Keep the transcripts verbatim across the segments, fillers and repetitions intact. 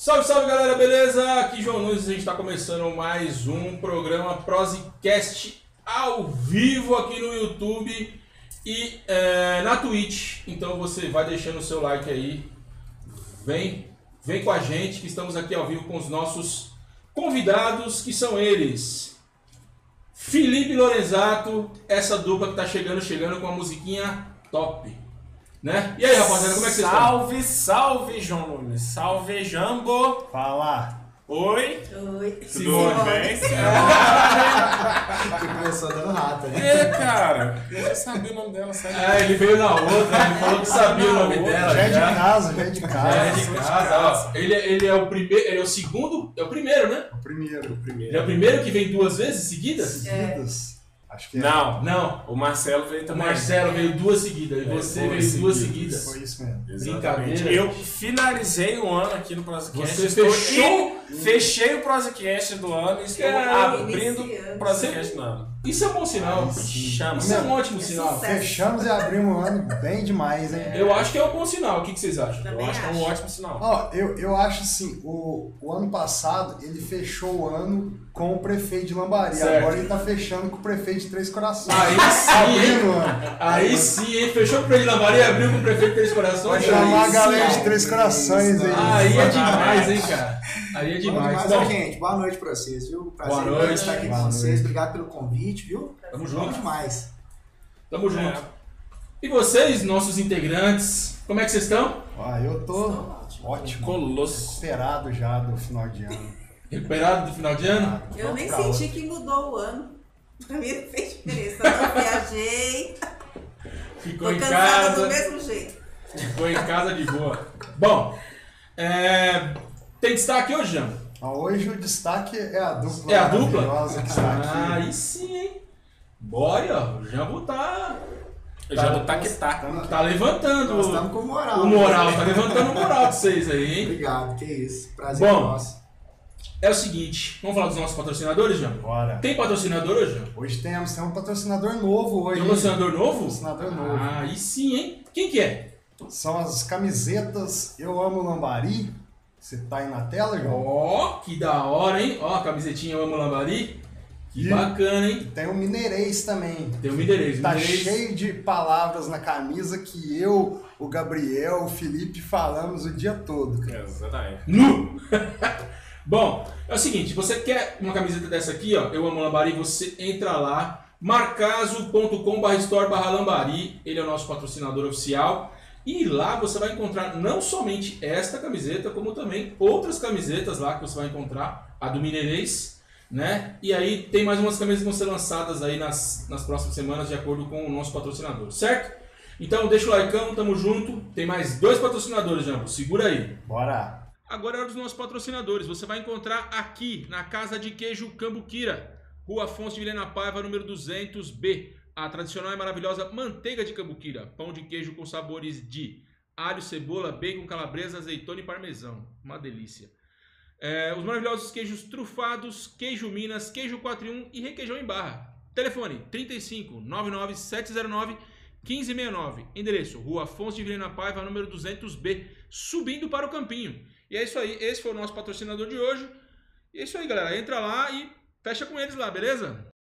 Salve, salve galera, beleza? Aqui João Nunes, a gente está começando mais um programa Prosecast ao vivo aqui no YouTube e é, na Twitch. Então você vai deixando o seu like aí, vem, vem com a gente que estamos aqui ao vivo com os nossos convidados, que são eles. Felipe Lorenzato, essa dupla que tá chegando, chegando com uma musiquinha top. Né? E aí, rapaziada, como é que vocês estão? Salve, salve, João Nunes. Salve, Jambo. Fala. Oi. Oi. Tudo bem? Que começou dando rata, né? É, cara. Eu já sabia o nome dela, sabe? Ah, ele veio na outra, ele falou que sabia o nome dela. Já é de casa, já é de Já casa. é de casa, ó. Ele, ele é o primeiro, ele é o segundo, é o primeiro, né? O primeiro. O primeiro. Ele é o primeiro que vem duas vezes seguidas? Seguidas. Acho que é. Não, Não. o Marcelo veio O também. Marcelo veio duas seguidas e você É, veio duas seguidas. seguidas. Foi isso mesmo. Exatamente. Brincadeira. Eu finalizei o ano aqui no Prosecast. Você Estou- fechou? e Fechei o Prosecast do ano e estou Cara, abrindo iniciando. o Prosecast do ano. Isso é um bom sinal. Chama. Isso é um ótimo É sinal. sucesso. Fechamos e abrimos o ano bem demais, hein? Eu acho que é um bom sinal. O que que vocês acham? Eu acho que é um ótimo sinal. Ó, eu, eu acho assim, o, o ano passado ele fechou o ano com o prefeito de Lambari. Certo. Agora ele tá fechando com o prefeito de Três Corações. Aí sim, hein? Abrindo o ano. Aí sim, hein? Fechou com o Prefeito de Lambaria e abriu com o Prefeito de Três Corações. Pode chamar a Aí galera sim. de Três Corações aí. Aí é demais, hein, cara? Aí é demais. Demais, Bom, ó, gente. Boa noite pra vocês, viu? Prazer Boa imenso noite. estar aqui Boa com vocês. noite. Obrigado pelo convite, viu? Tamo Bom junto. demais. Tamo junto. E vocês, nossos integrantes, como é que vocês estão? Ó, eu tô Ótimo. ótimo. Colosso. Esperado já do final de ano. Recuperado do final de ano? Eu Vamos nem pra senti outra. que mudou o ano. Pra mim não fez diferença. Eu não viajei. Ficou Tô em cansada do casa. mesmo jeito. Ficou em casa de boa. Bom, é... tem destaque hoje, Jean? Ó, hoje o destaque é a dupla É a dupla? maravilhosa que está aqui. Ah, aí sim, hein? Bora, ó. O Jambo tá, Eu já vou taquetar. tá levantando Nós estamos com moral. o moral, tá levantando o moral de vocês aí, hein? Obrigado, que isso. Prazer Bom. nosso. É o seguinte, vamos falar dos nossos patrocinadores, Jambo? Bora. Tem patrocinador hoje, Jambo? Hoje temos, tem um patrocinador novo hoje. Tem um patrocinador novo? Patrocinador novo. Ah, aí sim, hein? Quem que é? São as camisetas Eu Amo Lambari. Você tá aí na tela, João? Ó, que da hora, hein? Ó, a camisetinha Eu Amo Lambari. Que E- bacana, hein? Tem o Mineirês também. Tem o Mineirês. o Tá Mineirês- cheio de palavras na camisa que eu, o Gabriel, o Felipe falamos o dia todo, cara. Exatamente. Nu! Bom, é o seguinte, você quer uma camiseta dessa aqui, ó, Eu Amo Lambari, você entra lá, marcaso ponto com barra store barra lambari, ele é o nosso patrocinador oficial, e lá você vai encontrar não somente esta camiseta, como também outras camisetas lá que você vai encontrar, a do Mineirês, né? E aí tem mais umas camisas que vão ser lançadas aí nas, nas próximas semanas, de acordo com o nosso patrocinador, certo? Então deixa o likeão, tamo junto, tem mais dois patrocinadores, Jambo, segura aí. Bora. Agora é hora dos nossos patrocinadores. Você vai encontrar aqui na Casa de Queijo Cambuquira, Rua Afonso de Vilhena Paiva, número duzentos B. A tradicional e maravilhosa manteiga de cambuquira. Pão de queijo com sabores de alho, cebola, bacon, calabresa, azeitona e parmesão. Uma delícia. É, os maravilhosos queijos trufados, queijo Minas, queijo quatro em um e requeijão em barra. Telefone trinta e cinco, nove nove sete zero nove, um cinco seis nove. Endereço Rua Afonso de Vilhena Paiva, número duzentos B. Subindo para o Campinho. E é isso aí, esse foi o nosso patrocinador de hoje. E é isso aí, galera. Entra lá e fecha com eles lá, beleza?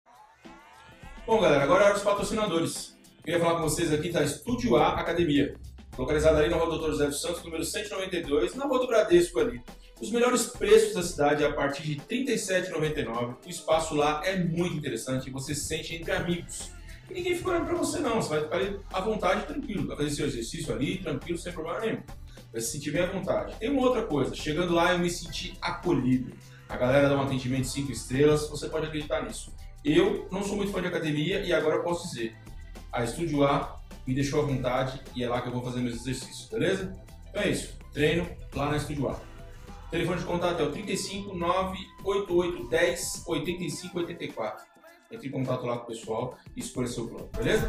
Bom, galera, agora é hora dos patrocinadores. Queria falar com vocês aqui da Estúdio A Academia, localizada ali na Rua Doutor José dos Santos, número cento e noventa e dois, na Rua do Bradesco ali. Os melhores preços da cidade a partir de trinta e sete reais e noventa e nove centavos. O espaço lá é muito interessante e você se sente entre amigos. E ninguém fica olhando pra você não, você vai ficar ali à vontade, tranquilo. Vai fazer seu exercício ali, tranquilo, sem problema nenhum. Vai se sentir bem à vontade. Tem uma outra coisa, chegando lá eu me senti acolhido. A galera dá um atendimento cinco estrelas, você pode acreditar nisso. Eu não sou muito fã de academia e agora eu posso dizer, a Estúdio A me deixou à vontade e é lá que eu vou fazer meus exercícios, beleza? Então é isso, treino lá na Estúdio A. O telefone de contato é o trinta e cinco, nove oito oito, dez, oitenta e cinco, oitenta e quatro. Entre em contato lá com o pessoal e escolha seu plano, beleza?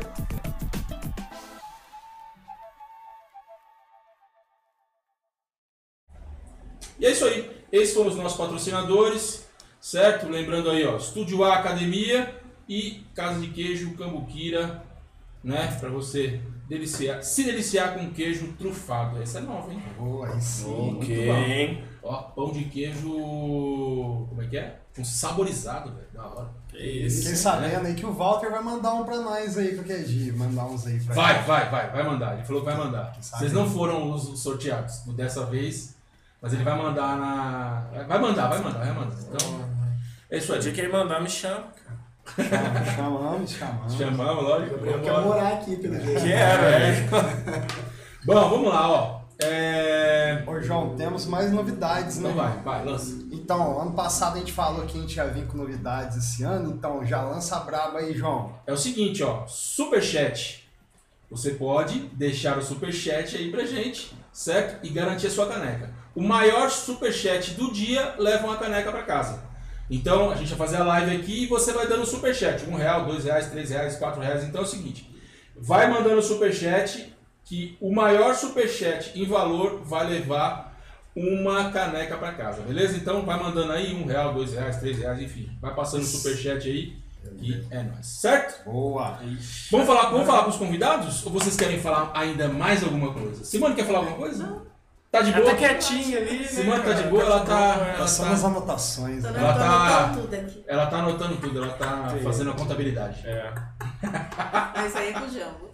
E é isso aí, esses foram os nossos patrocinadores, certo? Lembrando aí, ó, Estúdio A Academia e Casa de Queijo Cambuquira, né? Pra você deliciar, se deliciar com queijo trufado. Essa é nova, hein? Boa, aí sim. Ok, bom. hein? Ó, pão de queijo... Como é que é? Um saborizado, velho. Da hora. Que isso. Fiquei sabendo aí que o Walter vai mandar um pra nós aí qualquer dia. Mandar uns aí pra Vai, gente. vai, vai. Vai mandar. Ele falou que vai mandar. sabe? Vocês não foram os sorteados dessa vez, mas ele vai mandar na... Vai mandar, vai mandar, vai mandar. Então, é isso O aí. dia que ele mandar, me chama, cara. Chama- Chamamos, chamamos. Chamamos, lógico. Eu quero morar aqui, pelo jeito. Quero, é. Bom, vamos lá, ó. É... Ô, João, temos mais novidades, né? Então vai, vai, lança. Então, ano passado a gente falou que a gente ia vir com novidades esse ano, então já lança a braba aí, João. É o seguinte, ó. Superchat. Você pode deixar o superchat aí pra gente, certo? E garantir a sua caneca. O maior superchat do dia leva uma caneca pra casa. Então, a gente vai fazer a live aqui e você vai dando superchat. Um real, dois reais, três reais, quatro reais. Então é o seguinte. Vai mandando superchat que o maior superchat em valor vai levar uma caneca para casa, beleza? Então vai mandando aí um real, dois reais, três reais, enfim. Vai passando o superchat aí que é nóis, certo? Boa. Vamos falar, vamos falar com os convidados? Ou vocês querem falar ainda mais alguma coisa? Simone quer falar alguma coisa? Não. Tá de Ela boa? tá quietinha ali, né? Simone tá de cara? boa, ela tá... boa, Ela Passando as tá, anotações. Tô né? Ela anotando tá- tudo aqui. ela tá anotando tudo, ela tá Sim. fazendo a contabilidade. É. Mas aí é com o Jambo.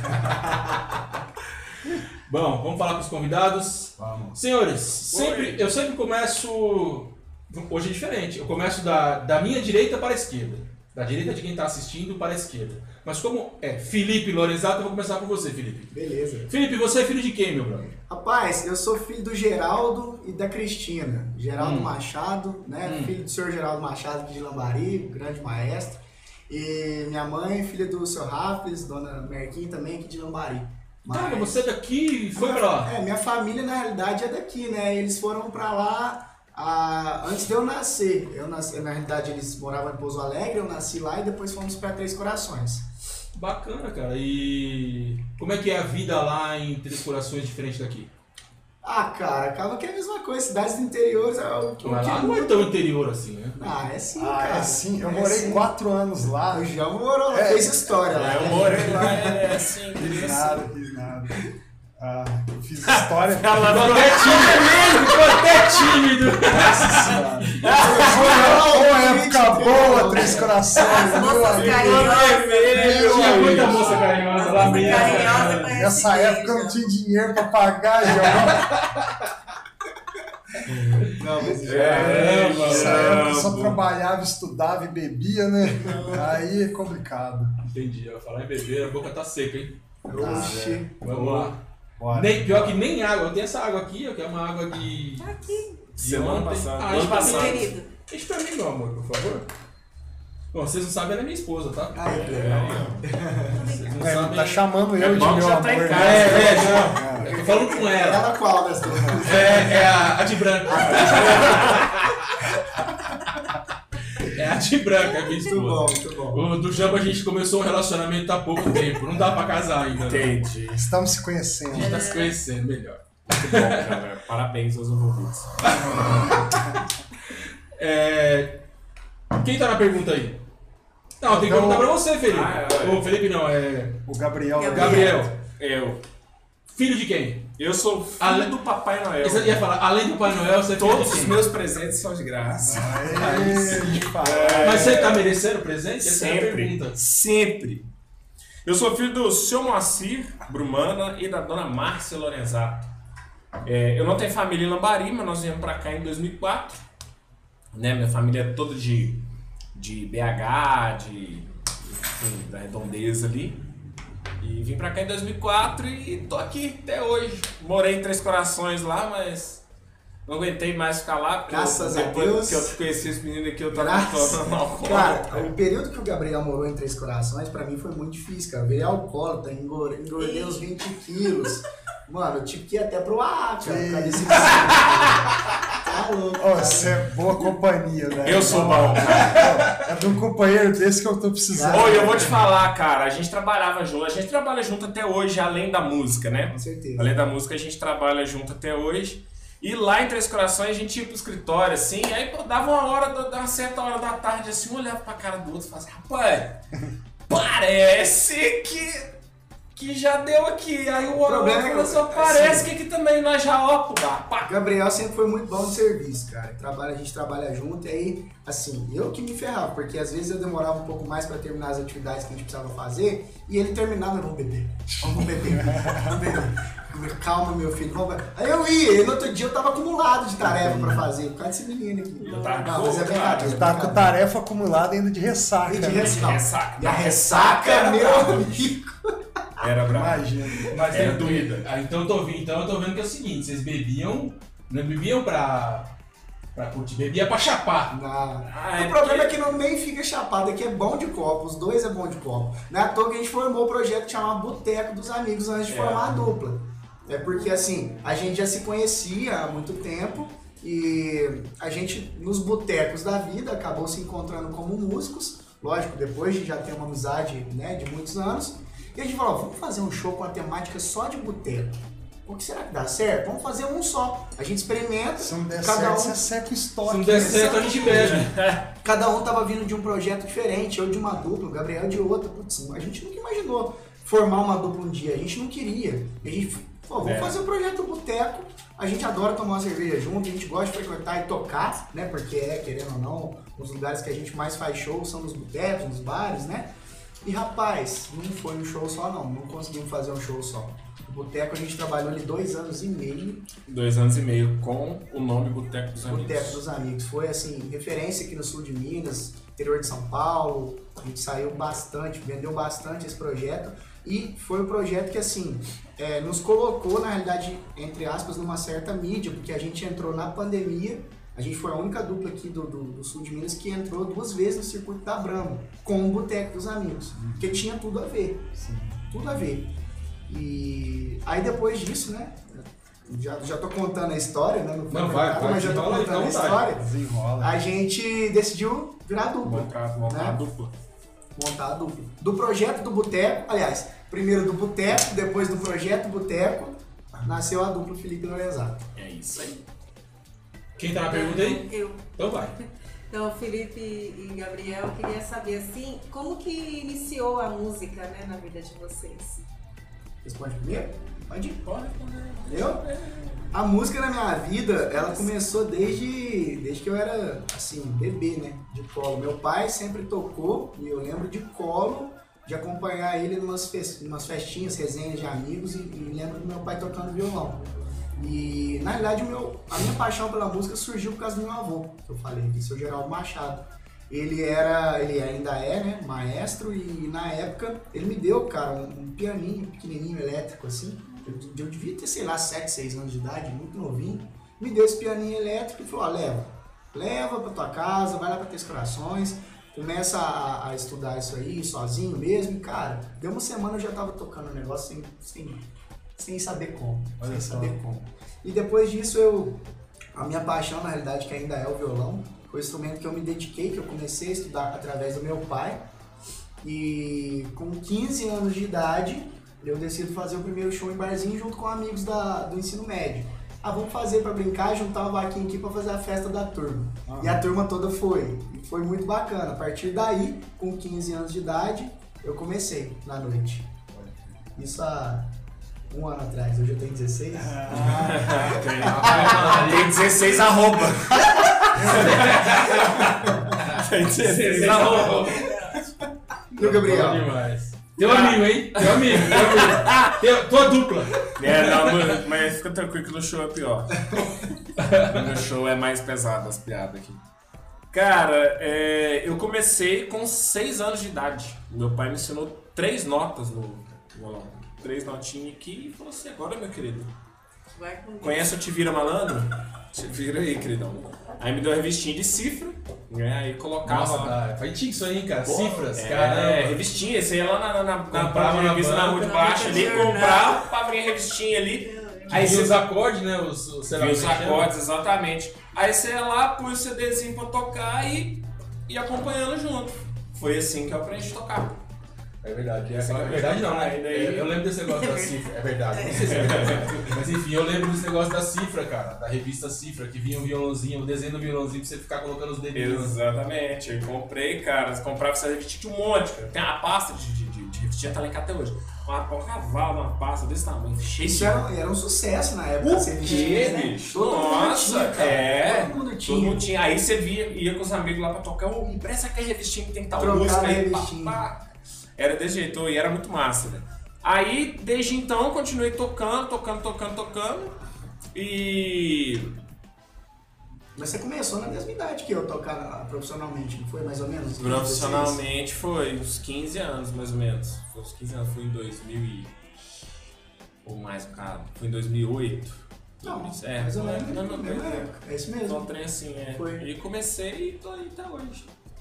Bom, vamos falar com os convidados. Vamos. Senhores, sempre, eu sempre começo. Hoje é diferente. Eu começo da, da minha direita para a esquerda. Da direita de quem está assistindo para a esquerda. Mas como é Felipe Lorenzato, eu vou começar por você, Felipe. Beleza. Felipe, você é filho de quem, meu brother? Rapaz, eu sou filho do Geraldo e da Cristina. Geraldo Hum. Machado, né? Hum. Filho do senhor Geraldo Machado aqui de Lambari, grande maestro. E minha mãe, filha do senhor Rafles, dona Merquim também aqui de Lambari. Cara, você é daqui e foi pra lá. É, minha família na realidade é daqui, né? Eles foram pra lá ah, antes de eu nascer. Eu nasci, na realidade eles moravam em Pouso Alegre, eu nasci lá e depois fomos pra Três Corações. Bacana, cara. E como é que é a vida lá em Três Corações diferente daqui? Ah, cara, acaba que é a mesma coisa. Cidades do interior é o, o que Mas lá não é muda. tão interior assim, né? Ah, é sim, Ah, cara. é sim. Eu É morei sim. quatro anos lá. O João morou lá, É. fez história lá. É, eu morei lá, é assim, Fiz interessante. nada, fiz nada. Ah, eu fiz história. Ficou até tímido, ficou até tímido. Ô, época boa, Três Corações. As moças meu amigo. carinhosas. Tinha muita moça carinhosa lá Moça mesmo. carinhosa conhece Nessa bem, época eu não já. tinha dinheiro pra pagar, João. Não, mas É, Nessa época eu só Jambo. trabalhava, estudava e bebia, né? Aí é complicado. Entendi, eu falar em beber, a boca tá seca, hein? Oxi. Vamos lá. Bora. Nem, pior que nem água. Eu tenho essa água aqui, ó, que é uma água de. Tá aqui, de Semana ontem. passada. Ah, Ano enche pra passado. mim. querido. Enche pra mim, meu amor, por favor. Bom, vocês não sabem, ela é minha esposa, tá? Ai, que legal. Vocês não É, sabem. tá chamando eu É de bom que meu já amor. tá em né? casa. É, é, não. Eu tô falando com ela. Ela qual das duas? É, é a, a de branco. É a de branco, é minha Muito bom, esposa. muito bom. O do Jambo a gente começou um relacionamento há pouco tempo. Não dá pra casar ainda. Né? Entendi. Estamos se A conhecendo. gente tá se conhecendo melhor. Muito bom, cara. Parabéns aos envolvidos. É... Quem tá na pergunta aí? Não, tem que Então- perguntar pra você, Felipe. Ah, é. Ô, Felipe não, é... O Gabriel. Gabriel. Gabriel. Eu. Filho de quem? Eu sou filho Ale- do Papai Noel. Você ia falar, além do Pai Noel, você é filho Todos de os quem? meus presentes são de graça. Aê, de fato. Mas você tá merecendo presente? Essa é a Sempre. pergunta. Sempre. Eu sou filho do seu Moacir Brumana e da dona Márcia Lorenzato. É, eu não tenho família em Lambari, mas nós viemos pra cá em dois mil e quatro. Né, minha família é toda de, de B H, de, enfim, da redondeza ali. E vim pra cá em dois mil e quatro e tô aqui até hoje. Morei em Três Corações lá, mas não aguentei mais ficar lá. porque Graças eu, a depois Deus. que eu conheci esse menino aqui, eu tava Graças. tomando álcool. Cara, o período que o Gabriel morou em Três Corações, pra mim foi muito difícil, cara. Eu virei alcoólatra, engordei, engordei uns vinte quilos. Mano, eu tive que ir até pro ar, cara, por causa desse Tá louco, Ó, cara. você é boa companhia, né? Eu sou bom, cara. É de um companheiro desse que eu tô precisando. Oi, eu vou te falar, cara, a gente trabalhava junto, a gente trabalha junto até hoje, além da música, né? Com certeza. Além da música, a gente trabalha junto até hoje. E lá em Três Corações, a gente ia pro escritório, assim, aí pô, dava uma hora, dava uma certa hora da tarde, assim, um olhava pra cara do outro e falava assim, rapaz, parece que que já deu aqui. Aí o problema outro é que- falou assim, parece que aqui também nós já, ó, pá. O Gabriel sempre foi muito bom de serviço, cara. Trabalha, a gente trabalha junto e aí, assim, eu que me ferrava, porque às vezes eu demorava um pouco mais pra terminar as atividades que a gente precisava fazer e ele terminava, vamos beber, vamos beber, vamos beber. Calma, meu filho, vamos beber. Aí eu ia, e no outro dia eu tava acumulado de tarefa pra fazer, por causa desse menino aqui. Eu tava Não, mas é com- brincadeira. Ele tá com tarefa acumulada ainda de ressaca. E de né? ressaca. Ressaca. E a ressaca, Era meu bravo. amigo. Era bravo. Imagina. Mas Era tem- doída. Ah, então, eu tô, vendo- então eu tô vendo que é o seguinte, vocês bebiam, não bebiam pra, pra curtir, bebia pra chapar. Não. Ah, é o problema é que não nem fica chapado, aqui é bom de copo, os dois é bom de copo. Não é à toa que a gente formou o projeto que chamava Boteco dos Amigos antes de É. formar a dupla. É porque assim, a gente já se conhecia há muito tempo e a gente, nos botecos da vida, acabou se encontrando como músicos. Lógico, depois de já ter uma amizade, né, de muitos anos. E a gente falou, vamos fazer um show com a temática só de boteco. O que será que dá certo? Vamos fazer um só. A gente experimenta, Se não der cada certo, um... você seca o estoque. Se não der né? certo, a gente bebe. Cada um tava vindo de um projeto diferente, eu de uma dupla, o Gabriel de outra. Putz, a gente nunca imaginou formar uma dupla um dia, a gente não queria. A gente, pô, vamos É. fazer o projeto do Boteco. A gente adora tomar uma cerveja junto, a gente gosta de frequentar e tocar, né? Porque é, querendo ou não, os lugares que a gente mais faz show são nos botecos, nos bares, né? E rapaz, não foi um show só não, não conseguimos fazer um show só. O Boteco a gente trabalhou ali dois anos e meio. Dois anos e meio com o nome Boteco dos Amigos. Boteco dos Amigos. Foi, assim, referência aqui no sul de Minas, interior de São Paulo. A gente saiu bastante, vendeu bastante esse projeto. E foi um projeto que, assim, é, nos colocou, na realidade, entre aspas, numa certa mídia, porque a gente entrou na pandemia. A gente foi a única dupla aqui do, do, do sul de Minas que entrou duas vezes no circuito da Brahma, com o Boteco dos Amigos. Porque tinha tudo a ver. Tudo a ver. E aí depois disso, né? Já, já tô contando a história, né? foi Não, vai, nada, vai, mas já tô desenrola aí, contando a então vai. história. Desenrola. A gente decidiu virar dupla, Montar, montar Né? uma dupla. montar a dupla. Do projeto do Boteco, aliás, primeiro do Boteco, depois do projeto Boteco, nasceu a dupla Felipe Lorenzato. É isso aí. Quem tá na pergunta aí? Eu. Então vai. Então, Felipe e Gabriel, eu queria saber, assim, como que iniciou a música, né, na vida de vocês? Responde primeiro? Pode ir. Pode responder. Eu? A música na minha vida, ela começou desde, desde que eu era, assim, bebê, né? De colo. Meu pai sempre tocou e eu lembro de colo, de acompanhar ele em umas, fes- umas festinhas, resenhas de amigos e, e lembro do meu pai tocando violão. E, na realidade, o meu, a minha paixão pela música surgiu por causa do meu avô, que eu falei, que é o seu Geraldo Machado. Ele era, ele ainda é, né, maestro e na época ele me deu, cara, um, um pianinho pequenininho elétrico assim. Eu, eu devia ter, sei lá, sete, seis anos de idade, muito novinho. Me deu esse pianinho elétrico e falou, ó, leva, leva pra tua casa, vai lá pra Três Corações, começa a, a estudar isso aí sozinho mesmo. E, cara, deu uma semana eu já tava tocando o negócio sem, sem, sem saber como, Olha sem só. saber como. E depois disso eu, a minha paixão na realidade que ainda é o violão, foi o instrumento que eu me dediquei, que eu comecei a estudar através do meu pai. E com quinze anos de idade, eu decido fazer o primeiro show em barzinho junto com amigos da, do ensino médio. Ah, vamos fazer pra brincar, juntar o vaquinho aqui pra fazer a festa da turma. Aham. E a turma toda foi. E foi muito bacana. A partir daí, com quinze anos de idade, eu comecei na noite. Isso há um ano atrás, hoje eu tenho dezesseis. Tem dezesseis arroba. Tem dezesseis arroba. E o Gabriel? Bom demais. Teu amigo, hein? Teu amigo, teu amigo. Teu- tua dupla. É, não, mas- mas fica tranquilo que no show é pior. No show é mais pesado as piadas aqui. Cara, é, eu comecei com seis anos de idade. Meu pai me ensinou três notas no violão. Três notinhas aqui e falou assim, agora, meu querido, Vai com conhece o Te Vira Malandro? Te vira aí, queridão. Aí me deu uma revistinha de cifra, né? Aí colocava... Nossa, cara, foi antigo isso aí, hein, cara? Pô, Cifras, é, caramba. revistinha, você ia lá na, na, na, Comprava na, na revista na banca, rua de na baixo banca ali, de jornal. comprava pra abrir a revistinha ali. Aí Aí você você os acordes, né? Os, os, sei lá, viu os como é que chama? acordes, exatamente. Aí você ia lá, pôs o CDzinho pra tocar e ia acompanhando junto. Foi assim que eu aprendi a tocar. É verdade. É, Você é vai verdade não, né? tocar, e daí- Eu, eu lembro desse negócio da cifra. É verdade. Não sei se é verdade. Mas enfim, eu lembro desse negócio da cifra, cara. Da revista Cifra, que vinha um violãozinho, o desenho do violãozinho pra você ficar colocando os dedinhos. Exatamente. Eu comprei, cara. Você comprava essa revistinha, tinha um monte, cara. Tem uma pasta de, de, de, de Restinga tá lá em casa até hoje. Uma porra-cavalo, uma pasta desse tamanho, cheio Isso de... era, era um sucesso na época. O você quê, vestia, né? bicho? Todo mundo Nossa, tinha, cara. é. Todo mundo Todo tinha. mundo tinha. Aí você via, ia com os amigos lá pra tocar, ô, me presta aquele revistinho que tem tal Trocava música aí, pá, revistinho. pá. Era desse jeito, e era muito massa, né? Aí, desde então, eu continuei tocando, tocando, tocando, tocando. E... Mas você começou na mesma idade que eu tocar profissionalmente, não foi mais ou menos? Profissionalmente foi uns quinze anos, mais ou menos. Foi uns quinze anos, foi em dois mil e... Ou mais, cara. Foi em dois mil e oito. Não, é, mais ou não, menos não, na não, mesma não, época. É isso Só um mesmo. trem assim, é. Foi. E comecei e tô aí até hoje.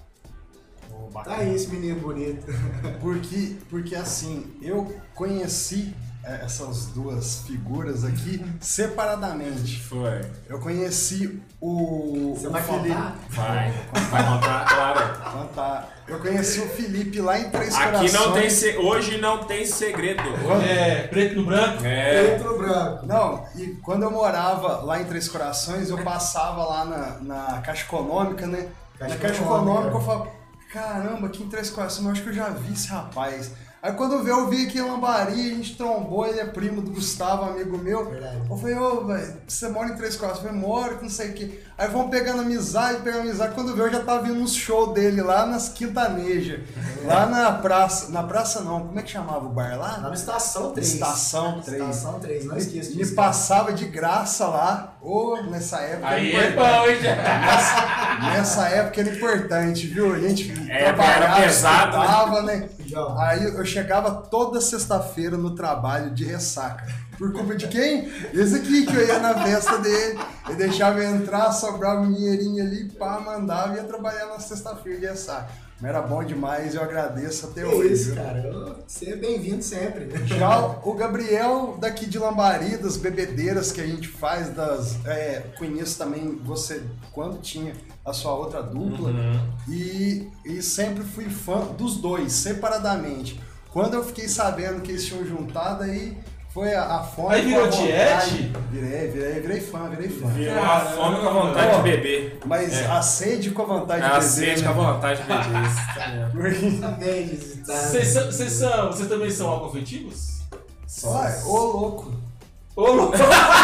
Oh, Tá bacana. aí esse menino bonito. Porque, porque assim, eu conheci é, essas duas figuras aqui separadamente. Foi. Eu conheci o, Você o vai Felipe. contar? Vai. Vai contar, claro. Contar. Eu conheci o Felipe lá em Três Aqui Corações. não tem se... Hoje não tem segredo. É, preto no branco. É. Preto no branco. Não, e quando eu morava lá em Três Corações, eu passava lá na, na Caixa Econômica, né? Caixa na Caixa Econômica. Econômica eu falava, caramba, aqui em Três Corações, eu acho que eu já vi esse rapaz. Aí quando eu vi, eu vi aqui em Lambari, a gente trombou, ele é primo do Gustavo, amigo meu. Verdade. Eu falei, ô, velho, você mora em Três Corações? Eu falei, moro, que não sei o quê. Aí vamos pegando amizade, pegando amizade. Quando eu vi, eu já tava vindo nos shows dele lá nas Quintanejas. Lá na praça, na praça não, como é que chamava o bar lá? Lá no Estação três. Estação três. Estação três, não esqueça Me disso. passava de graça lá. Ô, nessa época. Aí era é importante. bom, hein, já. Nessa, nessa época era importante, viu? A gente É, era pesado, né? estudava, né? Já. Aí eu chegava toda sexta-feira no trabalho de ressaca. Por culpa de quem? Esse aqui que eu ia na festa dele. Eu deixava eu entrar, sobrava um dinheirinho ali, pá, mandava e ia trabalhar na sexta-feira de ressaca. Mas era bom demais, eu agradeço até Que hoje. isso, viu? cara. Eu- Você é bem-vindo sempre. Já o Gabriel daqui de Lambari, das bebedeiras que a gente faz, das, é, conheço também você quando tinha a sua outra dupla e, e sempre fui fã dos dois, separadamente. Quando eu fiquei sabendo que eles tinham juntado, aí foi a, a fome. Aí virou com a vontade. tiete? Virei, virei, virei fã, virei fã. Virou a fome com a vontade Ó, de beber. Mas É. a sede com a vontade É de a beber. sede com a né? vontade de beber. Isso, tá mesmo. Porque- Também visitado. Vocês são, vocês são, vocês também são alcoafetivos? Uai, ô louco. Ô, louco!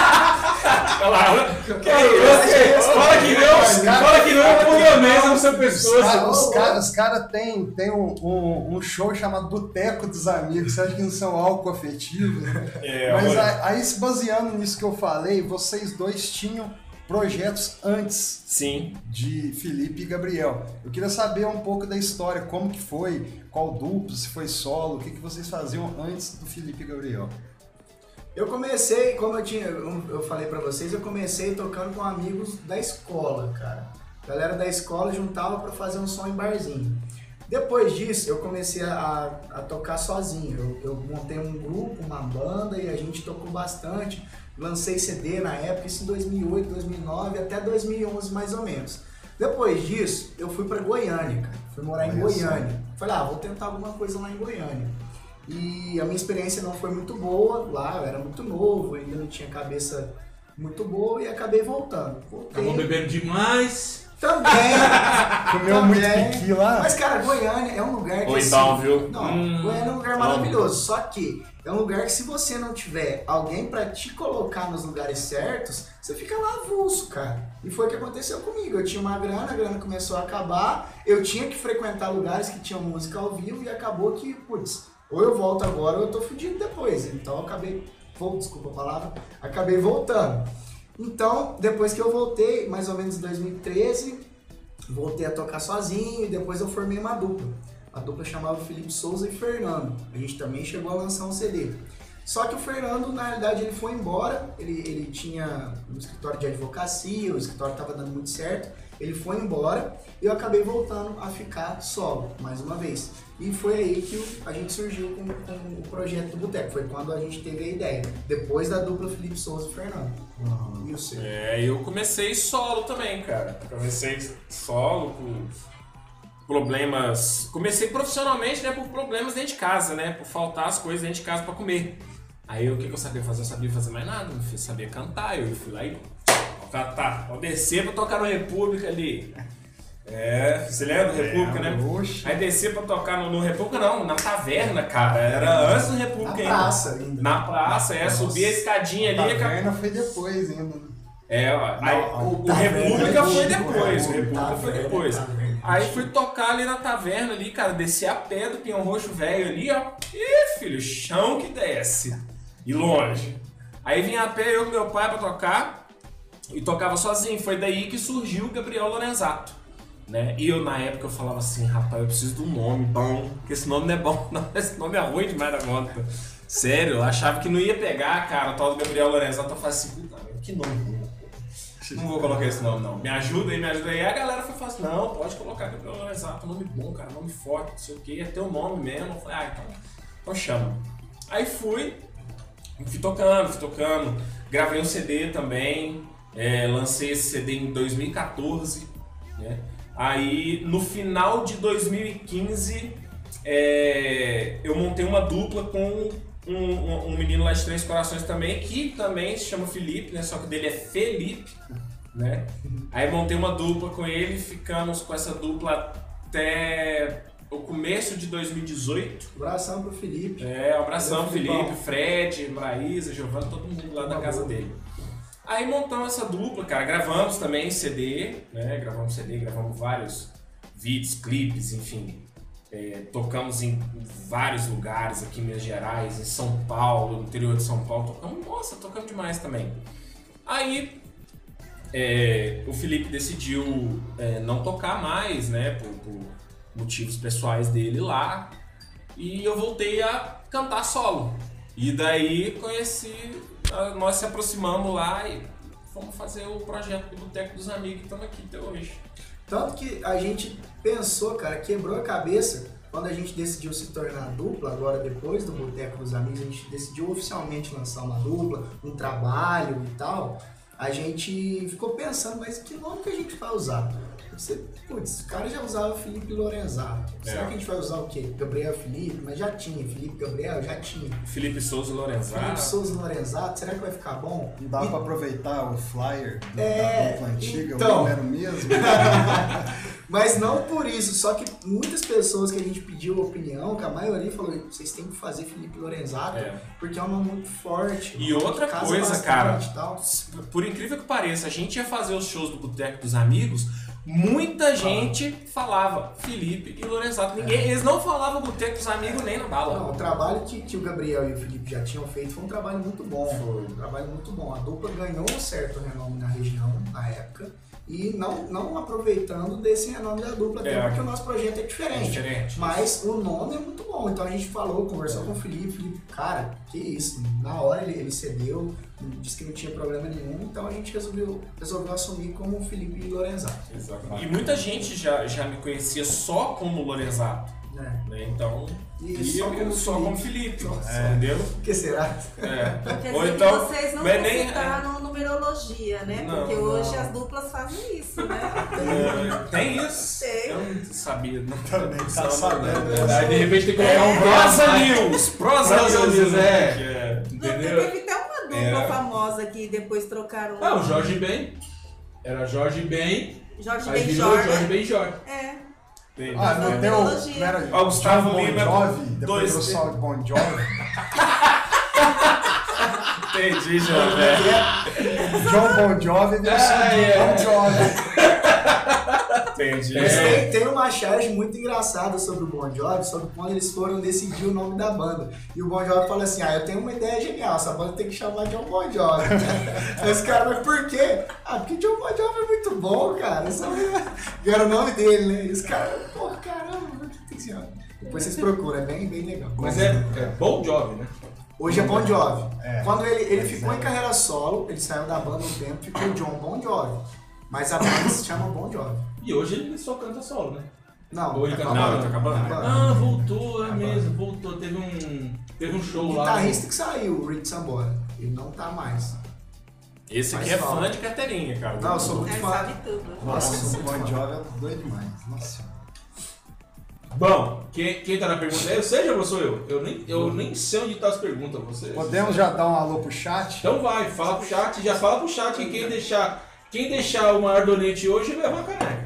Olha lá, olha. Que isso? Fala que não, fala que não, eu ponho a mesa no seu Os pescoço. caras cara, os cara têm tem um, um, um show chamado Boteco dos Amigos. Você acha que não são álcool afetivos? É, Mas olha. aí, aí, se baseando nisso que eu falei, vocês dois tinham projetos antes Sim. de Felipe e Gabriel. Eu queria saber um pouco da história, como que foi, qual duplo, se foi solo, o que, que vocês faziam antes do Felipe e Gabriel. Eu comecei, como eu tinha, eu eu falei pra vocês, eu comecei tocando com amigos da escola, cara. A galera da escola juntava pra fazer um som em barzinho. Depois disso, eu comecei a, a tocar sozinho. Eu, eu montei um grupo, uma banda e a gente tocou bastante. Lancei C D na época, isso em dois mil e oito, dois mil e nove, até dois mil e onze mais ou menos. Depois disso, eu fui pra Goiânia, cara. Fui morar em Olha só. Goiânia. Falei, ah, vou tentar alguma coisa lá em Goiânia. E a minha experiência não foi muito boa lá, eu era muito novo, ainda não tinha cabeça muito boa e acabei voltando. Voltei. Acabou bebendo demais. Também. Comeu muito também. piqui lá? Mas, cara, Goiânia é um lugar que Ou assim, então, viu? Não, Hum, Goiânia é um lugar não. maravilhoso, só que é um lugar que se você não tiver alguém pra te colocar nos lugares certos, você fica lá avulso, cara. E foi o que aconteceu comigo. Eu tinha uma grana, a grana começou a acabar, eu tinha que frequentar lugares que tinham música ao vivo e acabou que, putz, ou eu volto agora ou eu tô fudido depois. Então eu acabei, vou, desculpa a palavra, acabei voltando. Então, depois que eu voltei, mais ou menos em dois mil e treze, voltei a tocar sozinho e depois eu formei uma dupla. A dupla chamava Felipe Souza e Fernando. A gente também chegou a lançar um C D. Só que o Fernando, na realidade, ele foi embora. Ele, ele tinha um escritório de advocacia, o escritório estava dando muito certo. Ele foi embora e eu acabei voltando a ficar solo, mais uma vez. E foi aí que o- a gente surgiu com, com o projeto do Boteco. Foi quando a gente teve a ideia. Depois da dupla Felipe Souza e Fernando. E o seu? É, eu comecei solo também, cara. Comecei solo com problemas. Comecei profissionalmente, né, por problemas dentro de casa, né? Por faltar as coisas dentro de casa pra comer. Aí o que, que eu sabia fazer? Eu sabia fazer mais nada, não sabia cantar. Eu fui lá e. Tá, tá, vou descer pra tocar no República ali. É, você lembra do República, É, né? oxe. Aí descia pra tocar no, no República, não, na taverna, cara. Era antes do República Na ainda. praça ainda. Na praça, é, Nossa. subia a escadinha ali. A cara. taverna foi depois ainda. né? É, ó, aí, Não, o, o taverna República é foi chique, depois, o né? República foi Taverna, depois. taverna. Aí fui tocar ali na taverna ali, cara, desci a pé do Pinhão Roxo velho ali, ó. Ih, filho, chão que desce. E longe. Aí vinha a pé eu com meu pai pra tocar e tocava sozinho. Foi daí que surgiu o Gabriel Lorenzato, né? E eu na época eu falava assim, rapaz, eu preciso de um nome bom, porque esse nome não é bom, não. Esse nome é ruim demais da conta. Sério, eu achava que não ia pegar, cara, o tal do Gabriel Lorenzato. Eu falei assim, puta, que nome ruim. Não vou colocar esse nome, não. Me ajuda aí, me ajuda aí. Aí a galera foi falar assim, não, pode colocar Gabriel Lorenzato, nome bom, cara, nome forte, não sei o que, é teu nome mesmo. Eu falei, ah, então, então chama. Aí fui, fui tocando, fui tocando, gravei um C D também, é, lancei esse C D em dois mil e quatorze, né? Aí no final de dois mil e quinze, é, eu montei uma dupla com um, um, um menino lá de Três Corações também, que também se chama Felipe, né? Só que o dele é Felipe, né? Aí montei uma dupla com ele, ficamos com essa dupla até o começo de dois mil e dezoito. Abração pro Felipe. É, um abração, Valeu, Felipe, Filipão. Fred, Braísa, Giovana, todo mundo lá da Uma casa boa. dele. Aí montamos essa dupla, cara, gravamos também C D, né? Gravamos C D, gravamos vários vídeos, clipes, enfim. É, tocamos em vários lugares aqui em Minas Gerais, em São Paulo, no interior de São Paulo. Tocamos, nossa, tocamos demais também. Aí é, o Felipe decidiu é, não tocar mais, né? Por, por motivos pessoais dele lá. E eu voltei a cantar solo. E daí conheci, nós se aproximamos lá e fomos fazer o projeto do Boteco dos Amigos e estamos aqui até hoje. Tanto que a gente pensou, cara, quebrou a cabeça quando a gente decidiu se tornar dupla, agora depois do Boteco dos Amigos, a gente decidiu oficialmente lançar uma dupla, um trabalho e tal. A gente ficou pensando, mas que nome que a gente vai usar? Você, putz, o cara já usava Felipe Lorenzato. É. Será que a gente vai usar o quê? Gabriel Felipe? Mas já tinha. Felipe Gabriel já tinha. Felipe Souza Lorenzato. Felipe Souza Lorenzato, será que vai ficar bom? Não dá E- pra aproveitar o flyer do- É, da dupla antiga, então. o nome era o mesmo. Mas não por isso, só que muitas pessoas que a gente pediu opinião, que a maioria falou, vocês têm que fazer Felipe Lorenzato, É. porque é um nome muito forte. E outra casa coisa, bastante cara, e tal. por incrível que pareça, a gente ia fazer os shows do Boteco dos Amigos, muita gente falava Felipe e Lorenzato. Ninguém, Eles não falavam Boteco dos Amigos nem na bala. Não, o trabalho que, que o Gabriel e o Felipe já tinham feito foi um trabalho muito bom. Foi. Um trabalho muito bom. A dupla ganhou um certo renome na região, na época, e não, não aproveitando desse renome da dupla, até É. porque o nosso projeto é diferente. É diferente. Mas o nome é muito bom, então a gente falou, conversou com o Felipe, Felipe, cara, que isso, na hora ele, ele cedeu, disse que não tinha problema nenhum, então a gente resolveu, resolveu assumir como Felipe Lorenzato. Exatamente. E muita gente já, já me conhecia só como Lorenzato, Né? né? Então, E e só eu como só Felipe. como Felipe, Nossa. entendeu? O que será? É. Quer Ou dizer então, que vocês não mas nem- consultaram numerologia, né? Não, Porque não. hoje as duplas fazem isso, né? É, tem isso? Tem. Eu não sabia. Não Também tá não, sabendo. não, não. Aí de repente tem que colocar um Prosa prosa News! Prosa Prosa News, News, é. é. Não, Entendeu? teve até uma dupla É. famosa que depois trocaram. Ah, o Jorge Ben. Era Jorge Ben. Jorge Aí Ben virou Jorge. Jorge Ben Jorge. É. Tem. Ah, não Não, deu. numerologia. Não era Ó, o Gustavo John Bon Lima, Jovi, dois depois virou T. só Bon Jovi. Entendi, já, velho. John Bon Jovi virou só Ah, é. Bon Jovi. Entendi. Mas É. tem, tem uma charge muito engraçada sobre o Bon Jovi, sobre quando eles foram decidir o nome da banda. E o Bon Jovi fala assim, ah, eu tenho uma ideia genial, essa banda tem que chamar John Bon Jovi. Aí os caras, mas por quê? Ah, porque John Bon Jovi é muito bom, cara. Esse é- era o nome dele, né? E os caras, pô, caramba, por que tem que ser? Depois vocês procuram, é bem, bem legal. Mas é, é Bon Jovi, né? Hoje é Bon Jovi. É. Quando ele, ele Mas ficou é. em carreira solo, ele saiu da banda um tempo, ficou John Bon Jovi. Mas a banda se chama Bon Jovi. E hoje ele só canta solo, né? Não, Ou ele tá canta- acabando. Não, tá acabando. Ah, voltou, é Agora. mesmo, voltou. Teve um, teve um show O lá. guitarrista que saiu, o Rick Sambora. Ele não tá mais. Esse aqui Mas é fala. fã de carteirinha, cara. Não, eu sou muito Aí fã. sabe tudo. Nossa, Nossa, o muito Bon fã. Jovi é doido demais. Nossa. Bom, quem, quem tá na pergunta é eu, seja ou sou eu? Eu nem, eu nem sei onde tá as perguntas, você. Podemos já dar um alô pro chat? Então vai, fala pro chat, já fala pro chat que quem deixar, quem deixar o maior donate hoje leva uma caneca.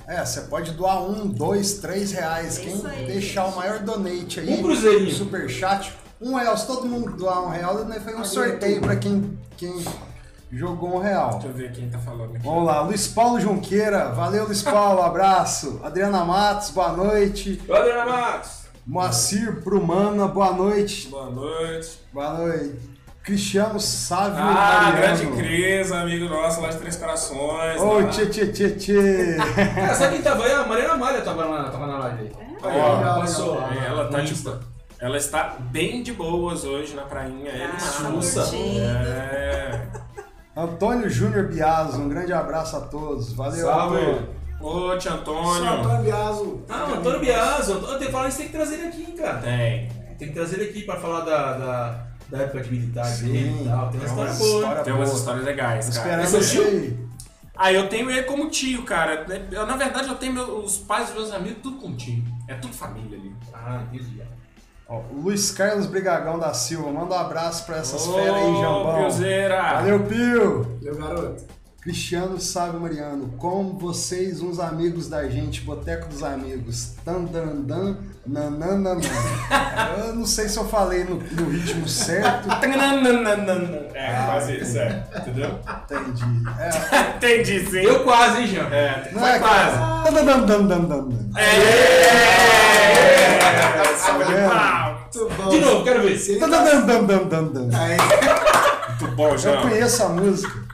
É, você pode doar um, dois, três reais. É Quem isso aí, deixar gente. o maior donate aí, Um cruzeirinho. superchat, um real. Se todo mundo doar um real, né, foi um sorteio pra quem, quem jogou um real. Deixa eu ver quem tá falando aqui. Vamos lá, Luiz Paulo Junqueira. Valeu, Luiz Paulo, abraço. Adriana Matos, boa noite. Adriana Matos. Moacir Brumana, boa noite. Boa noite. Boa noite. Cristiano Sávio Ah, Mariano. grande Cris, amigo nosso lá de Três Corações. Ô, lá. tchê, tchê, tchê, tchê. Cara, sabe quem tava aí? A Mariana Malha tava na, tava na live aí. Ó, legal, passou. legal. É, ela tá No tipo, Insta. ela está bem de boas hoje na prainha. É Ah, massa. curtindo. É. Antônio Júnior Biaso, um grande abraço a todos. Valeu, Salve. Antônio. Ô, tio Sou Antônio. Antônio Biaso. Ah, o Antônio Biaso. Antônio, tem que falar isso, tem que trazer ele aqui, cara. Tem. Tem que trazer ele aqui pra falar da, da, da época de militar Sim, dele e tal. Tem uma tem história umas boa. histórias- Tem umas boa. histórias legais, cara. Esperando Esse é o você aí. Ah, eu tenho ele como tio, cara. Eu, na verdade, eu tenho meu- os pais dos meus amigos tudo como tio. É tudo família ali. Ah, entendi. Ó, o Luiz Carlos Brigagão da Silva, manda um abraço pra essas Ô, feras aí, Jambão. Piozeira. Valeu, Pio. Meu garoto. Cristiano Sábio Mariano, com vocês, uns amigos da gente, Boteco dos Amigos. Tandandan, nananana. Eu não sei se eu falei no, no ritmo certo. É, quase isso, é. Entendeu? Entendi. É, Entendi, sim. Eu quase, hein, Jean? É, não foi é quase. quase. Tandandandandandan. É! Tá vendo? Muito bom. De novo, quero ver. Se ele tá- Tandandandandandan. Aí, Muito bom, Eu João. conheço a música.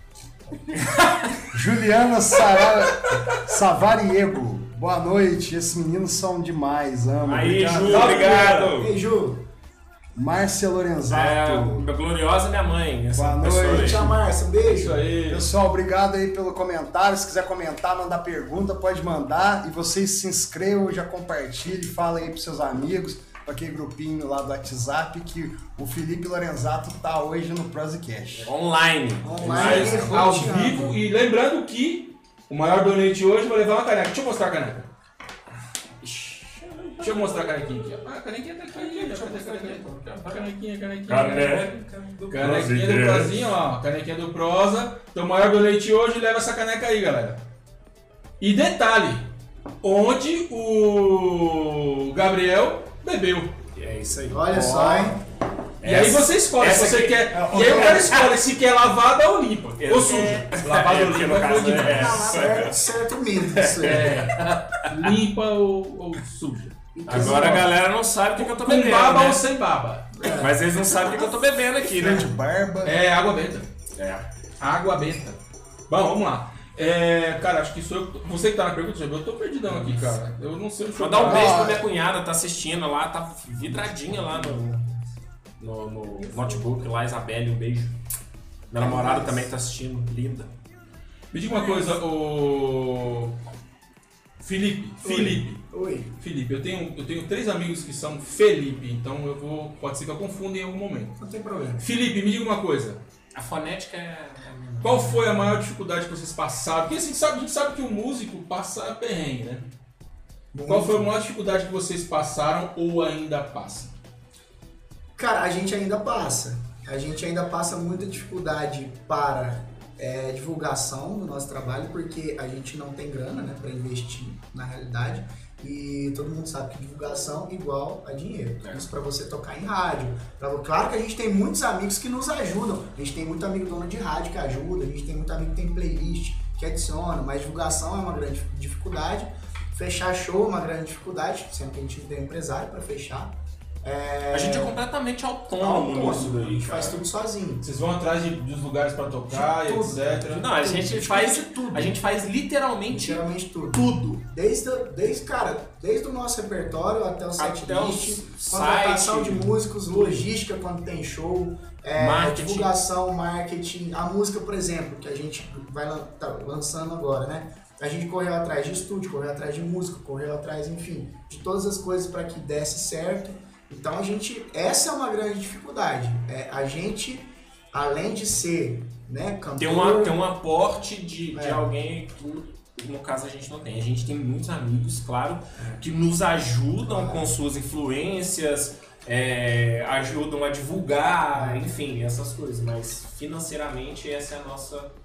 Juliana Sara... Savariego. Boa noite, esses meninos são demais, amo. Aí, Obrigado. Ju, obrigado. Ei, Ju. Márcia É, Lorenzato. minha gloriosa minha mãe. Essa Boa pessoa noite. aí. Tchau, Márcia. Um beijo. Isso aí. Pessoal, obrigado aí pelo comentário. Se quiser comentar, mandar pergunta, pode mandar. E vocês se inscrevam, já compartilhem, falem aí pros seus amigos, para aquele grupinho lá do WhatsApp, que o Felipe Lorenzato tá hoje no Prosecast. Online. Online. Mas ao vivo. E lembrando que o maior donate hoje vai levar uma caneca. Deixa eu mostrar a caneca. Deixa eu mostrar a canequinha aqui. Ah, a canequinha tá aqui. Deixa eu mostrar a canequinha. Canequinha, canequinha. Caneca. Canequinha do Prozinho, ó. Canequinha do Prosa. Então o maior donate hoje leva essa caneca aí, galera. E detalhe, onde o Gabriel bebeu. E é isso aí. Olha só, hein? E aí você escolhe se essa você aqui- quer. E aí o cara escolhe se quer lavada ou limpa. Ou suja. Lavada É, ou porque limpa no é caso coisa é- demais. Certo, certo mesmo isso aí. É. Limpa ou, ou suja. Agora a galera não sabe o que, que eu tô Com bebendo, baba né? ou sem baba. Mas eles não sabem o que, que eu tô bebendo aqui, né? Grande barba. É água benta. É. Água benta. Bom, vamos lá. É, cara, acho que sou eu. Você que tá na pergunta, eu tô perdidão aqui, cara. Eu não sei o que Vou dar um beijo pra minha cunhada, tá assistindo lá, tá vidradinha lá no, no, no notebook, lá, Isabelle, um beijo. Minha namorada também tá assistindo, linda. Me diga uma coisa, o. Felipe. Felipe. Oi. Felipe, eu tenho, eu tenho três amigos que são Felipe, então eu vou. Pode ser que eu confunda em algum momento. Não tem problema. Felipe, me diga uma coisa. A fonética é... Qual foi a maior dificuldade que vocês passaram? Porque assim, sabe, a gente sabe que o músico passa perrengue, né? Qual foi a maior dificuldade que vocês passaram ou ainda passam? Cara, a gente ainda passa. A gente ainda passa muita dificuldade para é, divulgação do nosso trabalho, porque a gente não tem grana, né, para investir na realidade. E todo mundo sabe que divulgação é igual a dinheiro. É. Isso para você tocar em rádio. Pra... Claro que a gente tem muitos amigos que nos ajudam. A gente tem muito amigo dono de rádio que ajuda. A gente tem muito amigo que tem playlist que adiciona. Mas divulgação é uma grande dificuldade. Fechar show é uma grande dificuldade. Sendo que a gente não tem empresário para fechar. É... A gente é completamente autônomo nisso A daí, gente faz cara. tudo sozinho. Vocês vão atrás de, dos lugares pra tocar, De e tudo. etcétera. Não, a gente faz... de tudo. A gente faz literalmente Literalmente tudo. tudo. Desde, desde, cara, desde o nosso repertório até o setlist, Até o contratação site. de músicos, logística quando tem show, é, Marketing. divulgação, marketing, a música, por exemplo, que a gente vai lan- tá lançando agora, né? A gente correu atrás de estúdio, correu atrás de música, correu atrás, enfim, de todas as coisas para que desse certo. Então a gente, essa é uma grande dificuldade. É, a gente, além de ser, né, cantor... Tem, uma, tem um aporte de, de É. alguém que, no caso, a gente não tem. A gente tem muitos amigos, claro, que nos ajudam com suas influências, é, ajudam a divulgar, enfim, essas coisas. Mas, financeiramente, essa é a nossa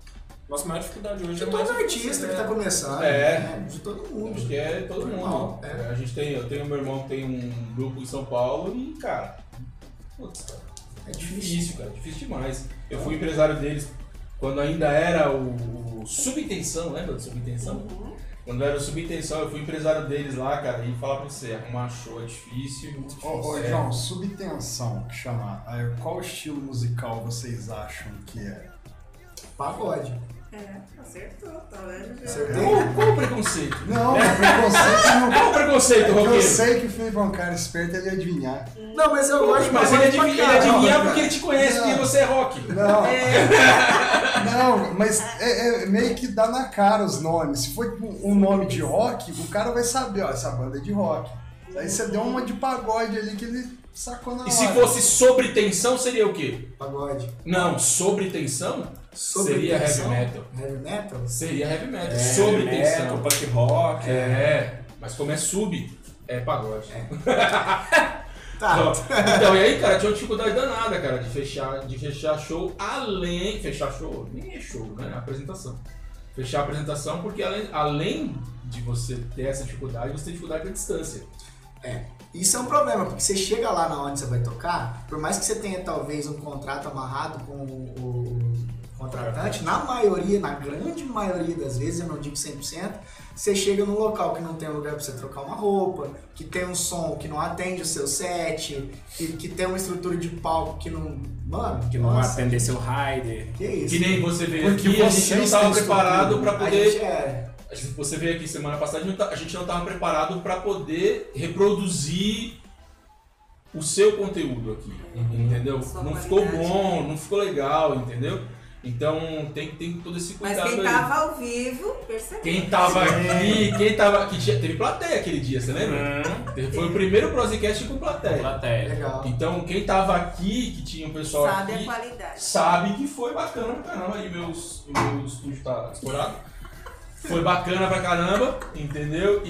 Nossa maior dificuldade hoje De é todo mais artista que tá começando. É. né? De todo mundo. Acho que é todo mundo. Normal, é. A gente tem, eu tenho meu irmão que tem um grupo em São Paulo e, cara, putz, cara, É é difícil. difícil, cara, difícil demais. Eu fui empresário deles quando ainda era o, o Subintenção, lembra do Subintenção? Uhum. Quando era o Subintenção, eu fui empresário deles lá, cara, e falar pra você, arrumar show é difícil, muito difícil. Ô, ô, é. João, subtensão, que chama. Aí, qual estilo musical vocês acham que é? Pagode. É, acertou, tá vendo? Acertei. Qual, qual o preconceito? Não, preconceito não. Qual o preconceito, É que eu Roqueiro? sei que o Felipe é um cara esperto, ele ia adivinhar. Não, mas eu gosto de Mas ele pagode pra adivinha, ele caramba, adivinha cara. porque ele te conhece, Não. porque você é rock. Não, É, não, mas é, é meio que dá na cara os nomes. Se for tipo, um nome de rock, o cara vai saber, ó, essa banda é de rock. Aí você deu uma de pagode ali que ele sacou na hora. E se fosse sobre tensão, seria o quê? Pagode. Não, sobre tensão? Sobre Seria tensão? heavy metal. Heavy metal? Seria heavy metal. É, sobre metal, tensão. punk rock. É, mas como é sub, é pagode. Tá. Então, e aí, cara, tinha uma dificuldade danada, cara, de fechar, de fechar show além. Fechar show, nem é show, né? Apresentação. Fechar a apresentação, porque além, além de você ter essa dificuldade, você tem dificuldade com a distância. É. Isso é um problema, porque você chega lá na onde você vai tocar, por mais que você tenha talvez um contrato amarrado com o, o contratante, na maioria, na grande maioria das vezes, eu não digo cem por cento, você chega num local que não tem lugar pra você trocar uma roupa, que tem um som que não atende o seu set, que, que tem uma estrutura de palco que não... Mano, Que não vai nossa, atender seu rider. que isso? Que nem você veio Porque aqui, a gente vocês não estava têm preparado estrutura. para A poder. gente é... A gente- Você veio aqui semana passada, a gente não tá- a gente não estava preparado para poder reproduzir o seu conteúdo aqui, entendeu? Sua Não ficou qualidade. bom, não ficou legal, entendeu? Então tem, tem todo esse mas cuidado quem aí. tava ao vivo, percebeu. Quem tava aqui, quem tava aqui, tinha- teve plateia aquele dia, você lembra? Hum, Teve- Foi o primeiro Prosecast com plateia. plateia. Legal. Então quem tava aqui, que tinha o pessoal Sabe aqui, a qualidade. sabe que foi bacana pra caramba. Aí meus, meu estúdio tá estourado. Foi bacana pra caramba, entendeu?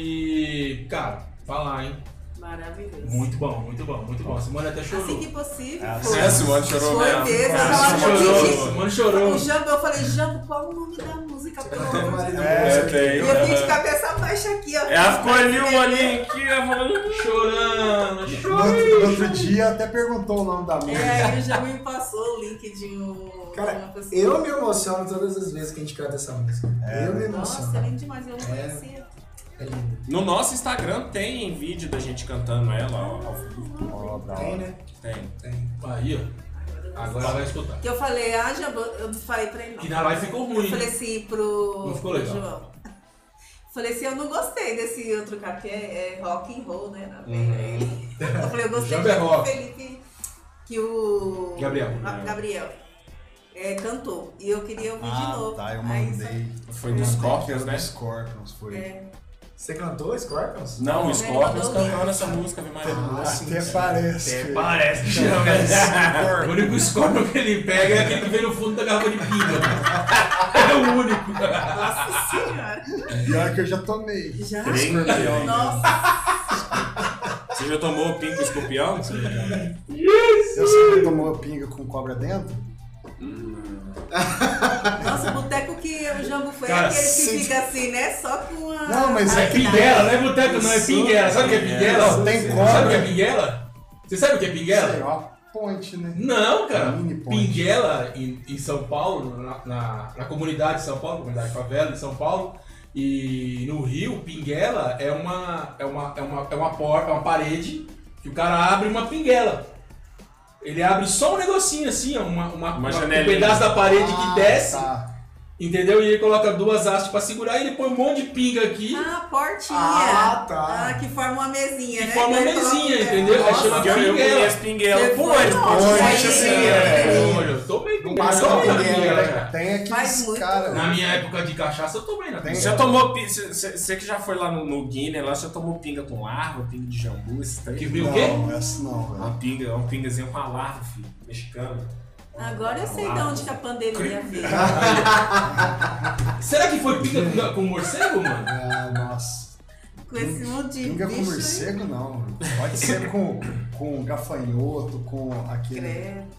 E, cara, falar, hein? Maravilhoso. Muito bom, muito bom, muito bom. A Simone até chorou. Assim que possível. É, foi. É, a Simone chorou Foi mesmo. mesmo. Eu A tava Simone aqui, chorou, gente. Simone chorou. O Jambo, eu falei, Jambo, qual o nome da música? Pelo amor de Deus. É, tem. E eu vim de cabeça baixa aqui, ó. Ela ficou ali, o olhinho aqui, ela falando. Chorando, No chorando. outro, no outro dia até perguntou o nome da música. É, aí o Jambo me passou o link de um... Cara, de uma pessoa. eu me emociono todas as vezes que a gente canta essa música. É, eu me Nossa, emociono. é lindo demais, eu não É. conhecia. É lindo. No nosso Instagram tem vídeo da gente cantando ela ao ao vivo. Ó, da Tem, hora. né? Tem. Tem. Aí, ó. Agora ela vai escutar. Que eu falei, ah, Jambo, eu falei pra ele não. Que na live ficou Eu ruim. falei assim pro, Não ficou pro legal. João. Falei assim, eu não gostei desse outro cara, que é, é rock and roll, né? Na veia. Uhum. Ele- Eu falei, eu gostei Jambo é que o rock. Felipe, que o... Gabriel. Ah, Gabriel é, cantou. E eu queria ouvir de Ah, novo. tá, eu Aí, mandei. Foi dos Scorpions, né? Scorpions, foi. É, Você cantou Scorpions? Não, o Ele Scorpions mandou cantando essa música, viu, Maria? Ah, sim, Até sim. parece. É, que- parece que chama. O único Scorpion que ele pega é aquele que vem no fundo da garrafa de pinga. É o único. nossa senhora. Pior que eu já tomei. Já? Escorpião. Nossa. Você já tomou pingo escorpião? Eu sei que tomou pinga com cobra dentro. Nossa, o boteco que o Jambo foi Cara, é aquele que sim. fica assim, né? Só com a... Não, mas É pinguela, não é boteco, não, é pinguela. Sabe o que é pinguela? Não, tem Sabe cobra. o que é pinguela? Você sabe o que é Sei, pinguela? ó, ponte, né? Não, cara. Mini ponte. Pinguela em, em São Paulo, na, na, na comunidade de São Paulo, comunidade favela de São Paulo, e no Rio, Pinguela é uma, é uma, é uma, é uma porta, é uma parede que o cara abre uma pinguela. Ele abre só um negocinho assim, ó, uma, uma, Uma uma- um janelinha. pedaço da parede que Ah, desce, tá. entendeu? E ele coloca duas hastes pra segurar e ele põe um monte de pinga aqui. Ah, portinha. Ah, tá. Ah, que forma uma mesinha, Que né? forma uma Que ele coloca- mesinha, entendeu? Aí Nossa, chama Eu, eu pinguela. conheço pinguela. Você Pô, foi? ele Não, pode Ponte, assim, assim, é. Olha, eu tomei Não pinguela. passa eu tomei uma pinguela, pinguela, cara. Tem Faz aqueles muito caras. Na minha época de cachaça eu tomei na Tem- Você já tomou pinga? Você que já foi lá no, no Guiné, lá você já tomou pinga com larva, pinga de jambu, esses três? Que viu o quê? Não, essa não, velho. Uma pinga, uma pingazinha com a larva, filho, mexicana. Agora eu sei de onde que a pandemia veio. Será que foi pinga com, com morcego, mano? Ah, nossa. Com esse monte de Pinga com bicho aí. morcego, não. Pode ser com, com gafanhoto, com aquele. Credo.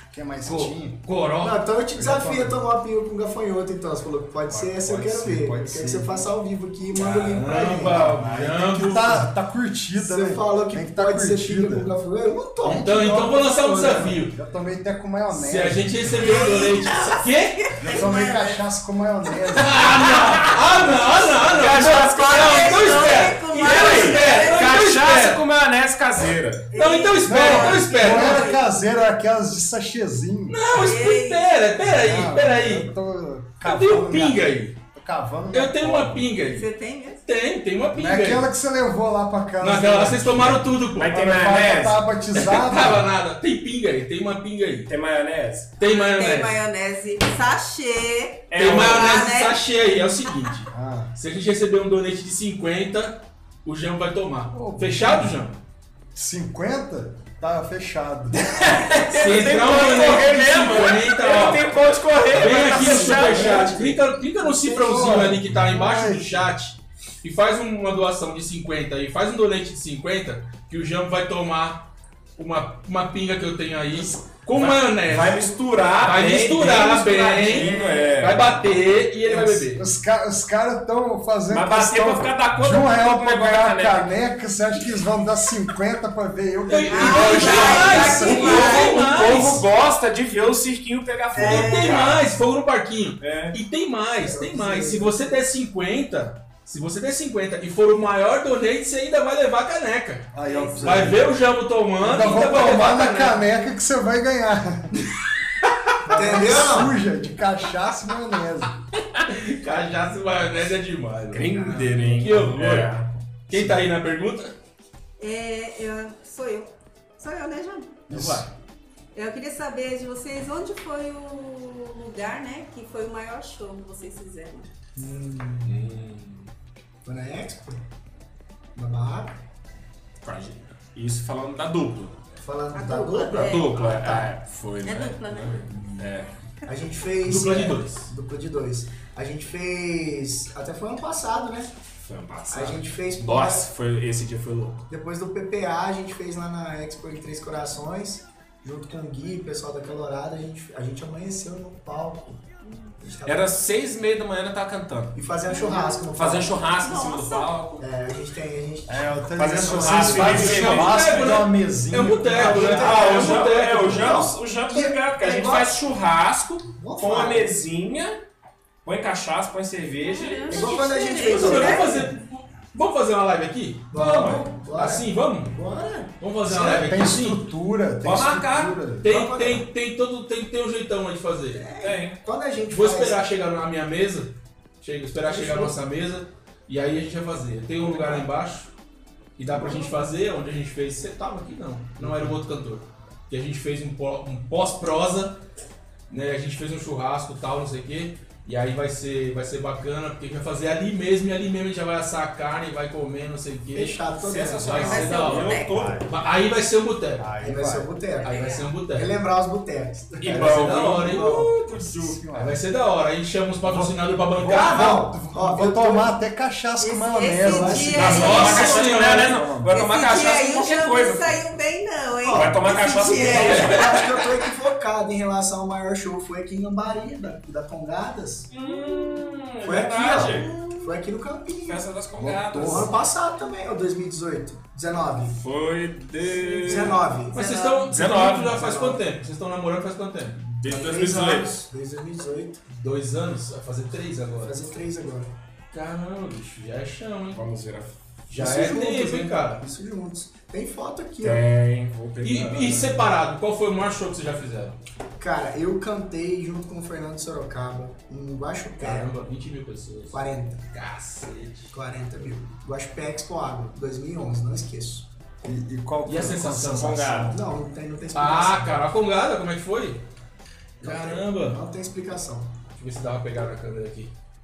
que mais Co- tinha? Coró. Não, então eu te desafio a tomar uma pinga com gafanhoto, então. Você falou que pode ser, essa eu pode quero ser, ver. pode Eu quero ser. que você faça ao vivo aqui e manda o link pra gente. Caramba, Aí tem Jambo. que tá, tá curtida, Você né? falou que tem que tá pode ser curtida. pinga com gafanhoto. Eu não tomo. Então, então vou lançar um desafio. Já tomei até com maionese. Se a gente receber um donate... Quê? Já tomei cachaça com maionese. Ah, não! Ah, não! Ah, não! Ah, não! Cachaça com Não, então espera! Com Então maionese. espera! Então Cachaça espera! com maionese caseira. Não, então espera! Então Não espera! era caseira, era aquelas de sachêzinho. Não, espera! Pera aí, Ah, pera aí! Eu tô Eu cavando tenho minha- pinga aí! Tô cavando minha Eu tenho cova. uma pinga aí! Você tem mesmo? Tem, tem uma Não pinga é aí! aquela que você levou lá pra casa. Naquela lá né? vocês tomaram tudo, pô! Mas tem Quando a maionese? tava Não batizada. tava nada! Tem pinga aí, tem uma pinga aí! Tem maionese? Tem maionese! Tem maionese sachê. É Tem uma- maionese né? sachê aí, é o seguinte. Ah, Se a gente receber um donate de cinquenta, o Jambo vai tomar. Ô, Fechado, Jambo? cinquenta? Tá fechado. Se Eu tenho entrar um como donate correr de mesmo. cinquenta, Eu não ó. tenho ponto de correr. Vem mas aqui tá no fechado. superchat, clica, clica no cifrãozinho Fechou. ali que tá embaixo Vai. do chat e faz uma doação de cinquenta aí, faz um donate de cinquenta que o Jambo vai tomar uma, uma pinga que eu tenho aí com maionese. Vai misturar Vai bem, misturar bem, misturadinho, é. vai bater e ele vai beber. Os, ca- os caras estão fazendo Vai bater questão pra ficar da conta de um do real pra negócio ganhar da a caneca. caneca. Você acha que eles vão dar cinquenta pra ver eu E ganhar? Ai, tem vai, mais, vai, e vai. tem O mais. povo gosta de ver o cirquinho pegar fogo. E tem cara. mais, fogo no parquinho. É. E tem mais, tem mais. Se você der cinquenta, se você der cinquenta e for o maior donate, você ainda vai levar a caneca. Aí, ó, Vai ver o Jambo tomando Ainda e vou ainda vai levar tomar a na caneca. caneca que você vai ganhar. Entendeu? Suja, de cachaça e maionese. Cachaça e maionese é demais. né? Grindeiro, hein? Que horror. É. Quem tá aí na pergunta? É, eu, sou eu. Sou eu, né, Jambo? Então vai. Eu queria saber de vocês onde foi o lugar, né, que foi o maior show que vocês fizeram. Foi na Expo? Na barraca? Isso falando da dupla. Falando A da dupla, dupla? é. Dupla, Ah, tá. é. Foi, É né? dupla, né? É. A gente fez... Dupla de é, dois. Dupla de dois. A gente fez... Até foi ano passado, né? Foi ano A passado. gente fez... Nossa, foi, esse dia foi louco. Depois do P P A, a gente fez lá na Expo em Três Corações, junto com o Gui, o pessoal da Calorada, a gente, a gente amanheceu no palco. A gente tava- Era seis e meia da manhã, eu tava cantando. E fazendo churrasco no Fazendo palco. churrasco em cima do Nossa. palco. É, a gente tem... A gente... É, eu tô Fazer dizendo, churrasco, vocês fazem fazer churrasco, boteco, dá uma né? mesinha. É um boteco, né? Ah, É o um Jean, boteco. é, o Jean, o Jean tá ligado, porque a gente faz churrasco, Vamos põe uma falar. mesinha, põe cachaça, põe cerveja. É igual quando a gente fez Vamos o... fazer, vamos fazer uma live aqui? Vamos, bora. Assim, vamos? Bora. Vamos fazer uma live aqui Tem assim? estrutura, tem Pode marcar. estrutura. Tem, tem, tem, todo, tem, tem um jeitão aí de fazer. Tem. Quando a gente Vou faz... esperar chegar na minha mesa. Chega, esperar chegar a nossa mesa. E aí a gente vai fazer. Tem um lugar lá embaixo que dá pra gente fazer, onde a gente fez. Você tava aqui? Não. Não era o outro cantor. Que a gente fez um, pó- um pós-prosa, né? A gente fez um churrasco e tal, não sei o quê. E aí vai ser, vai ser bacana, porque a gente vai fazer ali mesmo, e ali mesmo a gente já vai assar a carne, vai comer, não sei o quê. Fechado todo mundo. Sensacional. Vai ser da hora. Eu tô. Aí vai ser um boteco. Aí vai ser o boteco. Aí vai ser um boteco. Relembrar os botecos. E Aí vai ser bom, da hora, hein? Uh, Aí vai ser da hora. Aí a gente chama os patrocinadores pra Ah, bancar. não, Ó, vou eu tô- tomar até cachaça com Esse- maionese. esse né? dia Nossa, aí- vai tomar Nossa cachaça com senhora. maionese, não. Vai tomar Esse cachaça dia com aí o qualquer Jambo coisa. não saiu bem não, hein? Vai tomar Esse cachaça com dia qualquer aí- coisa. Eu acho que eu tô equivocado em relação ao maior show. Foi aqui em Lambari, da, da Congadas. Hum, Foi aqui, verdade. ó. Foi aqui no Campinho. Festa das O Congadas. ano passado também, ó, dois mil e dezoito. dezenove. Foi de... dezenove. Mas vocês estão. dezenove. Já faz quanto tempo? Vocês estão namorando faz quanto tempo? Desde dois mil e Três dezoito. anos. Desde dois mil e dezoito. Dois anos? Vai fazer três Vai agora. fazer três agora. Caramba, bicho, já é chão, hein? Vamos ver a... Já Isso é juntos, tempo, hein, cara? Isso juntos. Tem foto aqui, ó. Tem, vou pegar. E, e separado, qual foi o maior show que vocês já fizeram? Cara, eu cantei junto com o Fernando Sorocaba em Guaxupé. Caramba, vinte mil pessoas. quarenta. Cacete. quarenta mil. Guaxupé Expo Agro, dois mil e onze, não esqueço. E, e qual E a foi sensação? Congado. Não, não tem, não tem explicação. Ah, cara, a congada, como é que foi? Não tem- Caramba. Não tem explicação. Deixa eu ver se dá pra pegar na câmera aqui.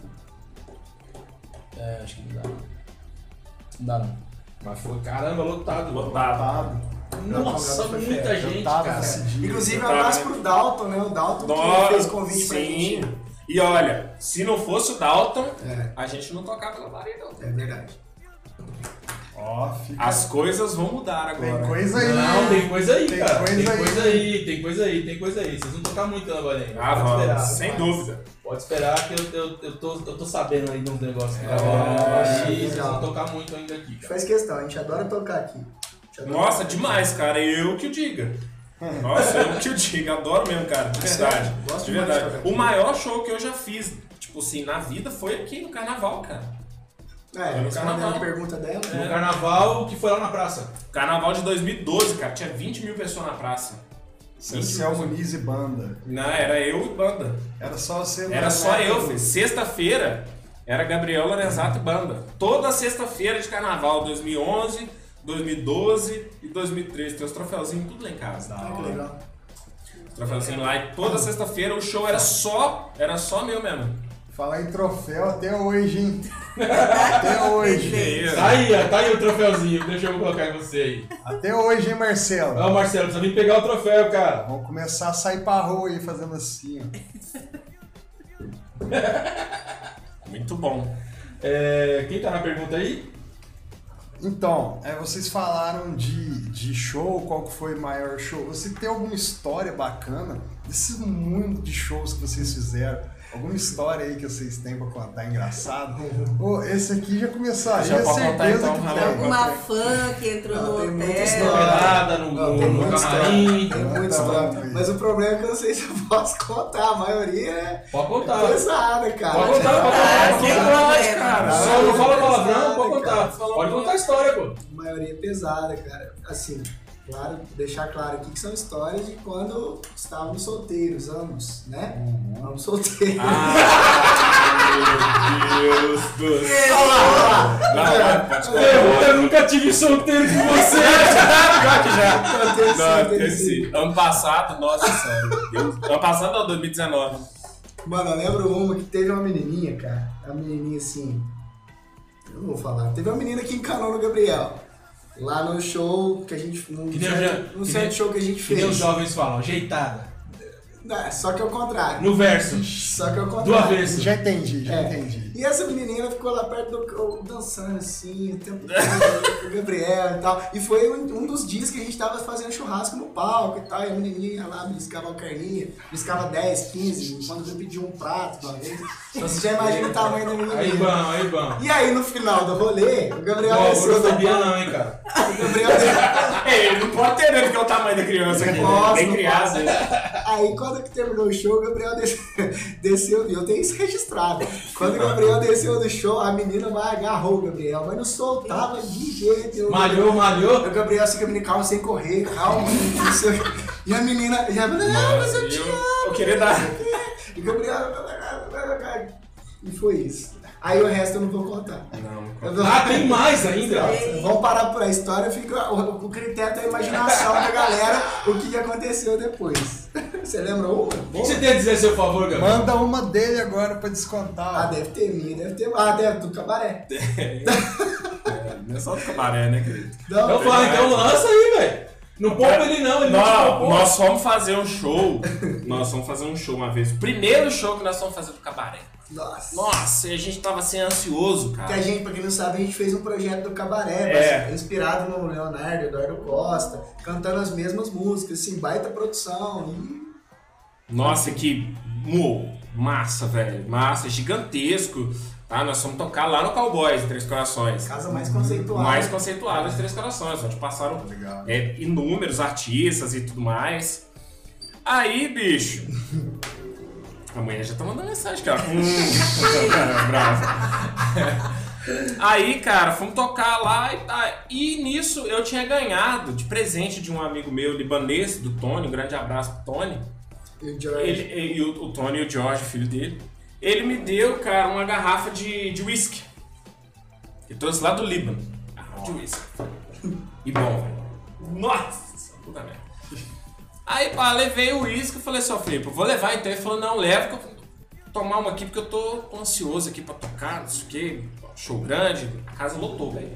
É, acho que não dá. Não dá não. Mas foi, caramba, lotado. mano. Lotado. Nossa, Foi muita fera. gente, Eu tava cara. nesse dia. Inclusive, Eu um abraço tava, pro Dalton, né? O Dalton que Nossa, fez convite pra gente. sim. E olha, se não fosse o Dalton, É, a gente não tocava na Maria, não. é verdade. Ó, fica... As coisas vão mudar agora. Tem coisa aí. Não, tem coisa aí, Tem cara. coisa tem aí. coisa aí, tem coisa aí, tem coisa aí. Vocês vão tocar muito na Lambarinha. Ah, Pode vamos, esperar. sem mas- dúvida. Pode esperar que eu, eu, eu, tô, eu tô sabendo aí de uns negócios que É, tá rolando. E vocês legal. vão tocar muito ainda aqui, A gente cara. faz questão, a gente adora tocar aqui. A gente adora Nossa, tocar. demais, cara. Eu que o diga. Nossa, eu que o diga. Adoro mesmo, cara. De verdade. Gosto De demais de verdade. tocar aqui. O maior show que eu já fiz, tipo assim, na vida foi aqui no carnaval, cara. É, no respondendo carnaval. a pergunta dela. No É. carnaval que foi lá na praça. Carnaval de dois mil e doze, cara. Tinha vinte mil pessoas na praça. Cecil Muniz e banda. Não, era eu e banda. Era só você... Era só eu, filho. Sexta-feira era Gabriel Lorenzato e banda. Toda sexta-feira de carnaval, dois mil e onze, dois mil e doze e dois mil e treze. Tem os troféuzinhos tudo lá em casa. Ah, que legal. Os troféuzinhos lá. E toda sexta-feira o show era só, era só meu mesmo. Falar em troféu até hoje, hein? Até hoje. Que Tá aí, ó, tá aí o troféuzinho. Deixa eu colocar em você aí. Até hoje, hein, Marcelo? Ó, Marcelo, precisa vir pegar o troféu, cara. Vamos começar a sair pra rua aí fazendo assim, ó. Muito bom. É, quem tá na pergunta aí? Então, é, vocês falaram de, de show, qual que foi o maior show? Você tem alguma história bacana desse mundo de shows que vocês fizeram? Alguma história aí que vocês têm pra contar engraçado? Pô, esse aqui já começou aí, Já é pode contar, certeza então, que vai tem. lá. Alguma fã que entrou Não, no tem muita hotel. história. Pelada no, Não, no, tem no muita camarim. Tem muita Tá história. bom, Mas o problema é que eu não sei se eu posso contar. A maioria é Pode contar. pesada, cara. Pode contar, pode Ah, contar. sem Pode contar. problema. cara. Só não fala palavrão, Pesada, pode contar. cara. Pode contar a história, pô. A maioria é pesada, cara. Assim, claro, deixar claro aqui que são histórias de quando estávamos solteiros, ambos, né? Ambos solteiros. Meu Deus do céu. Olha lá, Não, vai, pode contar. Eu, eu nunca tive solteiro com você. Já que já. Não, teve sim, Não, teve teve sim. sim. Ano passado, nossa senhora. Deus. Ano passado não, dois mil e dezenove. Mano, eu lembro uma que teve uma menininha, cara. Uma menininha assim. Eu não vou falar. Teve uma menina que encanou no Gabriel. Lá no show que a gente. Num Que nem certo, eu já- num que certo nem- show que a gente Que nem os fez. jovens falam, ajeitada. Não, só que é o contrário. No verso. Só que é o Do contrário. avesso. Já entendi, já É. entendi. E essa menininha ficou lá perto do dançando assim, o tempo todo, com o Gabriel e tal. E foi um, um dos dias que a gente tava fazendo churrasco no palco e tal. E a menininha ia lá, beliscava uma carninha, beliscava dez, quinze, quando eu pedi um prato uma vez. Então você já imagina o tamanho da menininha. Aí bom, aí bom. E aí no final do rolê, o Gabriel Não, desceu do gordofobia palco. não, hein, cara. O Gabriel desceu. Ei, ele não pode ter, né? Porque é o tamanho da criança aqui. Nossa, Bem não criança. Aí quando que terminou o show, o Gabriel desceu, desceu, e eu tenho isso registrado. Quando o Gabriel desceu do show, a menina vai agarrou o Gabriel, mas não soltava de jeito nenhum. Malhou, malhou. O Gabriel assim, a menina, calma, sem correr, calma. Não sei o quê. E a menina, já, não, mas eu te amo. Eu queria dar. E o Gabriel, e foi isso. Aí o resto eu não vou contar. Não, Eu vou- Ah, tem mais ainda. Vamos parar por a história, fica o, o critério da imaginação da galera, o que que aconteceu depois. Você lembra uma? O que você tem a dizer a seu favor, Gabriel? Manda uma dele agora pra Ah, descontar. deve ter minha, deve ter. Ah, deve do cabaré. É, não é só do cabaré, né, querido? Não, Eu falo, então lança aí, velho. Não poupa ele não, ele não te Nós, poupou. nós fomos fazer um show. Nós fomos fazer um show uma vez. O primeiro show que nós fomos fazer do cabaré. Nossa. Nossa, e a gente tava assim ansioso, Que cara. a gente, pra quem não sabe, a gente fez um projeto do cabaré, É. mas inspirado no Leonardo, Eduardo Costa, cantando as mesmas músicas, assim, baita produção. E... Nossa, que mo, massa, velho. Massa, gigantesco. Tá? Nós fomos tocar lá no Cowboys, Três Corações. Casa mais conceituada. Mais conceituado de Três Corações, onde passaram Legal. é, inúmeros artistas e tudo mais. Aí, bicho. A mulher já tá mandando mensagem, cara. Hum, bravo. Aí, cara, fomos tocar lá e tá. E nisso eu tinha ganhado de presente de um amigo meu libanês, do Tony. Um grande abraço pro Tony. E o George. Ele, e o, o Tony e o George, filho dele. Ele me deu, cara, uma garrafa de, de whisky. Ele trouxe lá do Líbano. Garrafa de whisky. E bom, velho. Nossa, puta merda. Aí, pá, levei o uísque e falei assim, ó, Felipe, eu vou levar então. Ele falou, não, leva que eu vou tomar uma aqui porque eu tô, tô ansioso aqui pra tocar, não sei o quê. Show grande. A casa lotou, velho.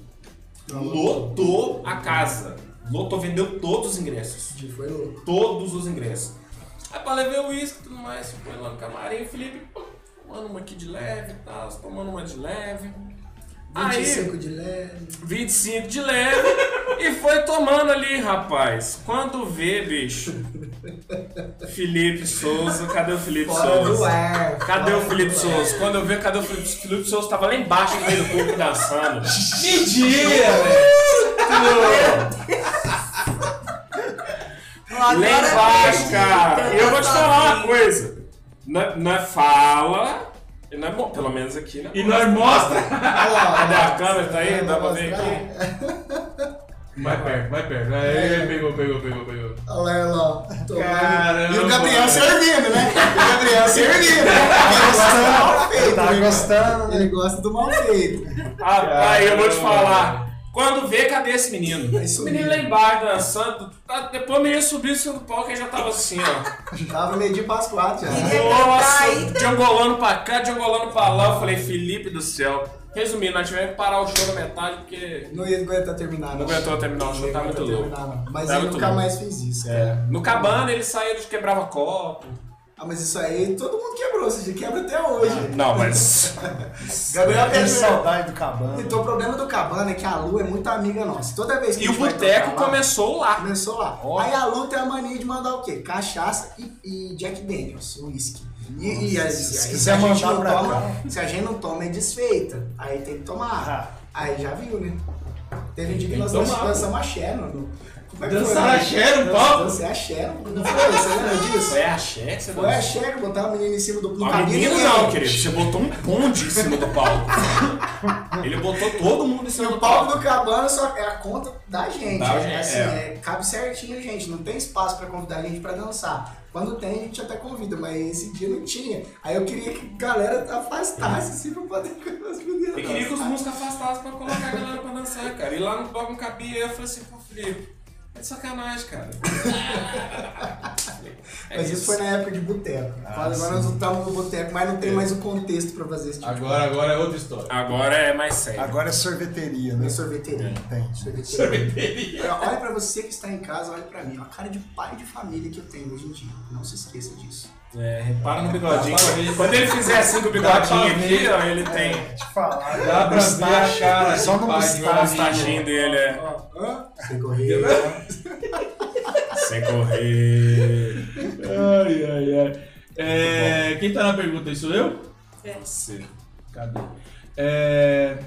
Lotou a casa. Lotou, vendeu todos os ingressos. Que foi louco. Todos os ingressos. Aí, pá, levei o uísque e tudo mais, foi lá no camarim. O Felipe, pô, tomando uma aqui de leve e tal, tomando uma de leve. vinte e Aí, cinco de leve. vinte e cinco de leve e foi tomando ali, rapaz. Quando vê, bicho. Felipe Souza, cadê o Felipe Fora do Souza? ar. Cadê fora o Felipe do Souza? ar. Quando eu vi, cadê o Felipe Souza? O Felipe Souza tava lá embaixo no meio do corpo dançando. Mentira, velho! Lá embaixo, cara. E eu vou te falar uma coisa. Não, não é fala. e Não é bom, pelo menos aqui, né? E nós mostra! Cadê a câmera? Tá aí? Dá pra ver aqui? Vai perto, vai perto. Aí, pegou, pegou, pegou, pegou. Olha lá, ó. Tomando. Caramba. E o Gabriel servindo, né? O Gabriel servindo, né? Ele gosta do mal feito. Tá ele gostando, gosta- né? Ele gosta do mal feito. Rapaz, eu vou te falar. Quando vê, cadê esse menino? Aí Esse subiu. menino lá embaixo dançando. tá- Depois o menino subiu em cima do palco e já tava assim, ó. Tava meio de pras quatro já. Nossa, Aí- de angolano pra cá, de angolano pra lá. Eu falei, Felipe do céu. Resumindo, nós tivemos que parar o show na metade porque Não ia aguentar terminar. não aguentou terminar o show, Não tá ia muito aguentar louco. terminar, não. Mas Tá ele muito nunca louco. mais fez isso, É. cara. No cabana ele saía de quebrava copo. Ah, mas isso aí todo mundo quebrou, você já quebra até hoje. Não, mas. Gabriel Tem quer saudade do cabana. Então o problema do Cabana é que a Lu é muito amiga nossa. Toda vez que E a o gente vai boteco tocar lá, começou lá. começou lá. Ó. Aí a Lu tem a mania de mandar o quê? Cachaça e, e Jack Daniels, uísque. E, e, aí, se aí, quiser a gente mandar não pra toma, cá. se a gente não toma é desfeita. Aí tem que tomar. Ah. Aí já viu, né? Teve um dia que Tem nós que tomar, dançamos axé no. no- Como é que Dançar foi, né? axé no Dan- palco? Dancei axé, não foi? Você lembra disso? Foi axé que você Foi axé que botar a menina em cima do Não, cabia menino ninguém. não, querido. Você botou um bonde em cima do palco. Ele botou todo mundo em E cima o do palco palco. do Cabana só é a conta da gente. Da é, gente, assim, é. é, cabe certinho, gente. Não tem espaço pra convidar a gente pra dançar. Quando tem, a gente até convida, mas esse dia não tinha. Aí eu queria que a galera afastasse assim pra poder com as meninas. Eu queria que os dançar. músicos afastassem pra colocar a galera pra dançar, cara. E lá no palco não cabia. Eu falei assim, pô, Felipe, é de sacanagem, cara. É Mas isso foi na época de boteco. Ah, Agora sim. nós estamos no boteco, mas não tem mais o contexto pra fazer esse tipo Agora, agora é outra história. Agora é mais sério. Agora é sorveteria, de né? sorveteria. Tem. Sorveteria. Olha pra você que está em casa, olha pra mim. Olha a cara de pai de família que eu tenho hoje em dia. Não se esqueça disso. É, repara no bigodinho. Dá pra ver. Quando ele fizer assim com o Dá pra bigodinho aqui, ver. ó, ele tem Te falar. Dá pra ver a cara Só de no pai de o mustache. mostachinho dele. É. Hã? Você correu. Sem correr. Ai, ai, ai. É, quem tá na pergunta aí sou eu? Você. Cadê? É...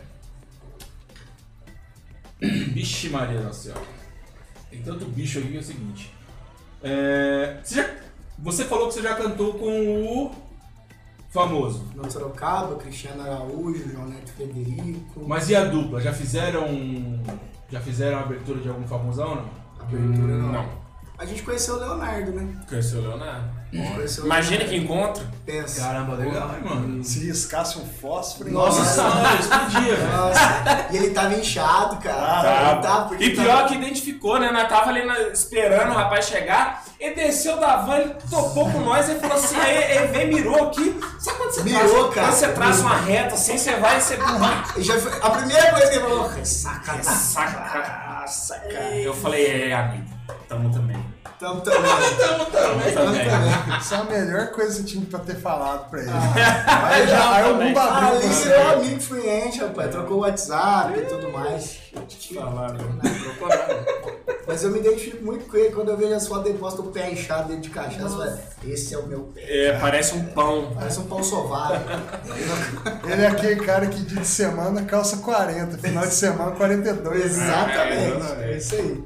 Vixe Maria do céu. Tem tanto bicho aqui que é o seguinte. É... Você, já... você falou que você já cantou com o famoso. No Sorocaba, Cristiano Araújo, João Neto Frederico. Mas e a dupla? Já fizeram. Já fizeram a abertura de algum famosão ou não? Abertura não. Não. A gente conheceu o Leonardo, né? Conheceu o Leonardo. A gente conheceu o Imagina Leonardo. que encontro. Pensa. Caramba, legal, hein, mano? Se riscasse um fósforo, Nossa, Nossa, explodia, velho. Nossa, e ele tava inchado, cara. Tá. Ele tava, porque E pior tava- que identificou, né? Nós tava ali na- esperando o rapaz chegar, ele desceu da van, ele topou com nós e falou assim, aí ele veio, mirou aqui. Sabe quando você Mirou, traça, cara. quando você traça uma reta assim, você vai e você... E já foi- a primeira coisa que ele falou, saca, Saca, saca. Eu falei, é, amigo, tamo também. tamo também. Tamo, tamo. Tamo também. isso é a melhor coisa que você tinha pra ter falado pra ele. Ah, aí já, aí o mundo abriu Ali pra você é um você. amigo fluente, rapaz. Trocou o WhatsApp e tudo mais. Te falar, né? Não trocou nada. Mas eu me identifico muito com ele. Quando eu vejo as fotos dele, posta o pé inchado dentro de cachaça. Eu falo, esse é o meu pé. É, parece um pão. Parece um pão sovado. Ele é aquele cara que dia de semana calça quarenta, final de semana quarenta e dois. Exatamente. É isso aí.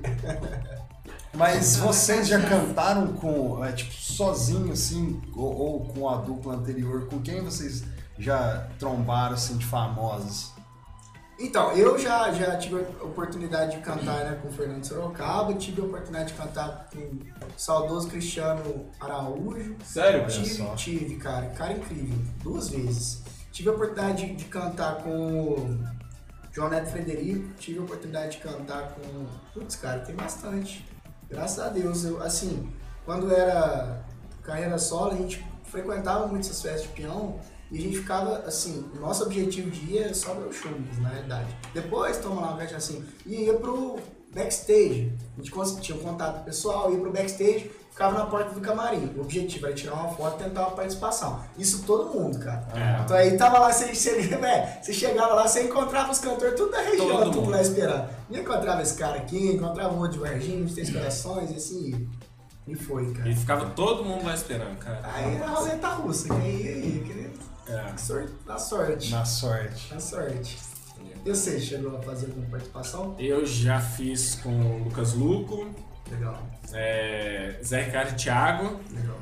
Mas vocês já cantaram com, é, tipo, sozinho, assim, ou, ou com a dupla anterior? Com quem vocês já trombaram, assim, de famosos? Então, eu já, já tive a oportunidade de cantar, né, com o Fernando Sorocaba. Tive a oportunidade de cantar com o saudoso Cristiano Araújo. Sério, cara? Tive, só. tive, cara. Cara incrível. Duas vezes. Tive a oportunidade de, de cantar com o João Neto Frederico. Tive a oportunidade de cantar com... Putz, cara, tem bastante. Graças a Deus. Eu, assim, quando era carreira solo, a gente frequentava muito essas festas de peão. E a gente ficava, assim, o nosso objetivo de ir era só ver o show, na realidade. Depois, toma lá uma caixa assim, e ia pro backstage. A gente tinha um contato pessoal, ia pro backstage, ficava na porta do camarim. O objetivo era tirar uma foto e tentar uma participação. Isso todo mundo, cara. É. Então aí tava lá, você, você, véio, você chegava lá, você encontrava os cantores tudo da região, Todo tudo mundo. lá esperando. E encontrava esse cara aqui, encontrava um outro de Varginha, de Três Corações, e assim. E foi, cara. E ficava todo mundo lá esperando, cara. Aí era a roleta russa, que aí, aí, que É. sorte, na sorte. Na sorte. Na sorte. E você, chegou a fazer alguma participação? Eu já fiz com o Lucas Luco, Legal, é, Zé Ricardo e Thiago, legal.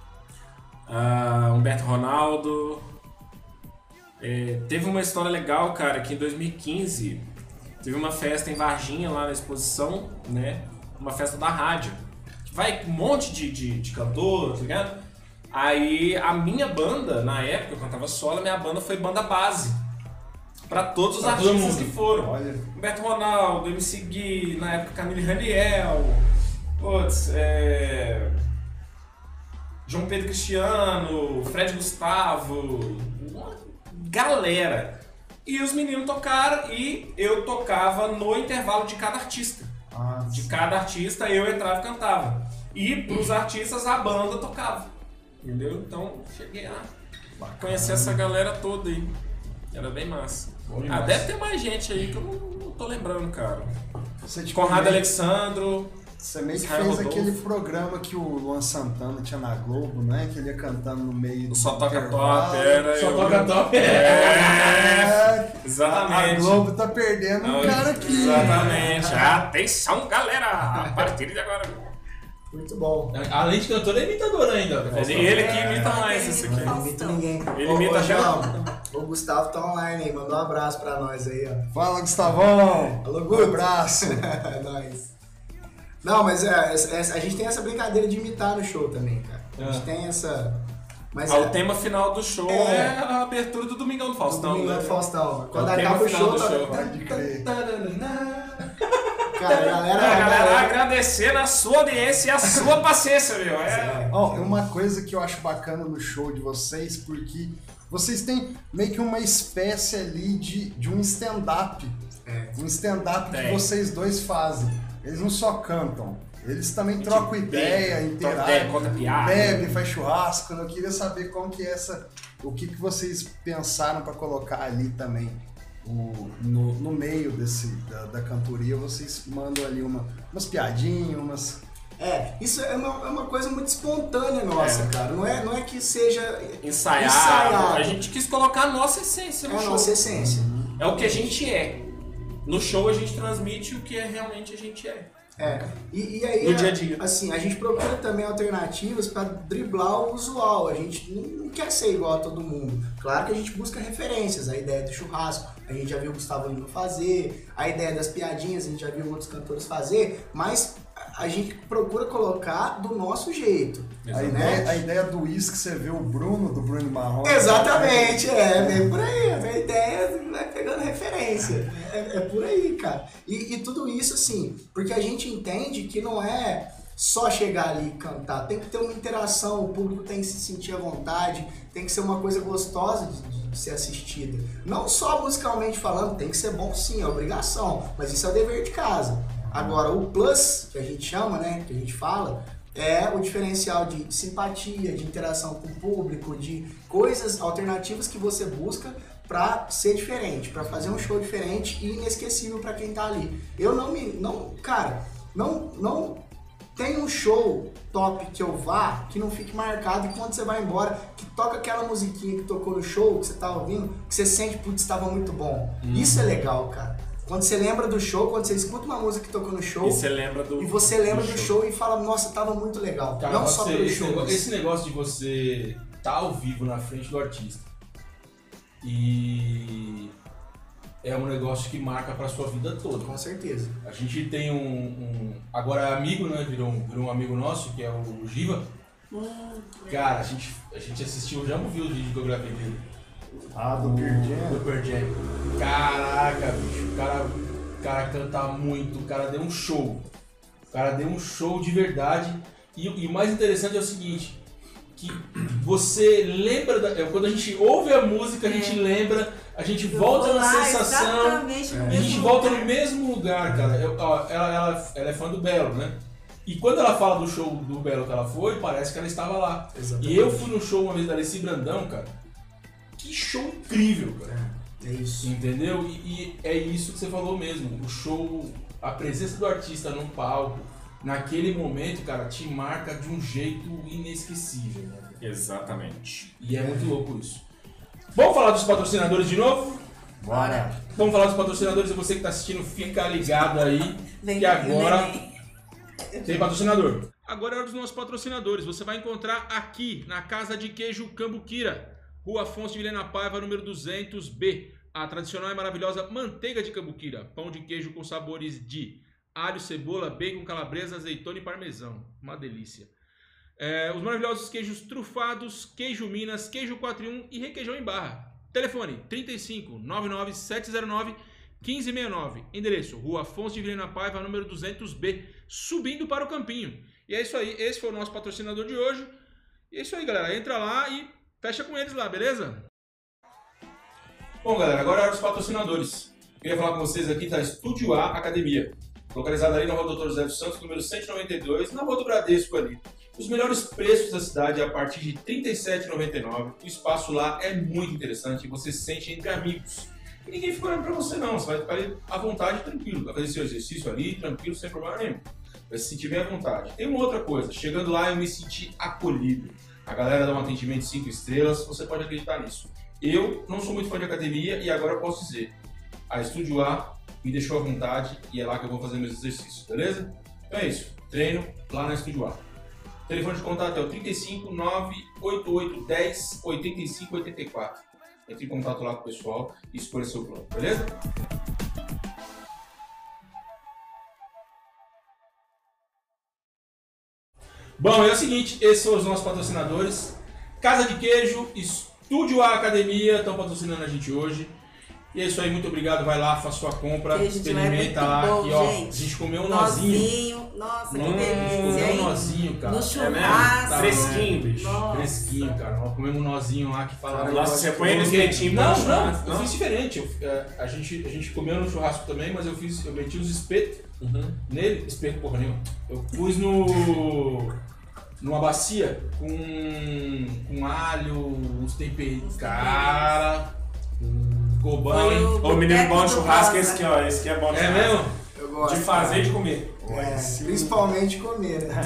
ah, Humberto Ronaldo. É, teve uma história legal, cara, que em dois mil e quinze teve uma festa em Varginha, lá na exposição, né? Uma festa da rádio. Vai um monte de, de, de cantor, tá ligado? Aí a minha banda, na época eu cantava solo, a minha banda foi banda base. Pra todos os Pra todo artistas mundo. que foram. Olha. Humberto Ronaldo, M C Gui, na época Camille Raniel, putz, é... João Pedro Cristiano, Fred Gustavo, uma galera. E os meninos tocaram e eu tocava no intervalo de cada artista. Ah, De cada artista eu entrava e cantava. E pros artistas a banda tocava. Entendeu? Então cheguei lá, conheci essa galera toda aí. Era bem massa. Bom Ah, demais. deve ter mais gente aí que eu não, não tô lembrando, cara. Você, tipo, Conrado meio- Alexandro. Você meio que Israel fez Rodolfo. aquele programa que o Luan Santana tinha na Globo, né? Que ele ia cantando no meio do Só toca intervalo. top, era Só eu. toca top. É, É, exatamente. a Globo tá perdendo um cara aqui. Exatamente. Atenção, galera! A partir de agora. Muito bom. Além de cantor, ele é imitador ainda. Mas ele que imita mais esse aqui. Não imita ninguém. Ele Ô, imita ô, já. João, o Gustavo tá online aí, mandou um abraço pra nós aí, ó. Fala, Gustavão. Alô, Um Guto. abraço. É nóis. Não, mas é, essa- essa- a gente tem essa brincadeira de imitar no show também, cara. A gente É. tem essa... Mas Ah, é, o tema final do show É. é, a abertura do Domingão do do Faustão. Domingão né? do Faustão. Quando É o tema acaba o final show, do tá... show. Pode crer. Cara, a galera... É, a galera, galera- agradecendo a sua audiência e a sua paciência, meu. É. Ó, uma coisa que eu acho bacana no show de vocês, porque vocês têm meio que uma espécie ali de, de um stand-up. É. Um stand-up que Tem. vocês dois fazem. Eles não só cantam, eles também trocam ideia, Troca interagem, ideia, conta piada. bebe, faz churrasco. Eu queria saber como que é essa... O que, que vocês pensaram para colocar ali também. O, no, no meio desse, da, da cantoria, vocês mandam ali uma, umas piadinhas, umas... É, isso é uma, é uma coisa muito espontânea nossa, É. cara. Não é, não é que seja Ensaiado. Ensaiado. A gente quis colocar a nossa essência é no a show. nossa essência. É o que a gente é. No show a gente transmite o que é realmente a gente é. É, e, e aí, No a- dia a dia. assim, a gente procura também alternativas para driblar o usual. A gente não, não quer ser igual a todo mundo. Claro que a gente busca referências, a ideia do churrasco, a gente já viu o Gustavo Lima fazer, a ideia das piadinhas, a gente já viu outros cantores fazer, mas a a gente procura colocar do nosso jeito. A né? ideia, a ideia do uísque, você vê o Bruno, do Bruno Marrom. Exatamente, é, vem por aí, a ideia vai pegando referência, é, é por aí, cara. E, e tudo isso, assim, porque a gente entende que não é só chegar ali e cantar, tem que ter uma interação, o público tem que se sentir à vontade, tem que ser uma coisa gostosa de, de ser assistida. Não só musicalmente falando, tem que ser bom sim, é obrigação, mas isso é o dever de casa. Agora, o plus, que a gente chama, né, que a gente fala, é o diferencial de simpatia, de interação com o público, de coisas alternativas que você busca pra ser diferente, pra fazer um show diferente e inesquecível pra quem tá ali. Eu não me... não, cara, não, não tem um show top que eu vá que não fique marcado e quando você vai embora, que toca aquela musiquinha que tocou no show, que você tá ouvindo, que você sente, putz, estava muito bom. Uhum. Isso é legal, cara. Quando você lembra do show, quando você escuta uma música que tocou no show, E você lembra do. e você lembra do do show. e fala, nossa, tava muito legal. Cara, não só você- pelo esse, show. negócio, mas- esse negócio de você tá ao vivo na frente do artista e é um negócio que marca pra sua vida toda. Com certeza. A gente tem um, um- agora é amigo, né? Virou um, virou um amigo nosso, que é o Giva. Cara, a gente, a gente assistiu, já viu o vídeo que eu gravei dele. Ah, do Pearl Jam. Do Pearl Jam. Caraca, bicho, o cara, o cara canta muito, o cara deu um show. O cara deu um show de verdade. E, e o mais interessante é o seguinte, que você lembra, da, é, quando a gente ouve a música, a gente É. lembra, a gente Eu volta vou na lá sensação. exatamente no E a gente mesmo volta lugar. no mesmo lugar, cara. Eu- ó, ela, ela, ela é fã do Belo, né? E quando ela fala do show do Belo que ela foi, parece que ela estava lá. Exatamente. E eu fui no show uma vez da Alessi Brandão, cara. Que show incrível, cara. É isso. Entendeu? E, e é isso que você falou mesmo. O show, a presença do artista no palco, naquele momento, cara, te marca de um jeito inesquecível, né? Exatamente. E é muito louco isso. Vamos falar dos patrocinadores de novo? Bora. Vamos falar dos patrocinadores e você que está assistindo, fica ligado aí, Vem que cá, agora neném. tem patrocinador. Agora é hora dos nossos patrocinadores. Você vai encontrar aqui na Casa de Queijo Cambuquira, Rua Afonso de Vilhena Paiva, número duzentos B. A tradicional e maravilhosa manteiga de cambuquira, pão de queijo com sabores de alho, cebola, bacon, calabresa, azeitona e parmesão. Uma delícia. É, os maravilhosos queijos trufados, queijo Minas, queijo quatro em um e requeijão em barra. Telefone trinta e cinco, nove nove sete zero nove, um cinco seis nove. Endereço Rua Afonso de Vilhena Paiva, número duzentos B, subindo para o Campinho. E é isso aí, esse foi o nosso patrocinador de hoje. E é isso aí, galera. Entra lá e fecha com eles lá, beleza? Bom, galera, agora é hora dos patrocinadores. Queria falar com vocês aqui da Estúdio A Academia, localizada ali na Rua Doutor José dos Santos, número cento e noventa e dois, na Rua do Bradesco ali. Os melhores preços da cidade a partir de trinta e sete reais e noventa e nove centavos. O espaço lá é muito interessante e você se sente entre amigos. E ninguém fica olhando pra você não, você vai ficar ali à vontade, tranquilo. Vai fazer seu exercício ali, tranquilo, sem problema nenhum. Vai se sentir bem à vontade. Tem uma outra coisa, chegando lá eu me senti acolhido. A galera dá um atendimento cinco estrelas, você pode acreditar nisso. Eu não sou muito fã de academia e agora eu posso dizer, a Estúdio A me deixou à vontade e é lá que eu vou fazer meus exercícios, beleza? Então é isso, treino lá na Estúdio A. O telefone de contato é o trinta e cinco, nove oito oito, dez, oitenta e cinco, oitenta e quatro. Entre em contato lá com o pessoal e escolha seu plano, beleza? Bom, é o seguinte, esses são os nossos patrocinadores. Casa de Queijo, Estúdio A Academia estão patrocinando a gente hoje. E é isso aí, muito obrigado. Vai lá, faça sua compra, Queijo de lá é experimenta muito lá. bom, Aqui, ó, gente. a gente comeu um nozinho. Nozinho. Nossa, que Hum, a gente delícia, comeu um hein? nozinho, cara. No É churrasco. Tá Fresquinho, bicho. Nossa. Fresquinho, cara. Nós comemos um nozinho lá que fala. Nossa, você põe ele Porque- espetinho Não, pra não, churrasco, eu fiz diferente. Eu, é, a, gente, a gente comeu no churrasco também, mas eu fiz, eu meti os espetos Uhum. nele. Espeto porra nenhuma. Eu pus no. numa bacia com, com alho, uns temperinhos. Cara. Ficou bom, Foi hein? o Ô, menino boteco bom de do churrasco, Rosa. esse aqui, ó. Esse aqui é bom de É churrasco. mesmo? Eu gosto. De fazer e de comer. É, principalmente comer, né?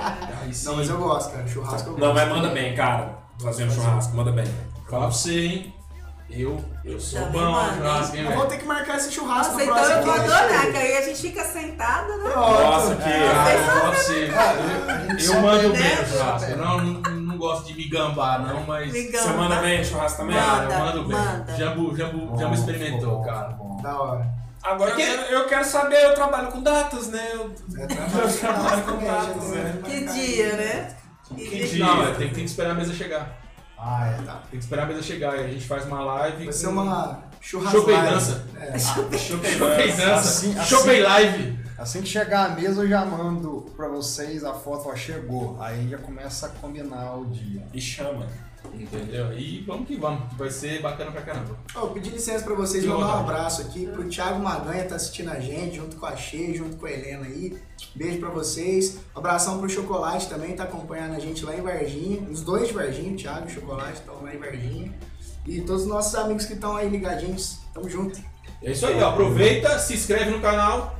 Aí sim. Não, mas eu gosto, cara. Churrasco eu gosto. Não, mas manda bem, cara. Fazendo churrasco, manda bem. Falar pra você, hein? Eu, eu sou Também bom manda, no churrasco, hein, Eu vou velho? ter que marcar esse churrasco Nossa, no então eu próximo vou cast adorar, aí. que aí a gente fica sentado, né? Nossa, que... Cara, eu falo pra você, eu, eu mando bem né? no churrasco. Eu não, não, não gosto de me gambar, não, mas. Me Você gamba. manda bem churrasco também? Manda. Cara, eu mando bem. manda. Jambu, Jambu, Jambu experimentou, cara. Da hora. Agora eu Que- quero, eu quero saber, eu trabalho com datas, né? Eu, É, eu trabalho trabalho com também, datas, já né? Que dia, né? Que Que dia. dia? Não, é, tem, tem que esperar a mesa chegar. Ah, é, tá. Tem que esperar a mesa chegar. E a gente faz uma live. Vai ser com- uma churrasco. Chopp e dança. É. Chopp e dança. Assim- Chopp e live. Assim que chegar a mesa, eu já mando pra vocês a foto, ó, chegou. Aí já começa a combinar o dia. E chama. Entendeu? E vamos que vamos, que vai ser bacana pra caramba. Ó, pedi licença pra vocês, Fique à mandar um vontade. abraço aqui pro Thiago Maganha, tá assistindo a gente, junto com a Shea, junto com a Helena aí. Beijo pra vocês. Abração pro Chocolate também, tá acompanhando a gente lá em Varginha. Os dois de Varginha, o Thiago e o Chocolate, estão lá em Varginha. E todos os nossos amigos que estão aí ligadinhos, tamo junto. É isso aí, ó. Aproveita, se inscreve no canal.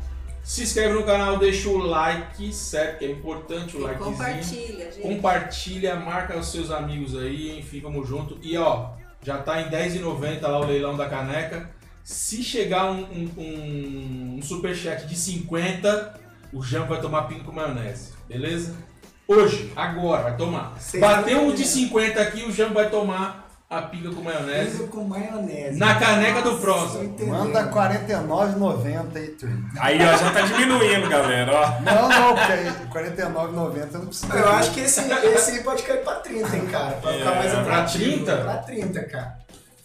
Se inscreve no canal, deixa o like, certo? Que é importante o E likezinho. compartilha, gente. Compartilha, marca os seus amigos aí, enfim, vamos junto. E ó, já tá em dez reais e noventa centavos lá o leilão da caneca. Se chegar um, um, um, um superchat de cinquenta, o Jambo vai tomar pinga com maionese, beleza? Hoje, agora, vai tomar. Seis Bateu um horas. de cinquenta aqui, o Jambo vai tomar a pinga com maionese. Isso com maionese. Na caneca do Nossa, Prosa. tô entendendo. Manda quarenta e nove reais e noventa aí, tu. Aí, ó, já tá diminuindo, galera, ó. Não, não, porque aí quarenta e nove reais e noventa centavos eu não preciso. Eu acho que esse, esse aí pode cair pra trinta, hein, cara. Pra ficar É, mais pra atrativo. trinta? Pra trinta, cara.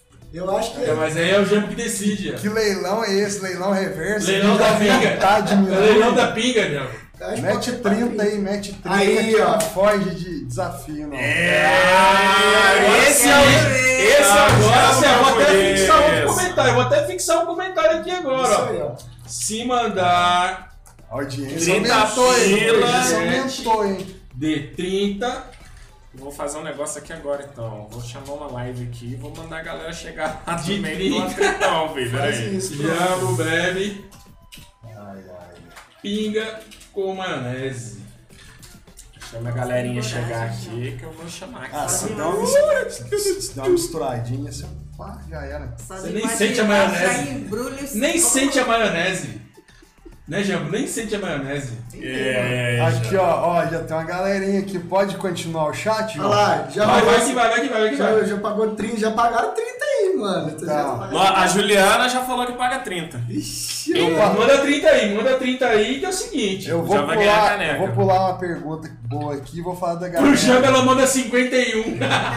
Eu acho que É, mas aí é o Jambo que decide. ó. Que leilão é esse? Leilão reverso? Leilão da pinga. Tá É diminuindo. o leilão da pinga, Jambo. eu acho que Mete pode cair pra trinta aí, mete trinta Aí, que ó. não foge de desafio, não. É, esse é Quero o... ver. Esse é o Agora você Jambo eu vou até fixar um japonês. comentário. Eu vou até fixar um comentário aqui agora. Isso ó. aí, ó. Se mandar A audiência trinta aumentou, hein? A pila. audiência aumentou, hein? De trinta. Vou fazer um negócio aqui agora, então. Vou chamar uma live aqui e vou mandar a galera chegar lá De também. trinta. Tô tritão, filho. Faz Peraí. isso, Jambo bebe Ai, ai. pinga com maionese. Chama a galerinha chegar aqui que eu vou chamar aqui. Ah, se dá uma, mis- se dá uma misturadinha, você pá, já era. Só Você de nem imaginar, sente a maionese. já embrulha o Nem estômago. sente a maionese. Né, Jambo? Nem sente a maionese. É, Aqui, ó, ó, já tem uma galerinha aqui. Pode continuar o chat, Olha João? lá, já Vai, rolou- vai que vai, vai que vai, vai que Já, vai. já pagou trinta, já pagaram trinta aí, mano. Tu Tá. já pagaram- Ó, a Juliana já falou que paga trinta. Ixi, Ih, Manda trinta aí, manda trinta aí, que é o seguinte. Eu vou, Já vai ganhar a pular, caneca. eu vou pular uma pergunta boa aqui e vou falar da galera. Pro Jambo ela manda cinquenta e um.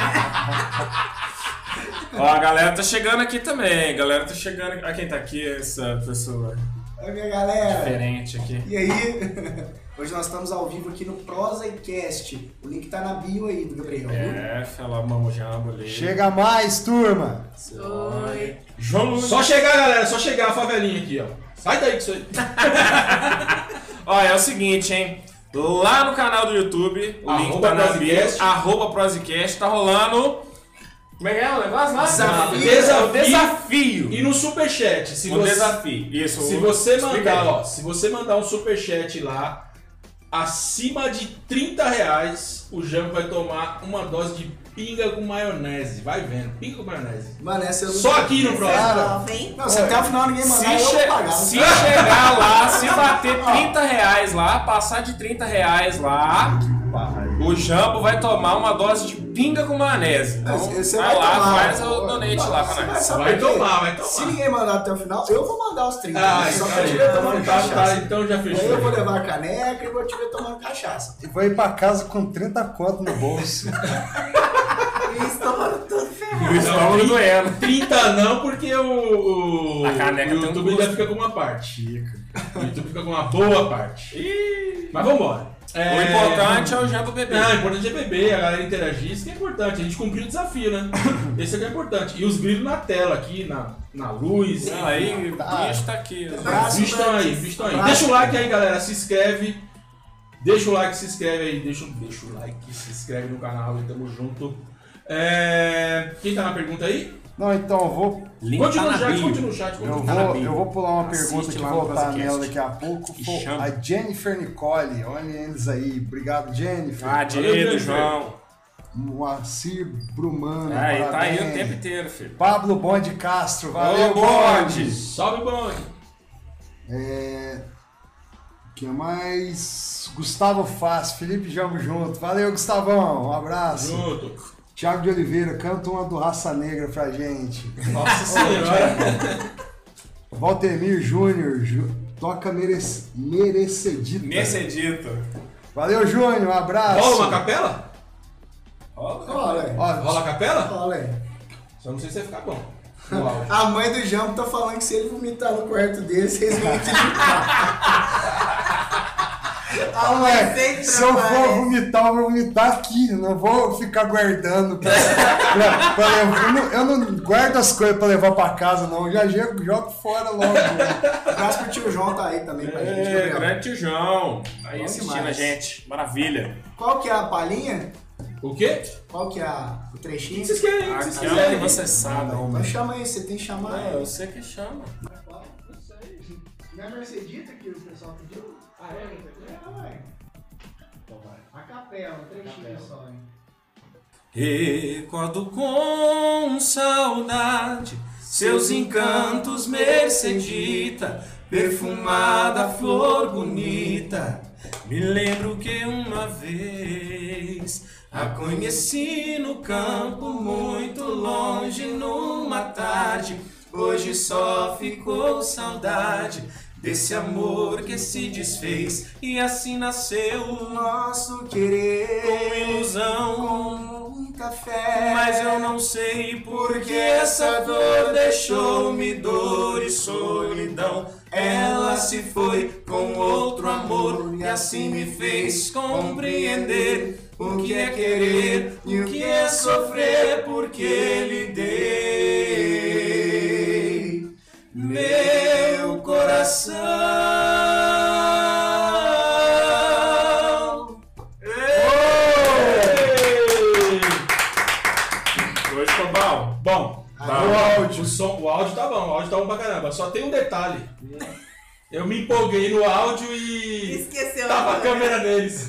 Ó, a galera tá chegando aqui também. A galera tá chegando aqui. Ah, quem tá aqui? Essa pessoa olha minha galera. diferente aqui. E aí? Hoje nós estamos ao vivo aqui no ProsaCast. O link tá na bio aí do Gabriel, viu? É, fala Mamo Jambo ali. Chega mais, turma! Oi. João Luiz. Só chegar, galera, só chegar a favelinha aqui, ó. Sai daí com isso aí. Ó, é o seguinte, hein? Lá no canal do YouTube, o link Arroba tá na bio, Prozicast. arroba Prozicast, tá rolando. Como é que é o negócio lá? Desafio. Desafio. O desafio. E no superchat, se O você, desafio. Isso. se você explica mandar, aí. ó, se você mandar um superchat lá, acima de trinta reais, o Jambo vai tomar uma dose de pinga com maionese. Vai vendo, pinga com maionese. Mano, essa eu não... Só aqui no próximo. Cara, Nova, hein? Não, se até o final ninguém mandar, Se, eu che- vou pagar. se chegar lá, se bater trinta reais lá, passar de trinta reais lá, o Jambo vai tomar uma dose de pinga com maionese. Então, Esse- esse vai vai lá, tomar. faz o donate lá pra nós. Sabe Vai por quê? tomar, vai tomar. Se ninguém mandar até o final, eu vou mandar os trinta. Ah, só então, pra te ver tomando então, tá, cachaça. tá, então já Aí fechou. eu vou levar a caneca e vou te ver tomando cachaça. E vou ir pra casa com trinta conto no bolso. E estômago todo ferrado. O estômago doendo. trinta não, porque o, o, A caneca o tem um YouTube custo. ainda fica com uma parte. O YouTube fica com uma boa parte. Mas vambora. É, O importante é o Jambo beber. Não, o importante é beber, a galera interagir, isso que é importante. A gente cumpriu o desafio, né? Esse é que é importante. E os brilhos na tela aqui, na, na luz. Ah, aí, o bicho tá aqui. Os Abraço, bichos estão aí, os bichos estão aí. Abraço. Deixa o like aí, galera. Se inscreve. Deixa o like, se inscreve aí. Deixa, deixa o like, se inscreve no canal e tamo junto. É... Quem tá na pergunta aí? Não, então eu vou, Link Continua tá no na chat, bio. continua no chat. eu Continua. Tá na vou, bio. eu vou pular uma Assiste pergunta que lá no voltar podcast. nela daqui a pouco. E Foi chama. a Jennifer Nicole, olha eles aí. Obrigado, Jennifer. Ah, Valeu, direito, Jennifer. João. Moacir Brumano, Aí, tá aí o parabéns. tempo inteiro, filho. Pablo Bonde Castro, valeu, Ô, Bonde. Bonde. Salve, bonde. É... que mais? Gustavo Faz, Felipe Jambo junto. Valeu, Gustavão, um abraço. Junto. Thiago de Oliveira, canta uma do Raça Negra pra gente. Nossa senhora. Valtemir Júnior, Ju- toca merec... Merecedita. Mercedito. Valeu, Júnior, um abraço. Rola uma capela? Olha aí. Ó, Rola a capela? Olha aí. Só não sei se vai ficar bom. No áudio. A mãe do Jambo tá falando que se ele vomitar no quarto dele, vocês vão acreditar. Ah, ué, Sempre se eu for aparece. vomitar, eu vou vomitar aqui. Não vou ficar guardando pra, pra- pra levar. Eu não, eu não guardo as coisas pra levar pra casa, não. Eu já jogo, jogo fora logo. Abraço pro tio João tá aí também pra gente. É, Gabriel. grande tio João. Aí Bom assistindo demais. a gente. Maravilha. Qual que é a palhinha? O quê? Qual que é a- o O trechinho? que vocês querem? O que vocês Aqui é o quiserem? que você sabe. Então chama aí, você tem que chamar. É, eu sei que chama. Não é Mercedita que o pessoal pediu? Ah, é? É, ué. Então vai. A capela, um trechinho só, hein? Recordo com saudade seus encantos, Mercedita, perfumada flor bonita. Me lembro que uma vez a conheci no campo, muito longe, numa tarde. Hoje só ficou saudade desse amor que se desfez, e assim nasceu o Nosso querer com ilusão. com um café. Mas eu não sei por que essa dor deixou-me dor e solidão. Ela se foi com outro amor e assim me fez compreender o que é querer e o que é sofrer, porque lhe dei meu coração. áudio tá bom, o áudio tá bom pra caramba. Só tem um detalhe. Eu me empolguei no áudio e... Esqueceu. Tava a câmera neles.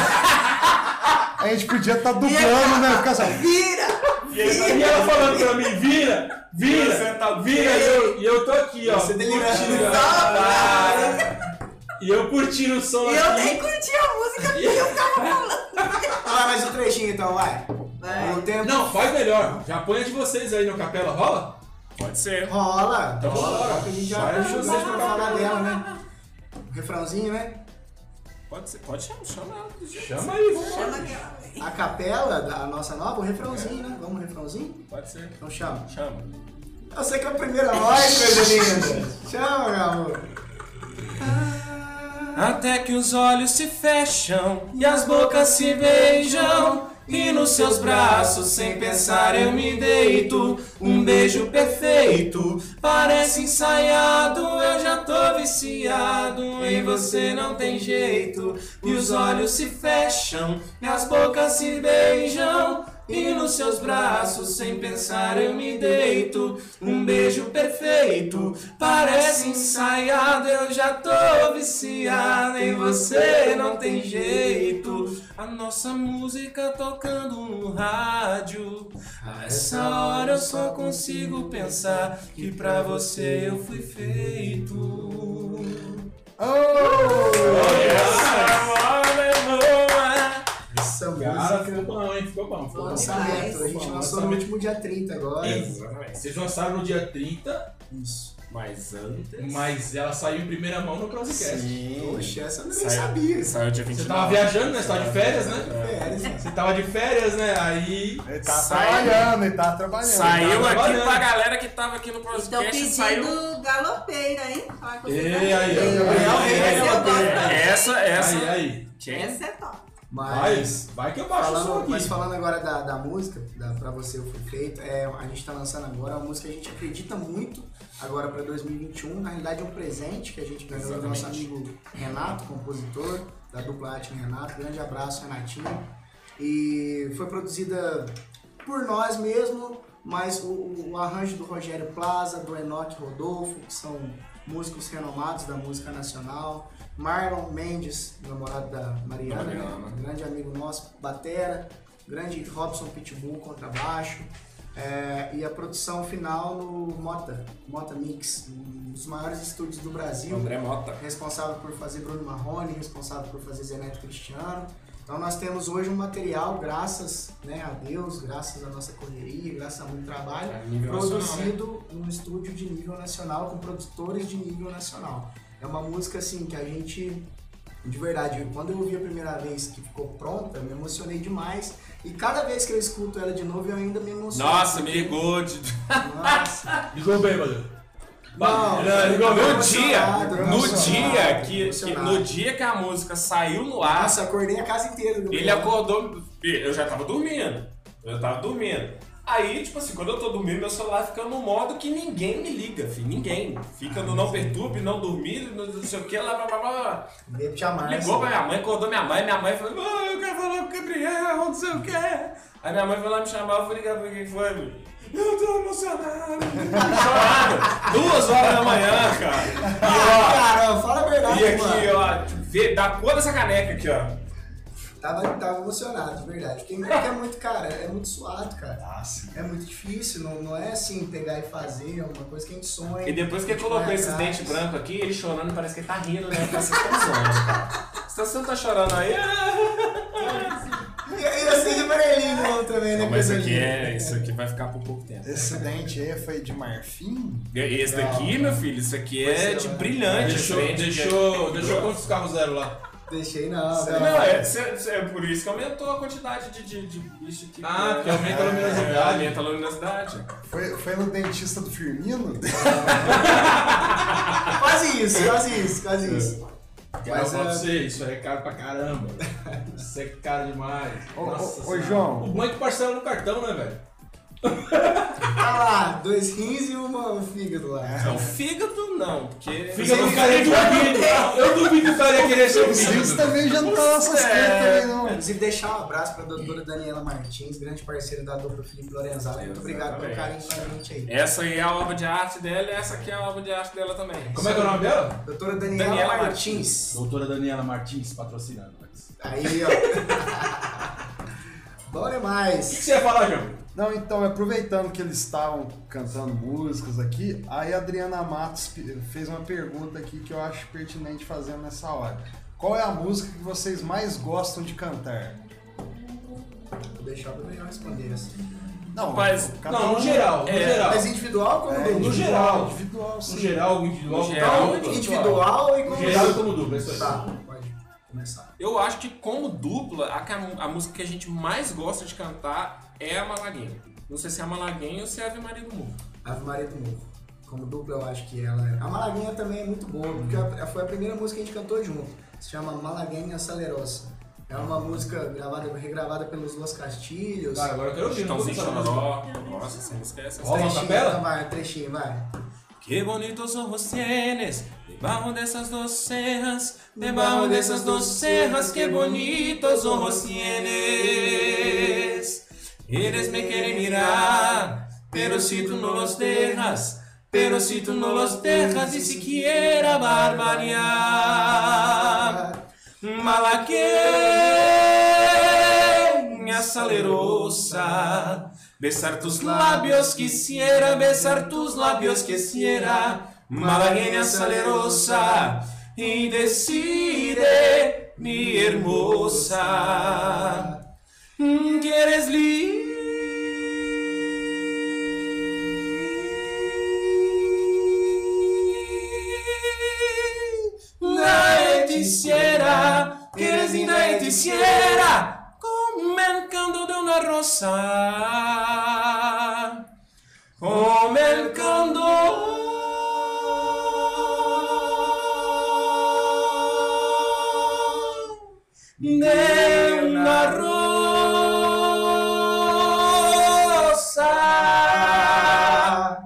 A gente podia estar tá dublando, né? Ficar assim, Vira! E ela falando pra mim, vira, vira, Você tá vira. E eu, e eu tô aqui, ó. Você delirando. curtindo. Ah, E eu curtindo o som E eu aqui. nem curti a música que eu tava falando. Ah, mais um trechinho então, vai. Vai. O tempo Não, faz melhor. Já põe a de vocês aí no capela, rola? Pode ser. rola. Então rola. bora. Porque a gente já Vai, puxou vocês pra pra falar cá. dela, né? O refrãozinho, né? Pode ser. Pode chamar, chama ela. do jeito Chama que aí, vamos Chama lá. aquela. A capela da nossa nova, o refrãozinho, né? Vamos, refrãozinho? você- Pode ser. Então chama. Chama. Eu sei que é a primeira voz, coisa linda. Chama, meu amor. Até que os olhos se fecham e as bocas se beijam. E nos seus braços, sem pensar, eu me deito. Um beijo perfeito, parece ensaiado. Eu já tô viciado, em você não tem jeito. E os olhos se fecham e as bocas se beijam. E nos seus braços, sem pensar, eu me deito. Um beijo perfeito, parece ensaiado. Eu já tô viciado, em você não tem jeito. A nossa música tocando no rádio. A essa hora eu só consigo pensar que pra você eu fui feito. Essa Cara, ficou música. bom, hein? Ficou bom. Ficou bom. Lançamento. A gente Bom, lançou no último dia trinta agora. Exatamente. Vocês lançaram no dia trinta, Isso. Mas antes. mas ela saiu em primeira mão no Crosscast. Poxa, essa eu nem Saiu- sabia. Saiu dia vinte e Você nove. tava viajando, né? Você tava de férias, né? Férias. Você tava de férias, né? Aí. ele tá Saiu. trabalhando, ele tá trabalhando. Saiu Tá aqui trabalhando. pra galera que tava aqui no Estão podcast. pedindo Saiu. galopeira, hein? Fala com vocês Ei, aí. aí, Ei, ó. essa eu gosto. Essa, essa. Aí, aí. Quem? Essa é top. Mas, Vai, vai que eu baixo o som falando, aqui. mas falando agora da, da música, da Pra Você Eu Fui Feito, é, a gente tá lançando agora uma música que a gente acredita muito agora pra dois mil e vinte e um. Na realidade é um presente que a gente ganhou do nosso amigo Renato, compositor da dupla Arte Renato. Grande abraço, Renatinho. E foi produzida por nós mesmo, mas o, o arranjo do Rogério Plaza, do Enoque Rodolfo, que são músicos renomados da música nacional. Marlon Mendes, namorado da Mariana, né? Mariana. Grande amigo nosso, batera. Grande Robson Pitbull, contrabaixo. É, e a produção final no Mota, Mota Mix, um dos maiores estúdios do Brasil. André Mota. Responsável por fazer Bruno Marrone, responsável por fazer Zé Neto Cristiano. Então nós temos hoje um material, graças, né, a Deus, graças à nossa correria, graças a muito trabalho, A nível produzido num estúdio de nível nacional, com produtores de nível nacional. É uma música assim que a gente, de verdade, quando eu ouvi a primeira vez que ficou pronta, eu me emocionei demais. E cada vez que eu escuto ela de novo, eu ainda me emociono. Nossa, me ligou de. Nossa. Ligou bem, mano. Não, Ele ligou bem. No emocionado, dia, no emocionado, dia que, que emocionado. no dia que a música saiu no ar, Nossa, acordei a casa inteira. do ele acordou. Eu já tava dormindo. Eu já tava dormindo. Aí, tipo assim, quando eu tô dormindo, meu celular fica no modo que ninguém me liga, filho. Ninguém. Fica no não perturbe, não dormir, não sei o que, lá, blá, blá, blá. Bebo te amar. Ligou pra minha mãe, acordou minha mãe, minha mãe falou, oh, eu quero falar com o Gabriel, não sei o que. Aí minha mãe foi lá me chamar, eu fui ligar pra quem foi, meu. Eu tô emocionado, chorando. Duas horas da manhã, cara. Ah, cara, fala a verdade, E aqui, mano. ó, vê, da cor dessa caneca aqui, ó. Tava, tava emocionado, de verdade. Porque é muito, cara, é muito suado, cara. Nossa. É muito difícil, não, não é assim pegar e fazer, é uma coisa que a gente sonha. E depois que ele a gente colocou vai esses atrás. dentes brancos aqui, ele chorando, parece que ele tá rindo, né? Parece que tá zoando, cara. Se você não tá chorando aí... E, e assim de amarelinho também, né? Não, mas isso coisa aqui, linda. é, isso aqui vai ficar por pouco tempo. Esse dente aí foi de marfim? Esse daqui, meu filho, isso aqui Pois é é, de né? brilhante. Deixou, esse dente. deixou, deixou quantos carros zero lá? Deixei não, Não, não. é, cê- cê- é por isso que aumentou a quantidade de, de, de bicho aqui. Ah, porque aumenta a É, luminosidade. aumenta a luminosidade. Foi, foi no dentista do Firmino? Quase isso, quase isso, quase isso. Cara, Mas, eu falo pra é- você, isso aí é caro pra caramba. Isso é caro demais. Ô, Nossa ô, ô, Senhora. João. O bom é que parcela no cartão, né, velho? Tá lá, dois rins e uma, um fígado lá. Não, fígado não, porque... Fígado do cara, eu duvido. Eu duvido que o cara ia querer ser o Os rins fígado. também já não tá nessas É. tretas também, não. Inclusive, deixar um abraço pra doutora Daniela Martins, grande parceira da dupla Felipe Lorenzato. Muito obrigado pelo carinho com a gente aí. Essa aí é a obra de arte dela e essa aqui é a obra de arte dela também. Como é que é o nome dela? Doutora Daniela, Daniela Martins. Doutora Daniela Martins, patrocinando. Aí, ó. Bom O que, demais. que você ia falar, João? Não, então, aproveitando que eles estavam cantando músicas aqui, aí a Adriana Matos fez uma pergunta aqui que eu acho pertinente fazer nessa hora. Qual é a música que vocês mais gostam de cantar? Vou deixar o Gabriel responder assim. Não, Mas- cada Não, um- no geral, no É, geral. Mas individual como É, dupla? no geral. Individual, sim. No geral, individual. No geral, Então, Então, individual e No como geral e como dupla, é isso aí. Tá, pode começar. Eu acho que como dupla, a, que a, a música que a gente mais gosta de cantar é a Malaguinha. Não sei se é a Malaguinha ou se é a Ave Maria do Morro. Ave Maria do Morro. Como dupla eu acho que ela é. A Malaguinha também é muito boa, porque a- foi a primeira música que a gente cantou junto. Se chama Malaguinha Salerosa. É uma música gravada, regravada pelos Los Castilhos. Cara, agora eu quero ouvir. não vou Chitãozinho cantar Chororó. Nossa, essa música é Rola sensacional. uma Trechinho, capela? então vai, trechinho, vai. Que bonitos ojos tienes, debajo dessas dos cejas, debajo dessas dos cejas, que bonitos ojos tienes. Eles me querem mirar, pero si tú no los dejas, pero si tú no los dejas ni siquiera barbanear. Malagueña salerosa, besar tus labios quisiera, besar tus labios quisiera, malagueña salerosa, y deciré, mi hermosa, que eres linda y quisiera, que eres linda y quisiera, como el canto de una rosa, como el canto de una rosa.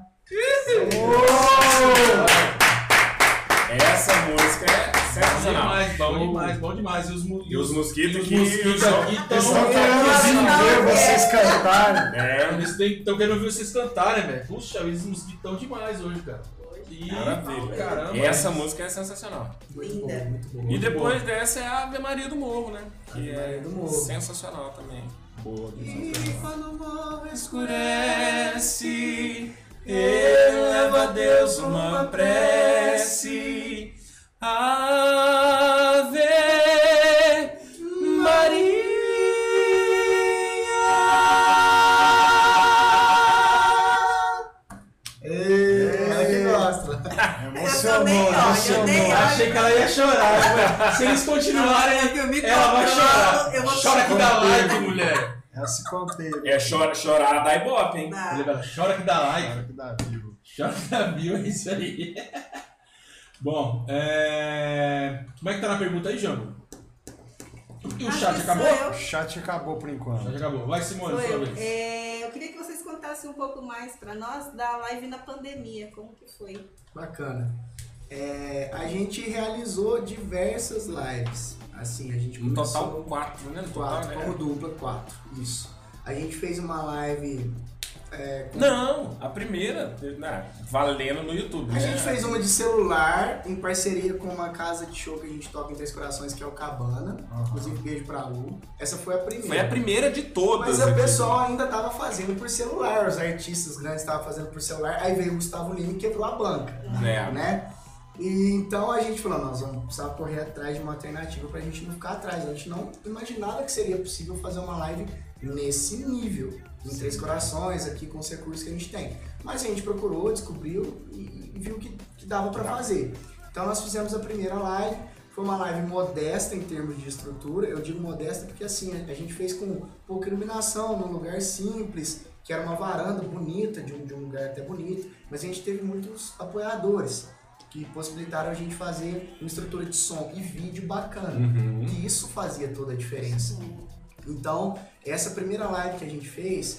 Essa música é sensacional. Demais, bom demais, bom demais. E os, mu- E os mosquitos e os que- mosquitos aqui Eles estão estão querendo ver vocês cantarem. É, Eles estão querendo ouvir vocês cantarem, velho. Puxa, esses mosquitos estão demais hoje, cara. E, maravilha. caramba. Essa música é sensacional. Linda. Muito bom. E depois dessa é a Ave Maria do Morro, né? Que Ave Maria é do Morro. sensacional também. Boa, E quando o morro escurece, eleva a Deus uma prece. Ave Maria. Ei, ela que gosta. Emocionou, nem olho, eu emocionou. nem olho. Achei que ela ia chorar, velho. Se eles continuarem, Eu me ela vai controlo, chorar. eu vou Chora que dá chorar. like, mulher. Ela se conteve. É chora, chorar dá ibope, hein? Tá. Ela chora que dá like. Cara, que dá vivo. Chora que dá mil, é isso aí. Bom, é... como é que tá na pergunta aí, Jango? E o Acho chat que acabou? sou eu. O chat acabou por O enquanto. chat acabou. Vai, Simone, Sou sua eu. vez. É, eu queria que vocês contassem um pouco mais pra nós da live na pandemia, como que foi? Bacana. É, a gente realizou diversas lives. Assim, a gente No começou total, quatro, né? No total, quatro, né? como dupla, quatro. Isso. A gente fez uma live. é, com- Não, a primeira, né, valendo no YouTube. A né? gente fez uma de celular em parceria com uma casa de show que a gente toca em Três Corações, que é o Cabana. Inclusive, beijo pra Lu. Essa foi a primeira. Foi a primeira de todas. Mas o aqui. pessoal ainda tava fazendo por celular, os artistas grandes estavam fazendo por celular, aí veio o Gustavo Lima e quebrou a banca, É. né? E então a gente falou, nós vamos precisar correr atrás de uma alternativa pra gente não ficar atrás. A gente não imaginava que seria possível fazer uma live nesse nível, em Três Corações, aqui com os recursos que a gente tem. Mas a gente procurou, descobriu e viu que, que dava pra fazer. Então nós fizemos a primeira live. Foi uma live modesta em termos de estrutura. Eu digo modesta porque assim, a gente fez com pouca iluminação, num lugar simples, que era uma varanda bonita, de um, de um lugar até bonito, mas a gente teve muitos apoiadores que possibilitaram a gente fazer uma estrutura de som e vídeo bacana. Uhum. E isso fazia toda a diferença. Então, essa primeira live que a gente fez,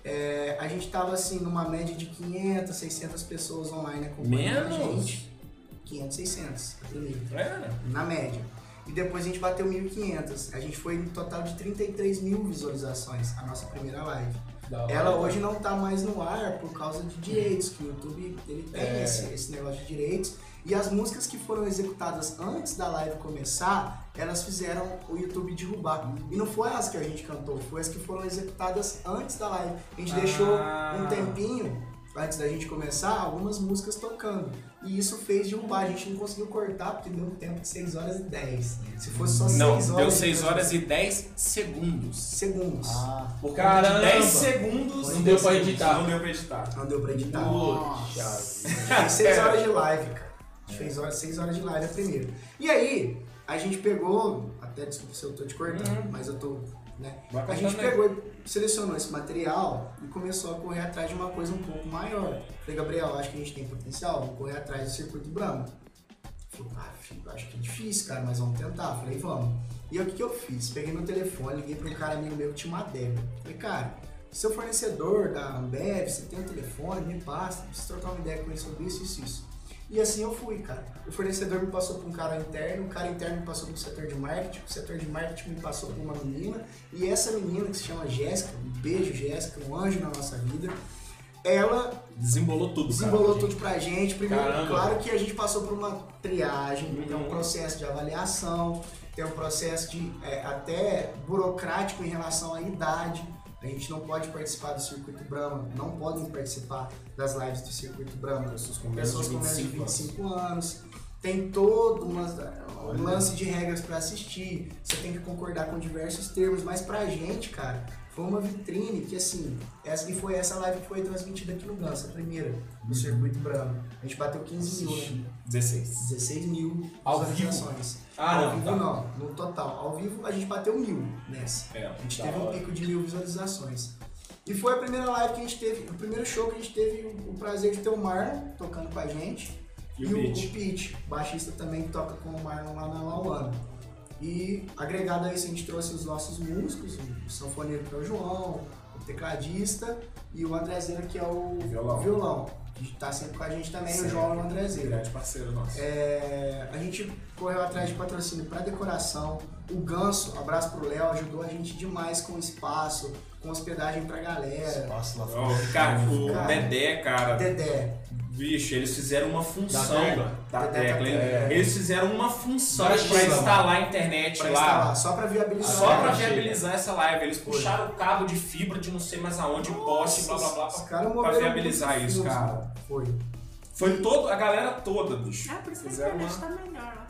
é, a gente tava assim numa média de quinhentas, seiscentas pessoas online acompanhando a Menos? gente. quinhentas, seiscentas, Era? na média. E depois a gente bateu mil e quinhentas. A gente foi em total de trinta e três mil visualizações, a nossa primeira live. Da hora, Ela cara. hoje não tá mais no ar por causa de direitos, que o YouTube ele tem É. esse, esse negócio de direitos. E as músicas que foram executadas antes da live começar, elas fizeram o YouTube derrubar. E não foi as que a gente cantou, foi as que foram executadas antes da live. A gente Ah. deixou um tempinho, antes da gente começar, algumas músicas tocando. E isso fez derrubar. A gente não conseguiu cortar porque deu um tempo de seis horas e dez. Se fosse só Não, seis horas... deu seis horas e dez segundos. segundos. Ah, Por conta Caramba! de dez segundos. Não deu pra editar. Não deu pra editar. Não deu pra editar. Puxa. Fez seis horas de live, cara. A gente fez horas, seis horas de live a primeira. E aí, a gente pegou, até desculpa se eu tô te cortando, Uhum. mas eu tô, né? Vai A gente cortando aí. pegou e selecionou esse material e começou a correr atrás de uma coisa um pouco maior. Falei, Gabriel, acho que a gente tem potencial, vamos correr atrás do circuito Brahma. Falei, ah, filho, acho que é difícil, cara, mas vamos tentar. Falei, vamos. E aí, o que, que eu fiz? Peguei meu telefone, liguei para um cara amigo meu que tinha uma adega. Falei, cara, seu fornecedor da Ambev, você tem um telefone, me passa, preciso trocar uma ideia com ele sobre isso, isso, isso. E assim eu fui, cara. O fornecedor me passou para um cara interno, o cara interno me passou para o setor de marketing, o setor de marketing me passou para uma menina, e essa menina que se chama Jéssica, um beijo Jéssica, um anjo na nossa vida, ela Desembolou tudo, desembolou cara. tudo pra gente. Primeiro, Caramba. claro que a gente passou por uma triagem, Uhum. tem um processo de avaliação, tem um processo de é, até burocrático em relação à idade. A gente não pode participar do Circuito Brahma, não podem participar das lives do Circuito Brahma Pessoas com menos pessoas de com menos de vinte e vinte e cinco cinco anos. Tem todo uma, um lance de regras para assistir, você tem que concordar com diversos termos, mas pra gente, cara, foi uma vitrine que assim, essa, e foi essa live que foi transmitida aqui no Ganso, a primeira, do Circuito Brahma. A gente bateu quinze mil, né? dezesseis. dezesseis mil Ao visualizações. Ah, Ao não, vivo tá. não, no total. Ao vivo a gente bateu mil nessa. É, A gente Da teve um hora. pico de mil visualizações. E foi a primeira live que a gente teve, o primeiro show que a gente teve o prazer de ter o Marlon tocando com a gente. E E o o, Pete. o Pete, baixista também que toca com o Marlon lá na Lauana. E agregado a isso a gente trouxe os nossos músicos, o sanfoneiro que é o João, o tecladista e o Andrezeira que é o Violão. violão. Que tá sempre com a gente também, Sempre. o João e o Andrezeira. Grande parceiro nosso. É, a gente correu atrás de patrocínio para decoração. O Ganso, abraço pro Léo, ajudou a gente demais com espaço, com hospedagem pra galera. Espaço lá Ó, fora. cara, o Cara. Dedé, cara, Dedé. bicho, eles fizeram uma função Da tecla? da Dedé tecla. da Eles- tecla. Eles fizeram uma função Da pra China, instalar a internet Pra lá. instalar, só pra viabilizar. Só pra Chega. viabilizar essa live. Eles puxaram o cabo de fibra de não sei mais aonde, poste, blá blá blá. Os Pra, caras pra moveram viabilizar muito isso, fundo, cara. Foi. Foi todo, a galera toda, bicho. Ah, por isso que a Fizeram internet uma- tá melhor.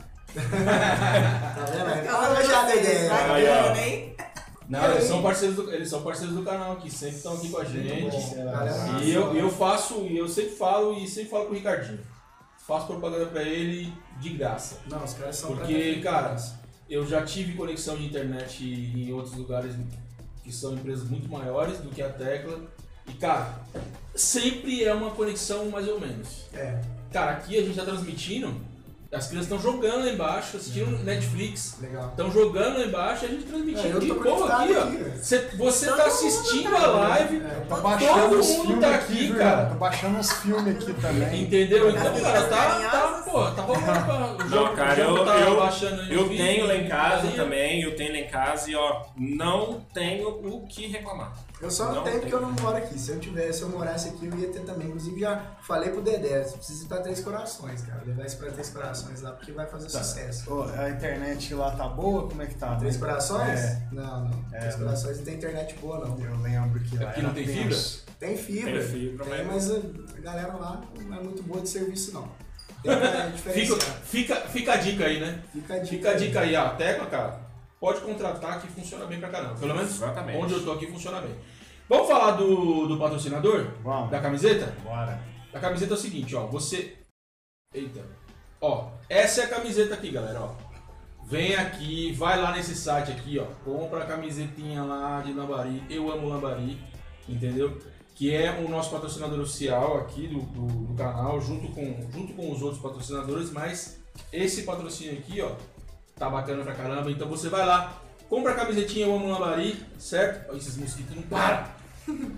Tá vendo? Fala já, Dedé. Aí, ó. Bacana, hein? Não, eles são parceiros do, eles são parceiros do canal aqui, sempre estão aqui com a gente. bom. Galera, E eu, eu faço, e eu sempre falo e sempre falo com o Ricardinho. Faço propaganda pra ele de graça. Não, os caras são Porque, pra- cara, eu já tive conexão de internet em outros lugares que são empresas muito maiores do que a Tecla. E, cara, sempre é uma conexão mais ou menos. É, Cara, aqui a gente tá transmitindo, as crianças estão jogando lá embaixo, assistindo Netflix. legal. Estão jogando lá embaixo e a gente transmitindo É, eu de tô boa conectado aqui, ó. aqui, velho. Cê- você Todo tá mundo assistindo tá a live, É, Tô baixando todo os mundo filmes tá aqui, aqui, viu, cara. irmão? Tô baixando uns filmes aqui também. entendeu? Então, As cara, meninas tá, tá, carinhosas. pô, tá rolando pra, o jogo, cara, o jogo eu- tá eu- baixando aí Eu no vídeo, tenho lá em casa casinha. também, eu tenho lá em casa e ó, não tenho o que reclamar. Eu só não, Não tenho tem. porque eu não moro aqui. Se eu tivesse, se eu morasse aqui, eu ia ter também. Inclusive, já falei pro Dedé, você precisa ir pra Três Corações, cara. Levar isso pra Três Corações lá, porque vai fazer Tá. sucesso. Ô, a internet lá tá boa? Como é que tá? Três Corações? É. Não, não. É, Três não. Corações não tem internet boa, não. Eu lembro que lá Aqui não era tem tenso. Tem fibra, Tem fibra, tem, mas- mas a galera lá não é muito boa de serviço, não. Tem que Fica, diferenciar. fica, fica a dica aí, né? Fica a dica. Fica a dica aí, ó. A Tecla, cara, pode contratar que funciona bem pra caramba. Pelo menos Exatamente. onde eu tô aqui funciona bem. Vamos falar do, do patrocinador? Vamos. Da camiseta? Bora. A camiseta é o seguinte, ó. Você. Eita. Ó, essa é a camiseta aqui, galera, ó. Vem aqui, vai lá nesse site aqui, ó. Compra a camisetinha lá de Lambari. Eu amo Lambari, entendeu? Que é o nosso patrocinador oficial aqui do, do, do canal, junto com, junto com os outros patrocinadores, mas esse patrocínio aqui, ó, tá bacana pra caramba. Então você vai lá, compra a camisetinha Eu Amo Lambari, certo? Ó, esses mosquitos não param.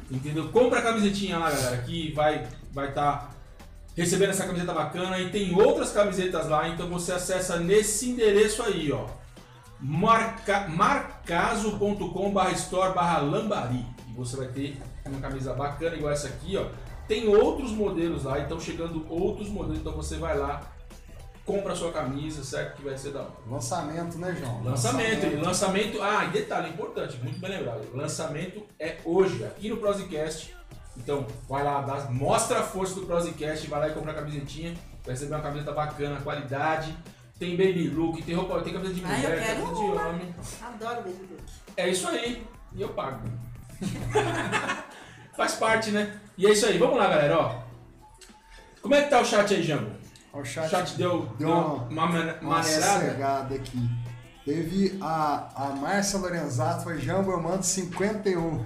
Entendeu? Compra a camisetinha lá, galera, que vai vai estar recebendo essa camiseta bacana e tem outras camisetas lá, então você acessa nesse endereço aí, ó. Marca, marcaso ponto com barra store barra lambari e você vai ter uma camisa bacana igual essa aqui, ó. Tem outros modelos lá, então chegando outros modelos, então você vai lá, compra a sua camisa, certo? Que vai ser da hora. Lançamento, né, João? Lançamento, lançamento, lançamento. Ah, e detalhe importante, muito bem lembrado. Lançamento é hoje, aqui no Prosicast. Então, vai lá, dá, mostra a força do Prosicast, vai lá e compra a camisetinha. Vai receber uma camiseta bacana, qualidade. Tem baby look, tem roupa, tem camiseta de Ah, eu mulher, quero camiseta de uma. homem. Adoro baby look. É isso aí. E eu pago. Faz parte, né? E é isso aí. Vamos lá, galera, ó. Como é que tá o chat aí, Jambo? O O chat, chat deu, deu deu uma, uma mane- uma maneirada? sossegada aqui. Teve a, a Márcia Lorenzato, foi Jambo, eu mando cinquenta e um.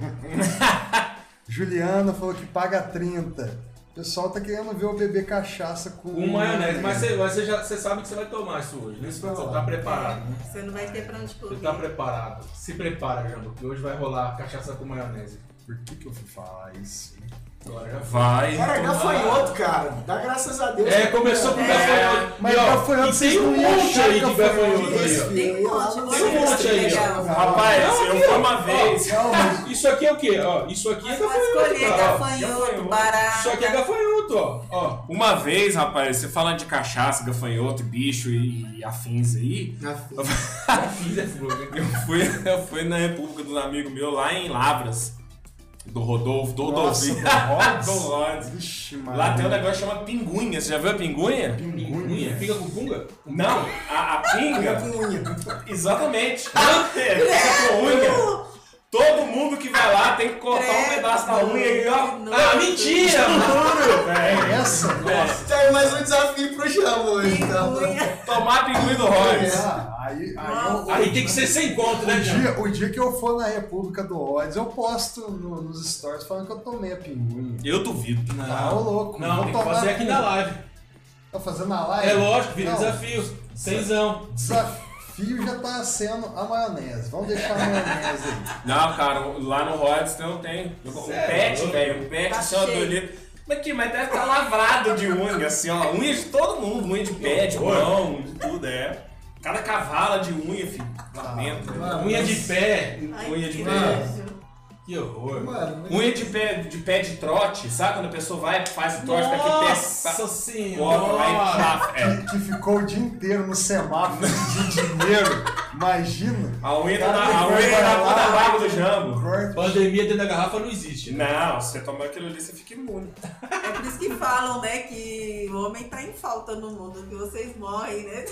Juliana falou que paga trinta. O pessoal tá querendo ver o bebê cachaça com, Com maionese, mas você, mas você já você sabe que você vai tomar isso hoje, né? Isso Você vai tá rolar. preparado, né? Você não vai ter pra onde Você correr. tá preparado. Se prepara, Jambo, que hoje vai rolar cachaça com maionese. Por que que eu fui falar isso? Agora já foi. Vai. Cara, tomar. gafanhoto, cara. Dá graças a Deus. É, começou com É. gafanhoto. Mas E, ó, gafanhoto, e vocês tem um não iam monte achar aí de gafanhoto. gafanhoto aí, Isso, ó. Tem um monte, Tem um monte aí, ó. Rapaz, Não, eu aqui, fui ó. uma vez. Não, mas Isso aqui é o quê? Ó, isso aqui é Pode gafanhoto. escolher ó. gafanhoto, gafanhoto. barata. Isso aqui é gafanhoto, ó. ó. Uma vez, rapaz, você falando de cachaça, gafanhoto, bicho e, e afins aí, Na Já fiz esse jogo. eu fui, eu fui na República dos amigos meus lá em Lavras. Do Rodolfo, do Nossa, Rodolfo. do Rhodes? Do Rhodes. Vixe, Lá tem um Maria. negócio que chama pinguinha. Você já viu a pinguinha? Pinguinha? Fica com punga? Não, a, a pinga. com unha. Exatamente. É, fica com unha. Todo mundo que vai lá tem que cortar um pedaço da unha aí, ó. Ah, mentira, mano! É, Essa? Nossa. Tem mais um desafio pro Jambo hoje, então. Tomar pinguim do Rhodes. É, aí, aí, eu- Aí tem que ser sem conto, né, o, Jambo? dia, o dia que eu for na República do Rhodes, eu posto no- nos stories falando que eu tomei a pinguinha. Eu duvido. Tá, ô louco. Não, vou tem que tomar fazer aqui pinga. na live. Tá fazendo na live? É lógico, vira Não, desafio. Cenzão. Desafio já tá sendo a maionese. Vamos deixar a maionese aí. Não, cara, lá no Rhodes não tem. Um Sério? pet, velho. Um pet, Tá assim, ó, cheio. doideira. Mas aqui, mas deve estar lavrado de unha, assim, ó. Unha de todo mundo, unha de pé, de horror. mão, de tudo, é. Cada cavala de unha, filho. Lá dentro. Mano, Unha de pé. Ai, unha de que pé. nojo. Que horror. Mano, Unha de pé, de pé de trote, sabe? Quando a pessoa vai, faz o trote pra que pé. Nossa Corta, senhora. vai pá, é. Que, que ficou o dia inteiro no semáforo de dinheiro. Imagina. A unha tá Cara, na, a vai unha tá na lá, ponta vaga do jambo. Corta. Pandemia dentro da garrafa não existe, né? Não, se você tomar aquilo ali, você fica imune. É por isso que falam, né, que o homem tá em falta no mundo, que vocês morrem, né?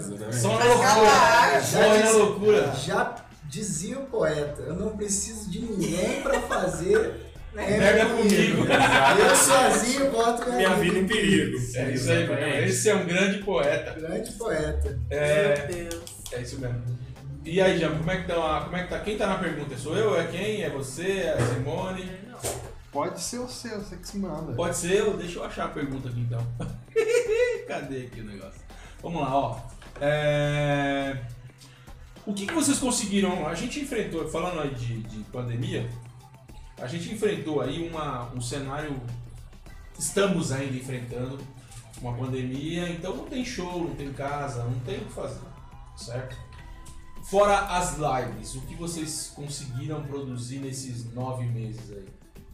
Só na Vai loucura. calar. Morre na loucura. já dizia o poeta, eu não preciso de ninguém pra fazer Merda comigo. Eu sozinho boto Minha vida em perigo. É isso aí, mano. Esse é um grande poeta. Grande poeta. É, Meu Deus. é isso mesmo. E aí, Jambo, como é que tá? Como é que tá? Quem tá na pergunta? Sou eu? É quem? É você? É a Simone? Pode ser o seu, você que se manda. Pode ser eu? Deixa eu achar a pergunta aqui então. Cadê aqui o negócio? Vamos lá, ó. É... O que, que vocês conseguiram? A gente enfrentou, falando aí de, de pandemia, a gente enfrentou aí uma, um cenário. Estamos ainda enfrentando uma pandemia, então não tem show, não tem casa, não tem o que fazer, certo? Fora as lives, o que vocês conseguiram produzir nesses nove meses aí?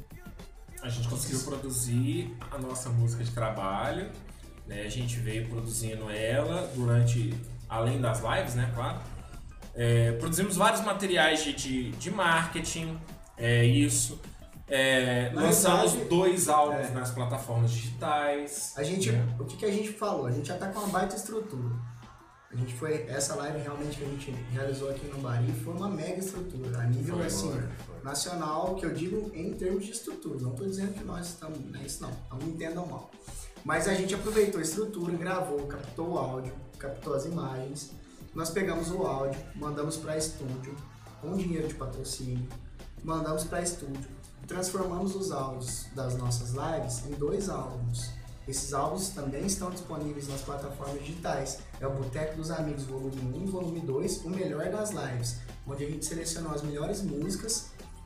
A gente conseguiu produzir a nossa música de trabalho, né? A gente veio produzindo ela durante, além das lives, né, claro. É, produzimos vários materiais de, de, de marketing, é isso. É, Na lançamos verdade, dois álbuns é. nas plataformas digitais. A gente, É. o que, que a gente falou? A gente já tá com uma baita estrutura. A gente foi, essa live realmente que a gente realizou aqui no Bari foi uma mega estrutura, a nível Foi, assim, foi, foi. nacional, que eu digo em termos de estrutura. Não tô dizendo que nós estamos, não é isso não, não me entendam mal. Mas a gente aproveitou a estrutura, gravou, captou o áudio, captou as imagens. Nós pegamos o áudio, mandamos para estúdio, com dinheiro de patrocínio, mandamos para estúdio, transformamos os áudios das nossas lives em dois álbuns. Esses álbuns também estão disponíveis nas plataformas digitais. É o Boteco dos Amigos, volume um e volume dois, o melhor das lives, onde a gente selecionou as melhores músicas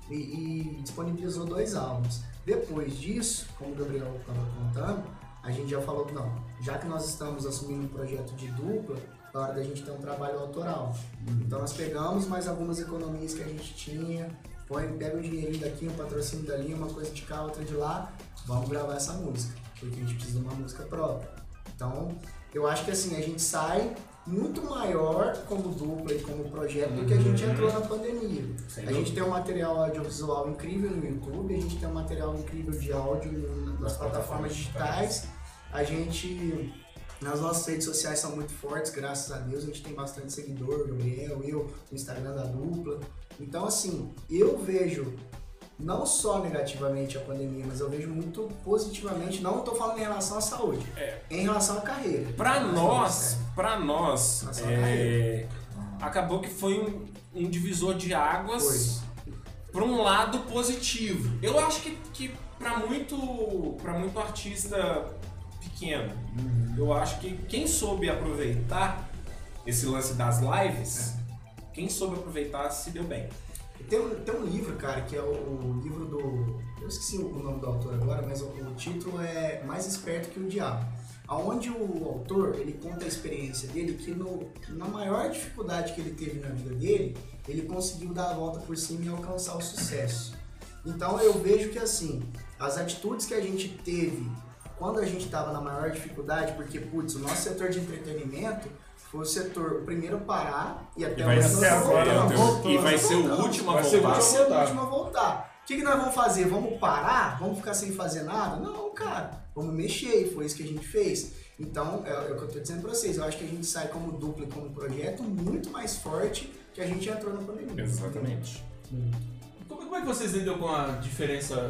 e, e disponibilizou dois álbuns. Depois disso, como o Gabriel estava contando, a gente já falou que não, já que nós estamos assumindo um projeto de dupla, é hora da gente ter um trabalho autoral. Então nós pegamos mais algumas economias que a gente tinha, põe, pega um dinheirinho daqui, um patrocínio dali, uma coisa de cá, outra de lá, vamos gravar essa música, porque a gente precisa de uma música própria. Então, eu acho que assim, a gente sai muito maior como dupla e como projeto do que a gente entrou na pandemia. A gente tem um material audiovisual incrível no YouTube, a gente tem um material incrível de áudio nas plataformas digitais, a gente... Nas nossas redes sociais são muito fortes, graças a Deus, a gente tem bastante seguidor, Gabriel, eu, no Instagram da dupla. Então assim, eu vejo não só negativamente a pandemia, mas eu vejo muito positivamente, não estou falando em relação à saúde, É. em relação à carreira. Pra Mas, nós, é. pra nós, Nossa, é, acabou que foi um, um divisor de águas para um lado positivo. Eu acho que, que para muito, pra muito artista pequeno, uhum. eu acho que quem soube aproveitar esse lance das lives, é. quem soube aproveitar se deu bem. Tem um, tem um livro, cara, que é o, o livro do... Eu esqueci o nome do autor agora, mas o, o título é Mais Esperto que o Diabo. Onde o autor, ele conta a experiência dele, que no, na maior dificuldade que ele teve na vida dele, ele conseguiu dar a volta por cima e alcançar o sucesso. Então eu vejo que assim, as atitudes que a gente teve quando a gente estava na maior dificuldade, porque, putz, o nosso setor de entretenimento foi o setor, o primeiro a parar e até e vai ser agora, voltando, e vai ser o último a voltar. Vai ser o último a voltar. O que, que nós vamos fazer? Vamos parar? Vamos ficar sem fazer nada? Não, cara. Vamos mexer, e foi isso que a gente fez. Então, é, é o que eu tô dizendo pra vocês. Eu acho que a gente sai como dupla e como projeto muito mais forte que a gente entrou na pandemia. Exatamente. Hum. Como, como é que vocês lidam com a diferença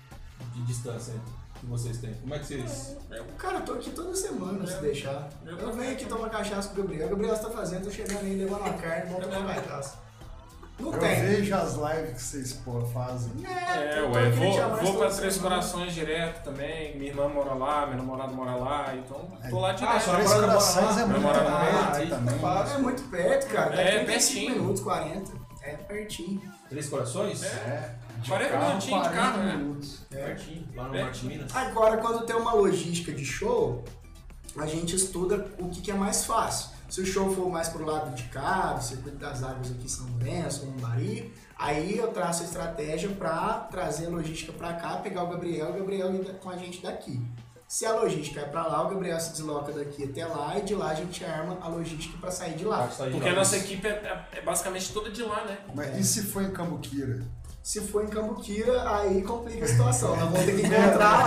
de distância que vocês têm? Como é que vocês... É, cara, eu tô aqui toda semana, é. se deixar. Eu, eu venho aqui tomar cachaça com o Gabriel. O Gabriel você tá fazendo, tô chegando aí, levando uma carne, vamos tomar cachaça. Não eu tem. vejo as lives que vocês pô, fazem. É, é ué, vou, vou pra Três Corações direto também, minha irmã mora lá, meu namorado mora lá, então é. tô lá direto. Ah, Três Corações é muito perto ah, também. Tá é muito perto, cara. Daqui é pertinho. minutos, quarenta. É pertinho. Três Corações? É. De quarenta carro, minutinhos de carro, né? minutos. É. Pertinho, lá no Norte de Minas. Agora, quando tem uma logística de show, a gente estuda o que, que é mais fácil. Se o show for mais pro lado de cá, do Circuito das Águas aqui em São Lourenço, Lambari, aí eu traço a estratégia para trazer a logística para cá, pegar o Gabriel e o Gabriel ir com a gente daqui. Se a logística é para lá, o Gabriel se desloca daqui até lá e de lá a gente arma a logística para sair de lá. Sair Porque lá. a nossa equipe é, é basicamente toda de lá, né? Mas É. e se for em Cambuquira? Se for em Cambuquira, aí complica a situação. Nós vamos ter que encontrar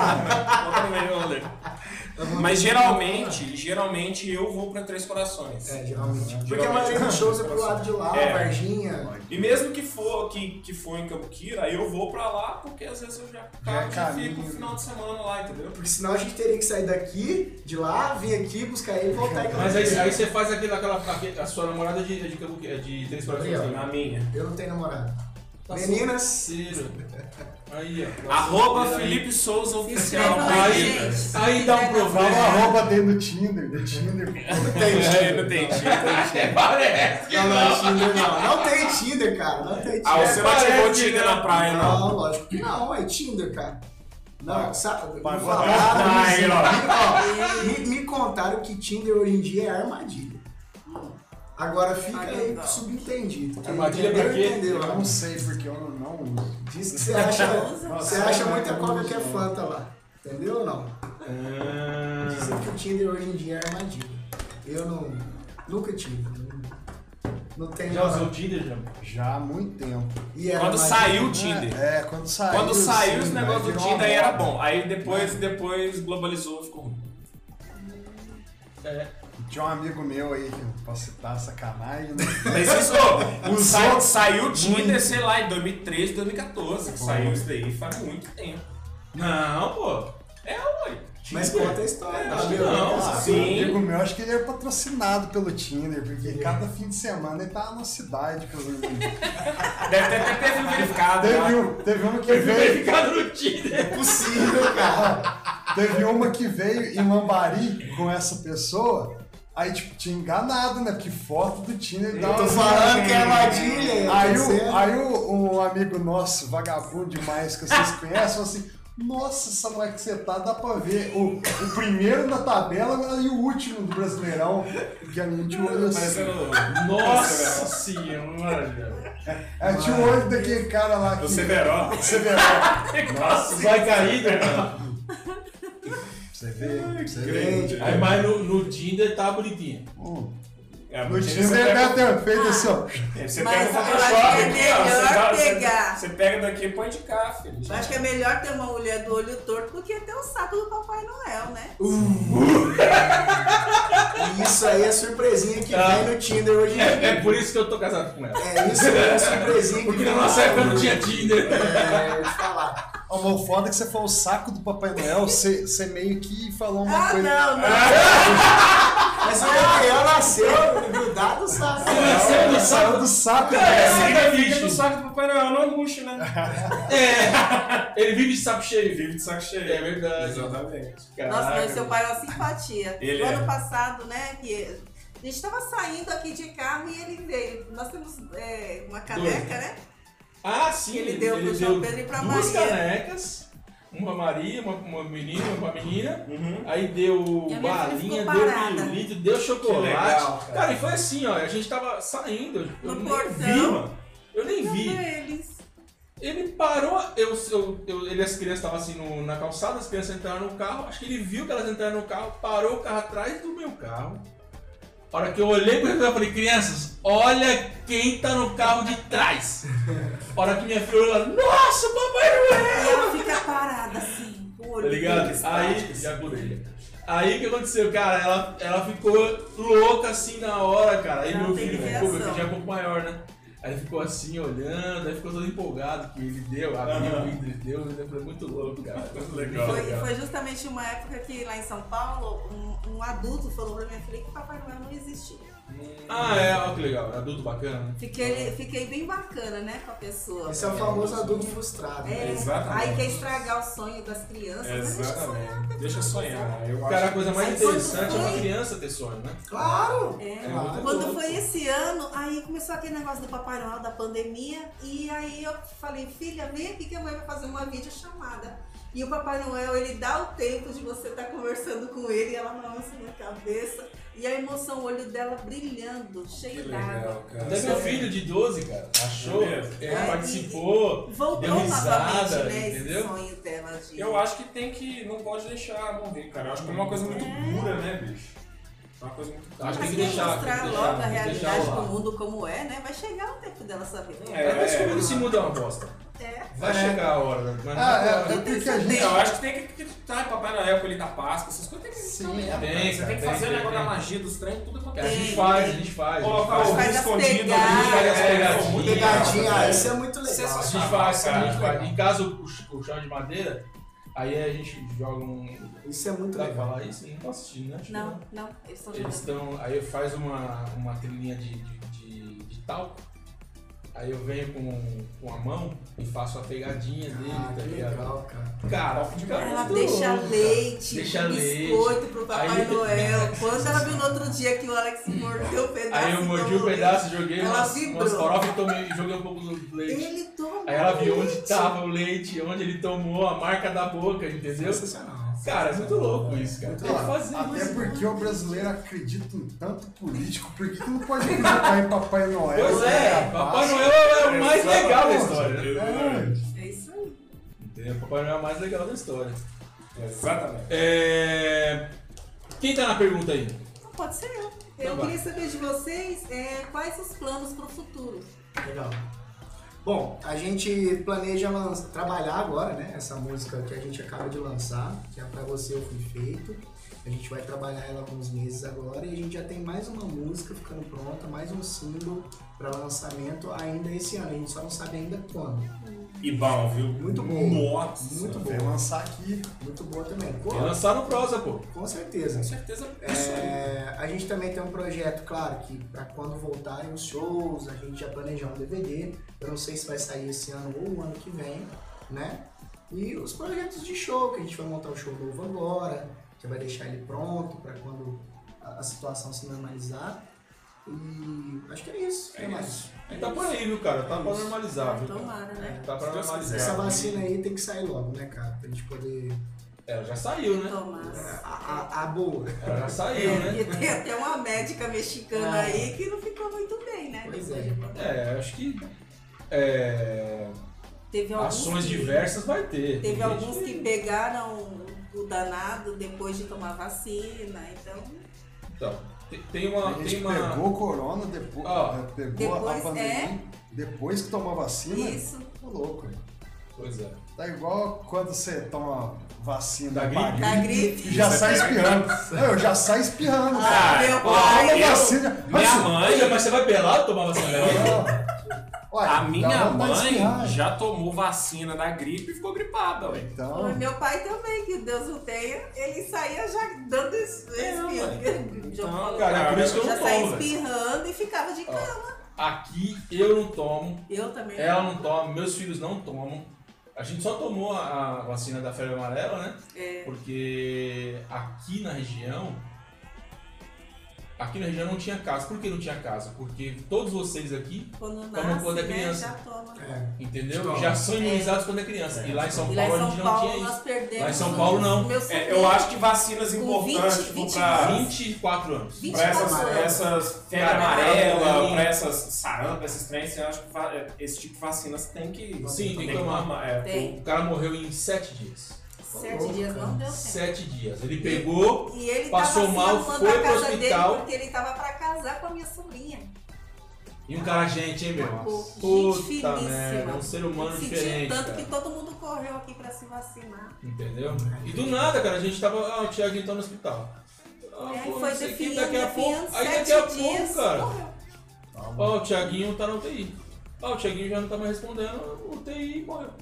lá. Mas geralmente, geralmente eu vou pra Três Corações. É, geralmente. Porque Geralmente. a maioria dos shows é pro lado de lá, É. Varginha. E mesmo que for, que, que for em Cambuquira, eu vou pra lá porque às vezes eu já, Já já, caminho. fico no final de semana lá, entendeu? Porque senão a gente teria que sair daqui, de lá, vir aqui, buscar ele e voltar em Mas aí, Cambuquira. aí você faz aquele, aquela, aquele, a sua namorada de, de, de, de Três Corações. Gabriel. né? Na minha. Eu não tenho namorado. Tá Meninas, solteiro. Aí, ó. Arroba Aí. Felipe Souza Se Oficial. inscreva lá, Aí- gente. aí dá um Inscreva problema. Fala lá. a arroba dele do Tinder, do Tinder. não tem É, Tinder. não tem Tinder. Parece que Não, não, não. é Tinder não. Não tem Tinder, cara. Não tem Tinder. Ah, você não Parece ativou o que Tinder não. na praia, não? Não, lógico que não. É Tinder, cara. Não, sabe? Me Pagou falaram, a me, conta. ó, me, me contaram que Tinder hoje em dia é armadilha. Agora fica Ah, aí legal. subentendido. Quem Armadilha entendeu, pra quê? entendeu, Eu ó. não sei porque eu não, não uso. Diz que você acha, Nossa, você eu acha não muita uso, coca que é não. Fanta lá. Entendeu ou não? Ah. Dizem que o Tinder hoje em dia é armadilha. Eu não. Nunca tive. Não, não tenho. Já usou o Tinder, já? Já há muito tempo. E era Quando armadilha. saiu o Tinder. É, quando saiu. Quando saiu esse sim, negócio aí do virou uma Tinder aí era moda. bom. Aí depois, depois globalizou, ficou ruim. É. Tinha um amigo meu aí, que pra citar sacanagem, né? Mas isso, ó, Usou sa- saiu o Tinder, muito. sei lá, em dois mil e treze, dois mil e quatorze. Saiu isso daí faz muito tempo. Não, pô. É, ué. Mas conta a história. É, tá acho que vendo? não, Ah, sim. Um amigo meu, acho que ele é patrocinado pelo Tinder, porque cada fim de semana ele tá na cidade com os amigos. Deve ter até perfil verificado. Teve, tá? um, teve uma que Perfil veio. verificado no Tinder. É possível, cara. Teve uma que veio em Lambari com essa pessoa Aí, tipo, tinha enganado, né? Porque foto do Tinder dá Eu tô umas- falando que é armadilha. Aí, tá o, certo? aí o, um amigo nosso, vagabundo demais, que vocês conhecem, falou assim: nossa, essa mulher que você tá, dá pra ver o, o primeiro na tabela e o último do Brasileirão. Que a gente olha assim. Parecendo. Nossa senhora, velho. É, tinha o olho daquele cara lá que. O Severo. Severo. Nossa, vai cair, cara. Você vê, você vê. Grande. Aí, mas no, no Tinder tá bonitinho. Hum. É, No você Tinder pega- deve ter feito assim, ó. Você Mas pega o eu Photoshop acho que é aqui, ó. Você, melhor dá- você- pegar. você pega daqui e põe de cá, filho. Eu acho que é melhor ter uma mulher do olho torto do que ter o saco do Papai Noel, né? E isso aí é surpresinha que Ah. vem no Tinder hoje em dia. É, é por isso que eu tô casado com ela. É, isso aí é surpresinha que Porque vem na nossa lá. época não tinha Tinder. É, eu te falar. Ó, mas o foda é que você falou o saco do Papai Noel, você, você meio que falou uma Ah, coisa. não, não. Mas o Gabriel nasceu grudado, sabe? Nasceu no Saiu do saco. Cara, né? esse Fica, é fica bicho. no saco do Papai Noel, não murcho, né? É. Ele vive de saco cheio. Vive de saco cheio. É verdade. Exatamente. Nossa, Caraca. mas seu pai é uma simpatia. Ele no é. ano passado, né, que a gente tava saindo aqui de carro e ele veio. Nós temos é, uma caneca, né? Ah, sim. Ele deu pro João Pedro e pra duas Maria. canecas. Uma Maria, uma, uma menina, uma menina. Uhum. Aí deu E a minha filha balinha, ficou deu parada. pirulito, deu chocolate. legal, cara. cara. e foi assim, ó. A gente tava saindo. Eu No nem portão. vi, mano. Eu nem vi. Eles. Ele parou, eu, eu, eu, ele e as crianças estavam assim no, na calçada, as crianças entraram no carro, acho que ele viu que elas entraram no carro, parou o carro atrás do meu carro. A hora que eu olhei para ele, eu falei, crianças, olha quem tá no carro de trás. A hora que minha filha olhou, ela, nossa, Papai Noel! E ela fica parada assim, com o olho Tá ligado? deles. Aí, já curei. Aí o que aconteceu, cara? Ela, ela ficou louca assim na hora, cara. Aí Não meu tem filho reação. ficou, meu filho já é um pouco maior, né? Aí ele ficou assim, olhando, aí ficou todo empolgado que ele deu, abriu Aham. o vidro e deu, ele foi muito louco, cara. Muito legal. Foi, legal. foi justamente uma época que lá em São Paulo, um, um adulto falou pra minha filha que Papai Noel não existia. Ah, é, olha que legal, adulto bacana. né? Fiquei, fiquei bem bacana, né, com a pessoa. Esse é o famoso adulto frustrado. É, né? Exatamente. aí quer estragar o sonho das crianças. mas deixa sonhar, Exatamente. Deixa sonhar. Eu Cara, a acho coisa mais Aí quando interessante é uma foi- criança ter sonho, né? Claro! É. É muito Quando louco. foi esse ano, aí começou aquele negócio do Papai Noel, da pandemia, e aí eu falei, filha, vem aqui que a mãe vai fazer uma videochamada. E o Papai Noel, ele dá o tempo de você estar conversando com ele, e ela balança na cabeça, e a emoção, o olho dela brilhando, que cheio legal, d'água. cara. Até meu filho de doze, cara, achou, É mesmo? ele Aí, participou, Voltou deu risada, novamente, né, entendeu? esse sonho dela de... Eu acho que tem que. Não pode deixar morrer, cara. Eu acho que é uma coisa muito pura, né, bicho? É uma coisa muito pura. Acho que Mas tem que quer deixar, mostrar tem que logo a deixar, tem que deixar realidade rolar. do mundo como é, né? Vai chegar o tempo dela saber. É. Ela vai descobrir que esse mundo é uma bosta. É. Vai É. chegar a hora, né? Mas não Ah, agora. é, é porque a gente. Eu acho que tem que acreditar em Papai Noel, Coelho da Páscoa, essas coisas tem que Sim, também, tem, cara. cara, Você tem que tem, fazer o tem, negócio tem. da magia dos trem, tudo A acontece. gente faz, a gente faz. a gente Colocar faz. o Faz as escondido ali, pegadas. faz as Pegadinha. muito Pegadinha, legal, isso é muito legal. A gente Sensacional. faz, cara. a gente faz. Em casa, o, o chão de madeira, aí a gente joga um... Isso é muito Dá pra legal. falar isso? Não tô assistindo, né? Acho que Não, não, eles estão Eles jogando. estão... Aí faz uma, uma trilhinha de, de, de, de talco. Aí eu venho com, com a mão e faço a pegadinha dele, Ah, tá que ligado? legal, cara. Cara, fica Ela muito deixa louco, leite, Deixa biscoito pro Papai Aí- Noel. Quando ela viu no outro dia que o Alex mordeu o pedaço. Aí eu mordi tomou o pedaço, joguei Ela umas, vibrou. umas farofas e tomei, joguei um pouco do leite. Ele tomou. Aí ela viu onde leite. tava o leite, onde ele tomou, a marca da boca, entendeu? Sensacional. Cara, é muito louco isso, cara. Tem que fazer Até isso. porque o brasileiro acredita em tanto político, por que que não pode acreditar em Papai Noel? Pois né? é, Papai Noel é o mais legal da história, né? É. É isso aí. Entendeu? Papai Noel é o mais legal da história. Exatamente. É... Quem tá na pergunta aí? Não, pode ser eu. Então Eu vai. queria saber de vocês é, quais os planos pro futuro. Legal. Bom, a gente planeja lança- trabalhar agora, né? Essa música que a gente acaba de lançar, que é Pra Você Eu Fui Feito. A gente vai trabalhar ela alguns meses agora e a gente já tem mais uma música ficando pronta, mais um single para lançamento ainda esse ano. A gente só não sabe ainda quando. E bom, viu? Muito bom. Nossa. Muito Vai boa. lançar aqui. Muito boa também. Pô, Vai lançar no prosa, pô. com certeza. Com certeza. Isso aí. É, a gente também tem um projeto, claro, que para quando voltarem os shows, a gente já planejar um D V D. Eu não sei se vai sair esse ano ou o ano que vem, né? E os projetos de show, que a gente vai montar o show novo agora, já vai deixar ele pronto para quando a, a situação se normalizar. E acho que é isso. É É mais. isso. E tá por aí, viu, cara? Tá pra normalizar, viu? Tomara, né? Tá pra Se Deus normalizar. Essa vacina aí tem que sair logo, né, cara? Pra gente poder. Ela já saiu, né? Tomara. A, a, a boa. Ela já saiu, né? E tem até uma médica mexicana Ah. aí que não ficou muito bem, né? Pois Depois é. de botar. É, acho que é, Teve alguns ações que- diversas vai ter. Teve Tem alguns gente que pegaram o danado depois de tomar vacina, então. Então, tem- tem uma. A gente Tem uma... pegou o corona, depois, Ó, é, pegou depois, a pandemia, é. depois que tomou a vacina. Isso. Tô louco. Pois é. Tá igual quando você toma vacina Da pra gripe? Da gripe. e já sai espirrando. Não, eu já saio espirrando. Ah, cara. meu Eu pai. tomo eu- vacina. Minha mãe. Olha, mas você vai pelado tomar vacina da gripe? Ué, A dá minha vontade de mãe espirrar. já tomou vacina da gripe e ficou gripada, ué. Então, Mas meu pai também, que Deus o tenha, ele saía já dando es- espirro. Então, Cara, é por isso que eu já não saía tomo, velho. espirrando e ficava de Ó. cama. Aqui eu não tomo, Eu também. ela não toma, meus filhos não tomam. A gente só tomou a, a vacina da febre amarela, né? É. Porque aqui na região. Aqui na região não tinha casa. Por que não tinha casa? Porque todos vocês aqui, Quando Toma nasce, quando é né, criança. já toma. É. entendeu? Toma. Já são imunizados quando é criança. E lá em São E lá Paulo em a gente São não Paulo tinha nós isso. perdemos. Lá em São Paulo, não. os meus É, sobrinhos. eu acho que vacinas Com importantes, vinte, tipo, vinte pra, vinte e quatro anos. vinte pra essas, anos. essas febre Cara, amarela, sim. pra essas sarampo, esses trens, eu acho que va- esse tipo de vacinas tem que, Sim, tem que tomar. É. Tem. O cara morreu em sete dias. Sete dias não deu tempo. Sete dias. Ele pegou. E ele Passou tava mal, se arrumando foi a pro casa hospital. dele porque ele tava pra casar com a minha sobrinha. E um cara gente, hein, meu? Pô, Puta gente finíssima. merda, um ser humano Senti diferente. tanto cara. que todo mundo correu aqui pra se vacinar. Entendeu? E do nada, cara, a gente tava. Ah, o Thiaguinho tá no hospital. Ah, É, pô, foi não sei o que, definhando, daqui a pouco. definhando, Aí daqui sete a dias, pouco, cara. morreu. Ó, o Thiaguinho tá na U T I. Ó, o Thiaguinho já não tá mais respondendo. U T I e morreu.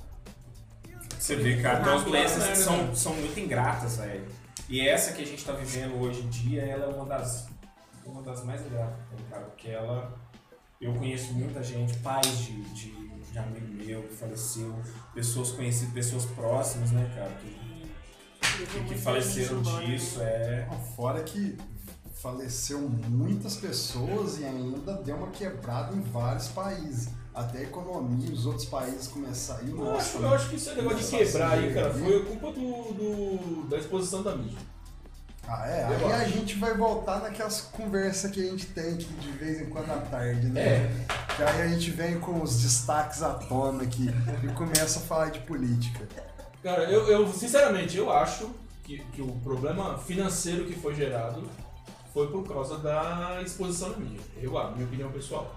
Você vê, cara, tem umas doenças que Merda, são, né? são muito ingratas, velho. E essa que a gente tá vivendo hoje em dia, ela é uma das, uma das mais ingratas, cara, porque ela... Eu conheço muita gente, pais de, de, de amigo meu que faleceu, pessoas conhecidas, pessoas próximas, né, cara, que, Levou que, que muita faleceram gente embora, disso, né? é... fora que faleceu muitas pessoas e ainda deu uma quebrada em vários países. Até a economia, os outros países começaram. E o Eu nosso, acho, eu acho que esse negócio de Nossa, quebrar aí, sim. cara, foi culpa do, do- da exposição da mídia. Ah, é? Eu Aí a acho. gente vai voltar naquelas conversas que a gente tem aqui de vez em quando à tarde, né? É. Que aí a gente vem com os destaques à tona aqui e começa a falar de política. Cara, eu, eu sinceramente, eu acho que, que o problema financeiro que foi gerado foi por causa da exposição da mídia. Eu, a minha opinião pessoal.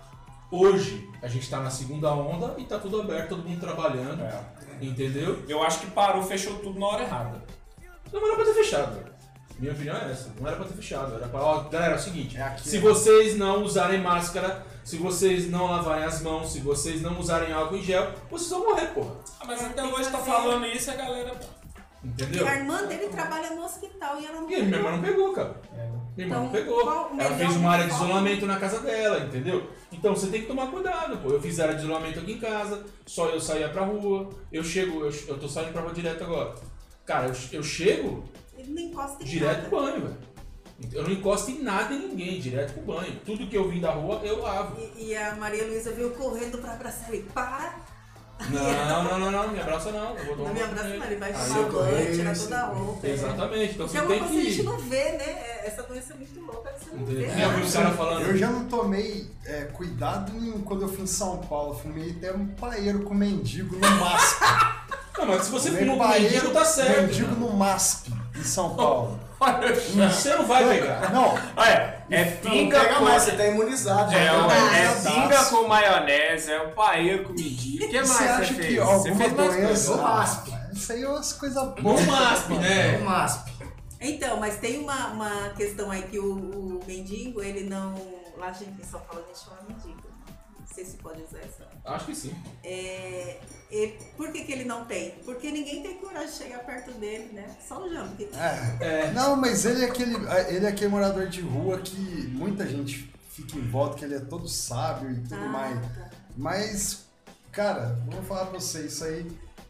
Hoje, a gente tá na segunda onda e tá tudo aberto, todo mundo trabalhando, é. entendeu? Eu acho que parou, fechou tudo na hora errada. Não era pra ter fechado, velho. Minha opinião é essa. Não era pra ter fechado. Era pra, ó, galera, é o seguinte. É aqui, se né? vocês não usarem máscara, se vocês não lavarem as mãos, se vocês não usarem álcool em gel, vocês vão morrer, porra. Ah, mas É, até tem que hoje tá fazer. falando isso e a galera... E Entendeu? a irmã dele trabalha no hospital e ela não E minha irmã não pegou, cara. É. Minha irmã Então, não pegou. qual o Ela melhor fez uma área de forma? isolamento na casa dela, entendeu? Então você tem que tomar cuidado, pô. Eu fiz área de isolamento aqui em casa, só eu saía pra rua. Eu chego, eu, eu tô saindo pra rua direto agora. Cara, eu, eu chego Ele não encosta em direto nada. pro banho, velho. Eu não encosto em nada e ninguém, direto pro banho. Tudo que eu vim da rua, eu lavo. E, e a Maria Luísa veio correndo pra abraçar ele. Para! Não, não, não, não, me abraça não. Eu vou tomar Não me um abraça, banho. não. Ele vai Aí tomar eu tô- banho, tirar esse- toda a roupa. é. Exatamente, então Porque você é uma tem coisa que a gente que... não vê, né? Essa doença é muito louca, você não Entendeu? vê. Eu vi os caras falando... Eu já não tomei é, cuidado nenhum quando eu fui em São Paulo. Fumei até um paeiro com mendigo no M A S P. Não, mas se você Fumei for no paeiro mendigo, tá certo. mendigo no M A S P, em São Paulo. Você não vai pegar. Não, Olha, é Não pinga pega com... mais, você tá imunizado. já É, tá o- é imunizadaço. pinga com maionese, é o paeiro com medida. O que mais você você acha fez? que Você alguma fez mais doença... coisa. Ah, isso aí é umas coisas No boas. MASP, É né? um MASP. Então, mas tem uma, uma questão aí que o, o mendigo, ele não... Lá a gente em São Paulo a gente chama mendigo. Não sei se pode usar essa. Acho que sim. É, e por que, que ele não tem? Porque ninguém tem coragem de chegar perto dele, né? Só o Jão. Porque... É. É. Não, mas ele é, aquele, ele é aquele morador de rua que muita gente fica em volta, que ele é todo sábio e tudo Ah, mais. tá. Mas, cara, vou falar pra você, isso aí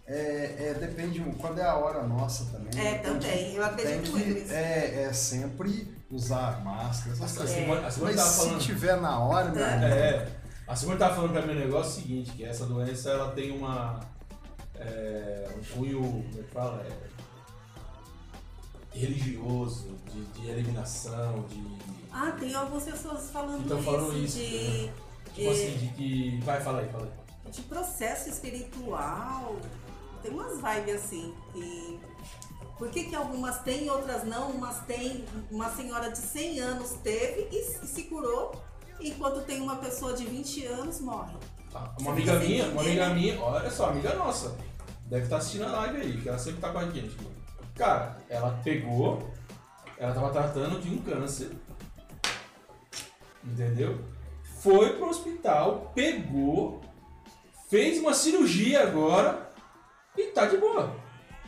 é, é, depende, quando é a hora nossa também. É, também, eu acredito tem muito que, nisso. é, é sempre usar máscara, essas A coisas. Simone, a Simone Mas tava se falando. tiver na hora, meu amigo, É, a Simone tava falando pra mim um negócio seguinte, que essa doença ela tem uma. É, um cunho, como é que fala? É, religioso, de, de eliminação, de. Ah, tem algumas pessoas falando Então, isso, falando isso, de, Tipo é, assim, de que. Vai, fala aí, fala aí. de processo espiritual. Tem umas vibes assim. Que... Por que, que algumas têm e outras não? Umas tem, uma senhora de cem anos teve e, e se curou, enquanto tem uma pessoa de vinte anos morre. Tá. Você Uma amiga fica sem minha, uma entender, amiga né? minha, olha só, amiga nossa, deve estar assistindo a live aí, que ela sempre tá com a gente. Cara, ela pegou, ela tava tratando de um câncer, entendeu? Foi pro hospital, pegou, fez uma cirurgia agora e tá de boa.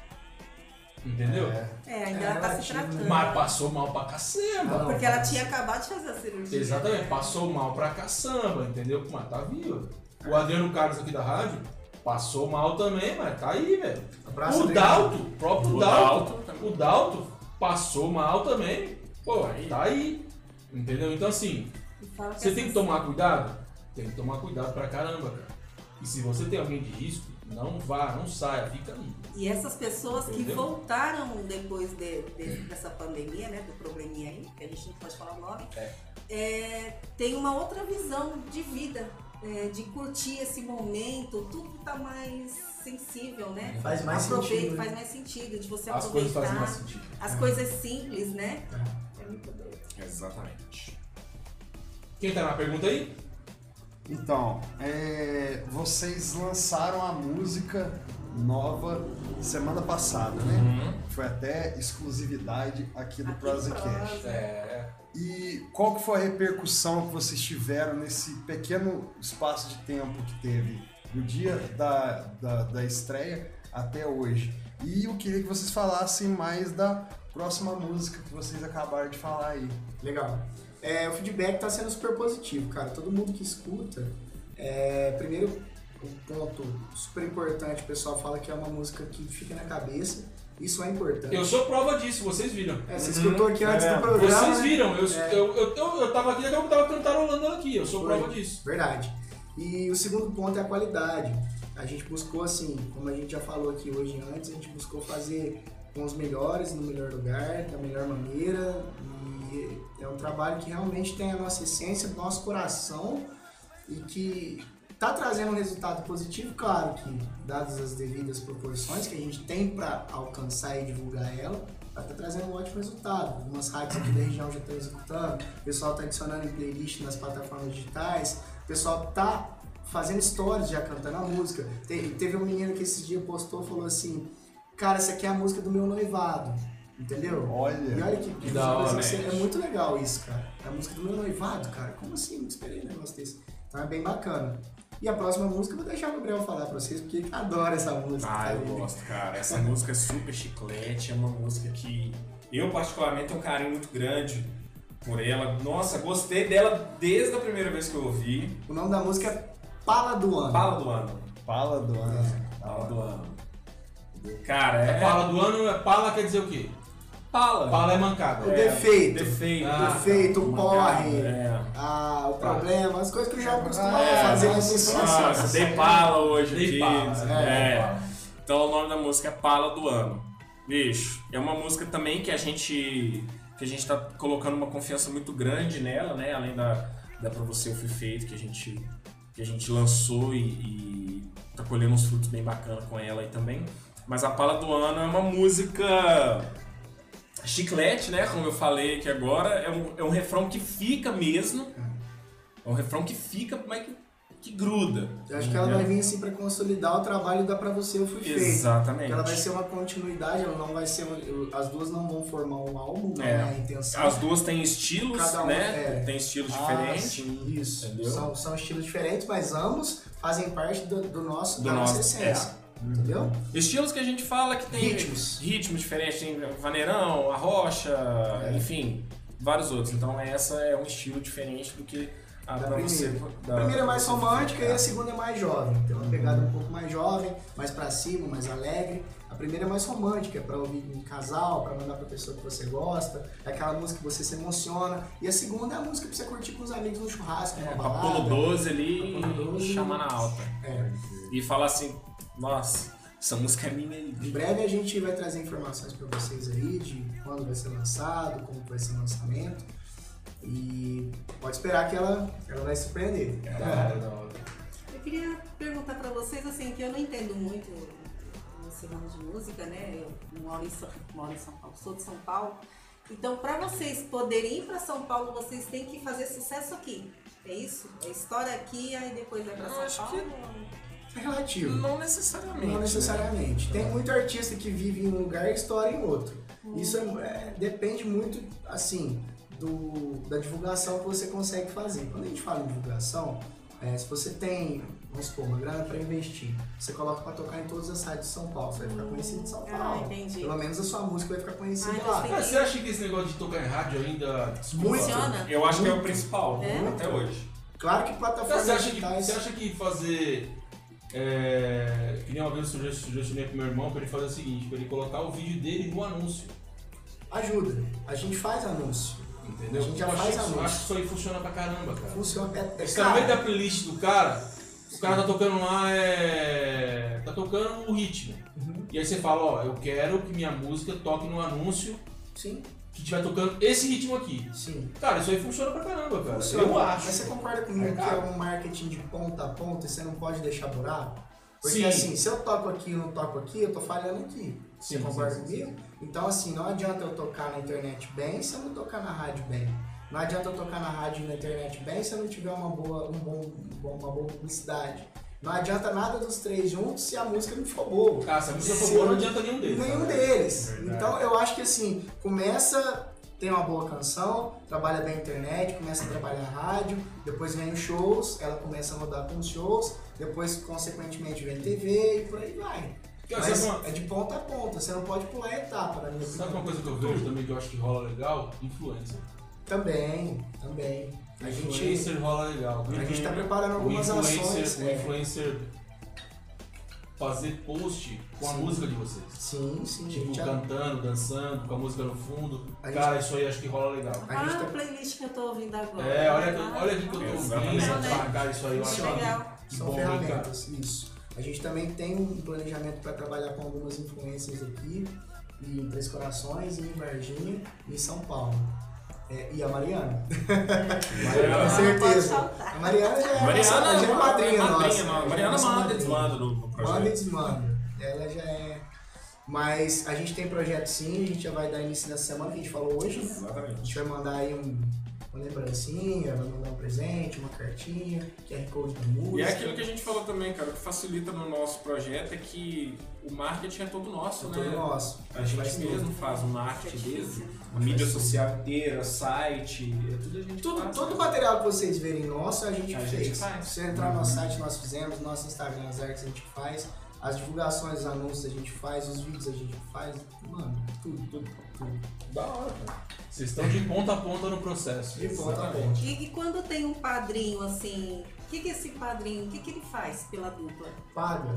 Entendeu? É. É, ainda É ela tá se relativo, né? tratando. Mas passou mal pra caçamba. Porque ela tinha acabado de fazer a cirurgia. Exatamente, né? passou mal pra caçamba, entendeu? Mas tá viva. O Adriano Carlos aqui da rádio passou mal também, mas tá aí, velho. Abraço, O Adriano. Dalto, o próprio O Dalto, Dalto também. o Dalto passou mal também. Pô, Tá aí. tá aí. Entendeu? Então assim, E fala você tem que essas- tomar cuidado? Tem que tomar cuidado pra caramba, cara. E se você tem alguém de risco, não vá, não saia, fica aí. E essas pessoas que Entendeu? voltaram depois de, de- dessa pandemia, né, do probleminha aí, que a gente não pode falar o nome, É. é, tem uma outra visão de vida, é, de curtir esse momento, tudo tá mais sensível, né? Faz mais Aproveita, sentido, né? faz mais sentido, de você As coisas aproveitar fazem mais sentido. as coisas simples, né? É muito doido. Exatamente. Quem tá na pergunta aí? Então, é, vocês lançaram a música nova semana passada, né? Uhum. Foi até exclusividade aqui do Aqui Prosa no Cash. Prosa. É. E qual que foi a repercussão que vocês tiveram nesse pequeno espaço de tempo que teve do dia da, da, da estreia até hoje? E eu queria que vocês falassem mais da próxima música que vocês acabaram de falar aí. Legal. É, o feedback tá sendo super positivo, cara. Todo mundo que escuta, é, primeiro, um ponto super importante, o pessoal fala que é uma música que fica na cabeça. Isso é importante. Eu sou prova disso, vocês viram. É, você Uhum. escutou aqui antes É, do programa. Vocês viram, eu, É. eu, eu, eu, eu tava aqui, daqui a pouco eu tava cantarolando ela aqui, eu sou Foi. prova disso. Verdade. E o segundo ponto é a qualidade. A gente buscou, assim, como a gente já falou aqui hoje antes, a gente buscou fazer com os melhores, no melhor lugar, da melhor maneira. E é um trabalho que realmente tem a nossa essência, do nosso coração e que tá trazendo um resultado positivo, claro que, dadas as devidas proporções que a gente tem para alcançar e divulgar ela, tá trazendo um ótimo resultado. Algumas rádios aqui da região já estão executando, o pessoal tá adicionando em playlist nas plataformas digitais, o pessoal tá fazendo stories já cantando a música. Te- Teve um menino que esses dias postou e falou assim, cara, essa aqui é a música do meu noivado, entendeu? Olha. E olha que, Que da hora, assim, né? é muito legal isso, cara. É a música do meu noivado, cara. Como assim? Não esperei um negócio desse. Então é bem bacana. E a próxima música eu vou deixar o Gabriel falar pra vocês, porque ele adora essa música. Ah, cara. eu gosto, cara. Essa música é super chiclete, é uma música que eu particularmente tenho um carinho muito grande por ela. Nossa, gostei dela desde a primeira vez que eu ouvi. O nome da música é Pala do Ano. Pala do ano. Fala do ano. Pala do ano. Cara, é... Pala do ano, pala quer dizer o quê? Pala. Pala é mancada. O defeito. Defeito. Ah, defeito, o porre, É. ah, o Tá. problema, as coisas que eu já costumava É, fazer nossa nesse senhora. Nossa, dei pala hoje Dei aqui. pala, É. é. Então o nome da música é Pala do Ano. Bicho, é uma música também que a gente que a gente tá colocando uma confiança muito grande nela, né? Além da, da Pra Você Eu Fui Feito, que a gente, que a gente lançou e, e tá colhendo uns frutos bem bacanas com ela aí também. Mas a Pala do Ano é uma música chiclete, né? Como eu falei aqui agora. É um, é um refrão que fica mesmo. É um refrão que fica, mas que, que gruda. Eu acho que ela vai vir assim pra consolidar o trabalho da Pra Você Eu Fui Feito. Exatamente. Ela vai ser uma continuidade, ela não vai ser. um- As duas não vão formar um álbum, não É. é a intenção. As duas têm estilos, Cada um, né? é. Tem estilos Ah, diferentes. sim. Isso. Entendeu? São, são estilos diferentes, mas ambos fazem parte do, do nosso, Do da nossa nosso- essência. Entendeu? Estilos que a gente fala que tem Ritmos. ritmos diferentes, tem vaneirão, a rocha, É. enfim, vários outros. Então essa é um estilo diferente do que Ah, da pra primeira. você, A da- primeira é mais você romântica ficar. e a segunda é mais jovem. Tem uma pegada um pouco mais jovem, mais pra cima, mais alegre. A primeira é mais romântica, é pra ouvir em casal, pra mandar pra pessoa que você gosta. É aquela música que você se emociona. E a segunda é a música pra você curtir com os amigos no churrasco, É, numa pra balada. pulo doze ali Pra pulo doze. e chamar na alta. É. E falar assim, nossa, essa música é minha aí. Em breve a gente vai trazer informações pra vocês aí de quando vai ser lançado, como vai ser o lançamento. E pode esperar que ela, ela vai surpreender. Eu queria perguntar pra vocês, assim, que eu não entendo muito nesse ramo de música, né? Eu moro em São, moro em São Paulo, sou de São Paulo. Então, pra vocês poderem ir pra São Paulo, vocês têm que fazer sucesso aqui. É isso? É história aqui, aí depois vai pra Eu São acho Paulo? É relativo. Não necessariamente. Não né? necessariamente. Tem muito artista que vive em um lugar e estoura em outro. Isso é- é- depende muito, assim, do, da divulgação que você consegue fazer. Quando a gente fala em divulgação, é, se você tem, vamos supor, uma grana para investir, você coloca para tocar em todas as sites de São Paulo, você vai ficar conhecido em São Ah, Paulo. entendi. Pelo menos a sua música vai ficar conhecida Ah, então lá. tem- Cara, você acha que esse negócio de tocar em rádio ainda... Muito. Funciona? Eu acho que é o principal, É? até hoje. Claro que Cara, plataformas você, acha que, digitais... você acha que fazer... É, que nem uma vez eu sugestionei pro meu irmão pra ele fazer o seguinte, pra ele colocar o vídeo dele no anúncio. Ajuda. A gente faz anúncio. Entendeu? A gente já Eu acho faz que isso- anúncio. acho que isso aí funciona pra caramba, cara. Funciona. É, é, Você tá no meio cara, da playlist do cara, o cara tá tocando lá, é. tá tocando o ritmo. Uhum. E aí você fala, ó, eu quero que minha música toque no anúncio Sim, que estiver tocando esse ritmo aqui. sim. Cara, isso aí funciona pra caramba, cara. Funciona. Eu acho. Mas você concorda comigo É, que cara. é um marketing de ponta a ponta e você não pode deixar buraco? Porque Sim. assim, se eu toco aqui e não toco aqui, eu tô falhando aqui. Você Sim, concorda sim, sim, comigo? Então assim, não adianta eu tocar na internet bem se eu não tocar na rádio bem. Não adianta eu tocar na rádio e na internet bem se eu não tiver uma boa, um bom, um bom- uma boa publicidade. Não adianta nada dos três juntos se a música não for boa. Cara, se a música for Se boa, eu- não adianta nenhum deles. Nenhum né? deles. Verdade. Então eu acho que assim, começa, tem uma boa canção, trabalha bem a internet, começa a trabalhar a rádio, depois vem os shows, ela começa a rodar com os shows, depois consequentemente vem T V e por aí vai. Cara, Mas sabe uma- é de ponta a ponta, você não pode pular etapa, na minha Sabe opinião. uma coisa que eu vejo também que eu acho que rola legal? Influencer. Também, também. A gente, Influencer rola legal. a gente tá preparando O algumas influencer, ações. o é. influencer fazer post com a Sim. música de vocês. Sim, sim. a Tipo, gente já- cantando, dançando, com a música no fundo. A Cara, isso aí acho que rola legal. A Ah, gente a tá- playlist que eu tô ouvindo agora. É, olha, aqui- Ah, olha aqui que eu tô Exatamente. ouvindo. É, Tá, cara, isso aí eu acho Funciona. legal. que São bom, hein, cara. ferramentas, isso. A gente também tem um planejamento para trabalhar com algumas influências aqui, em Três Corações, em Varginha e em São Paulo. É, e a Mariana. Mariana. Com certeza. Pode faltar. A Mariana já é, Mariana nossa, já é madrinha nossa. nossa. Já é Mariana nossa manda e madrinha. desmanda no, no Manda e projeto. desmanda. Ela já é... Mas a gente tem projeto sim, a gente já vai dar início nessa semana, que a gente falou hoje, né? A Exatamente. gente vai mandar aí um, uma lembrancinha, vai mandar um presente, uma cartinha, Q R Code da música. E é aquilo que a gente falou também, cara, o que facilita no nosso projeto é que o marketing é todo nosso, É né? todo nosso. A gente faz tudo. mesmo faz o marketing É dele, difícil. a mídia Faz tudo. social inteira, site, é tudo a gente Tudo, faz. todo o né? material que vocês verem nosso, a gente A fez. gente faz. Se você entrar no nosso site, nós fizemos, no nosso Instagram, as artes a gente faz, as divulgações, os anúncios a gente faz, os vídeos a gente faz, mano, tudo, tudo, tudo. Da hora, cara. Vocês estão de ponta a ponta no processo. De ponta a Exatamente. ponta. E, e quando tem um padrinho, assim, o que que esse padrinho, o que que ele faz pela dupla? Paga.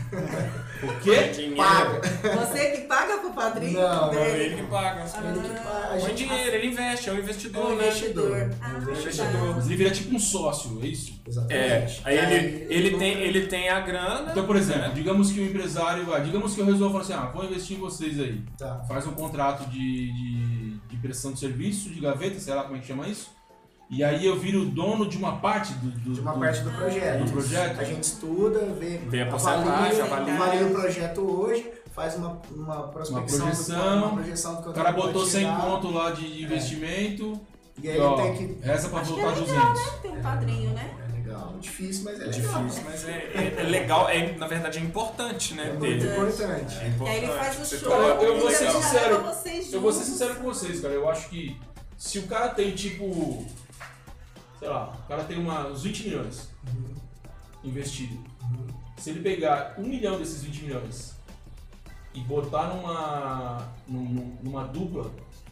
O quê? Dinheiro. Paga. Você que paga pro padrinho? Não, Não, dele? ele que paga. Ah, Ele que paga. A Põe gente dinheiro, ele investe, é um É investidor, um né? investidor. Ah, Um investidor. Ele vira tipo um sócio, é isso? É, Exatamente. aí ele, ele, não- tem, ele tem a grana. Então, por exemplo, digamos que o empresário vai, digamos que eu resolvo falar assim, ah, vou investir em vocês aí. Tá. Faz um contrato de, de, de prestação de serviço, de gaveta, sei lá como é que chama isso. E aí eu viro dono de uma parte do, do, De uma do- parte do projeto. do projeto. A gente estuda, vê, Vê a porcentagem, avalia. avalia o projeto hoje, faz uma, uma prospecção, Uma do projeção. quanto- uma projeção do que O cara pode botou cem tirar, conto lá de, de investimento. E aí E, ó, ele tem que... reza pra Acho que voltar é legal, duzentos. né? Tem um padrinho, né? É legal, difícil, mas é, É legal. difícil, mas é, é- é legal, é, na verdade é importante, né, É muito dele. importante. É E importante. aí ele faz o Você show. Cara, eu- eu vou e ser já sincero, leva vocês Eu vou ser juntos. sincero com vocês, cara. Eu acho que se o cara tem tipo. Sei lá, o cara tem uma, uns vinte milhões investido. Se ele pegar um milhão desses vinte milhões e botar numa, num- numa dupla,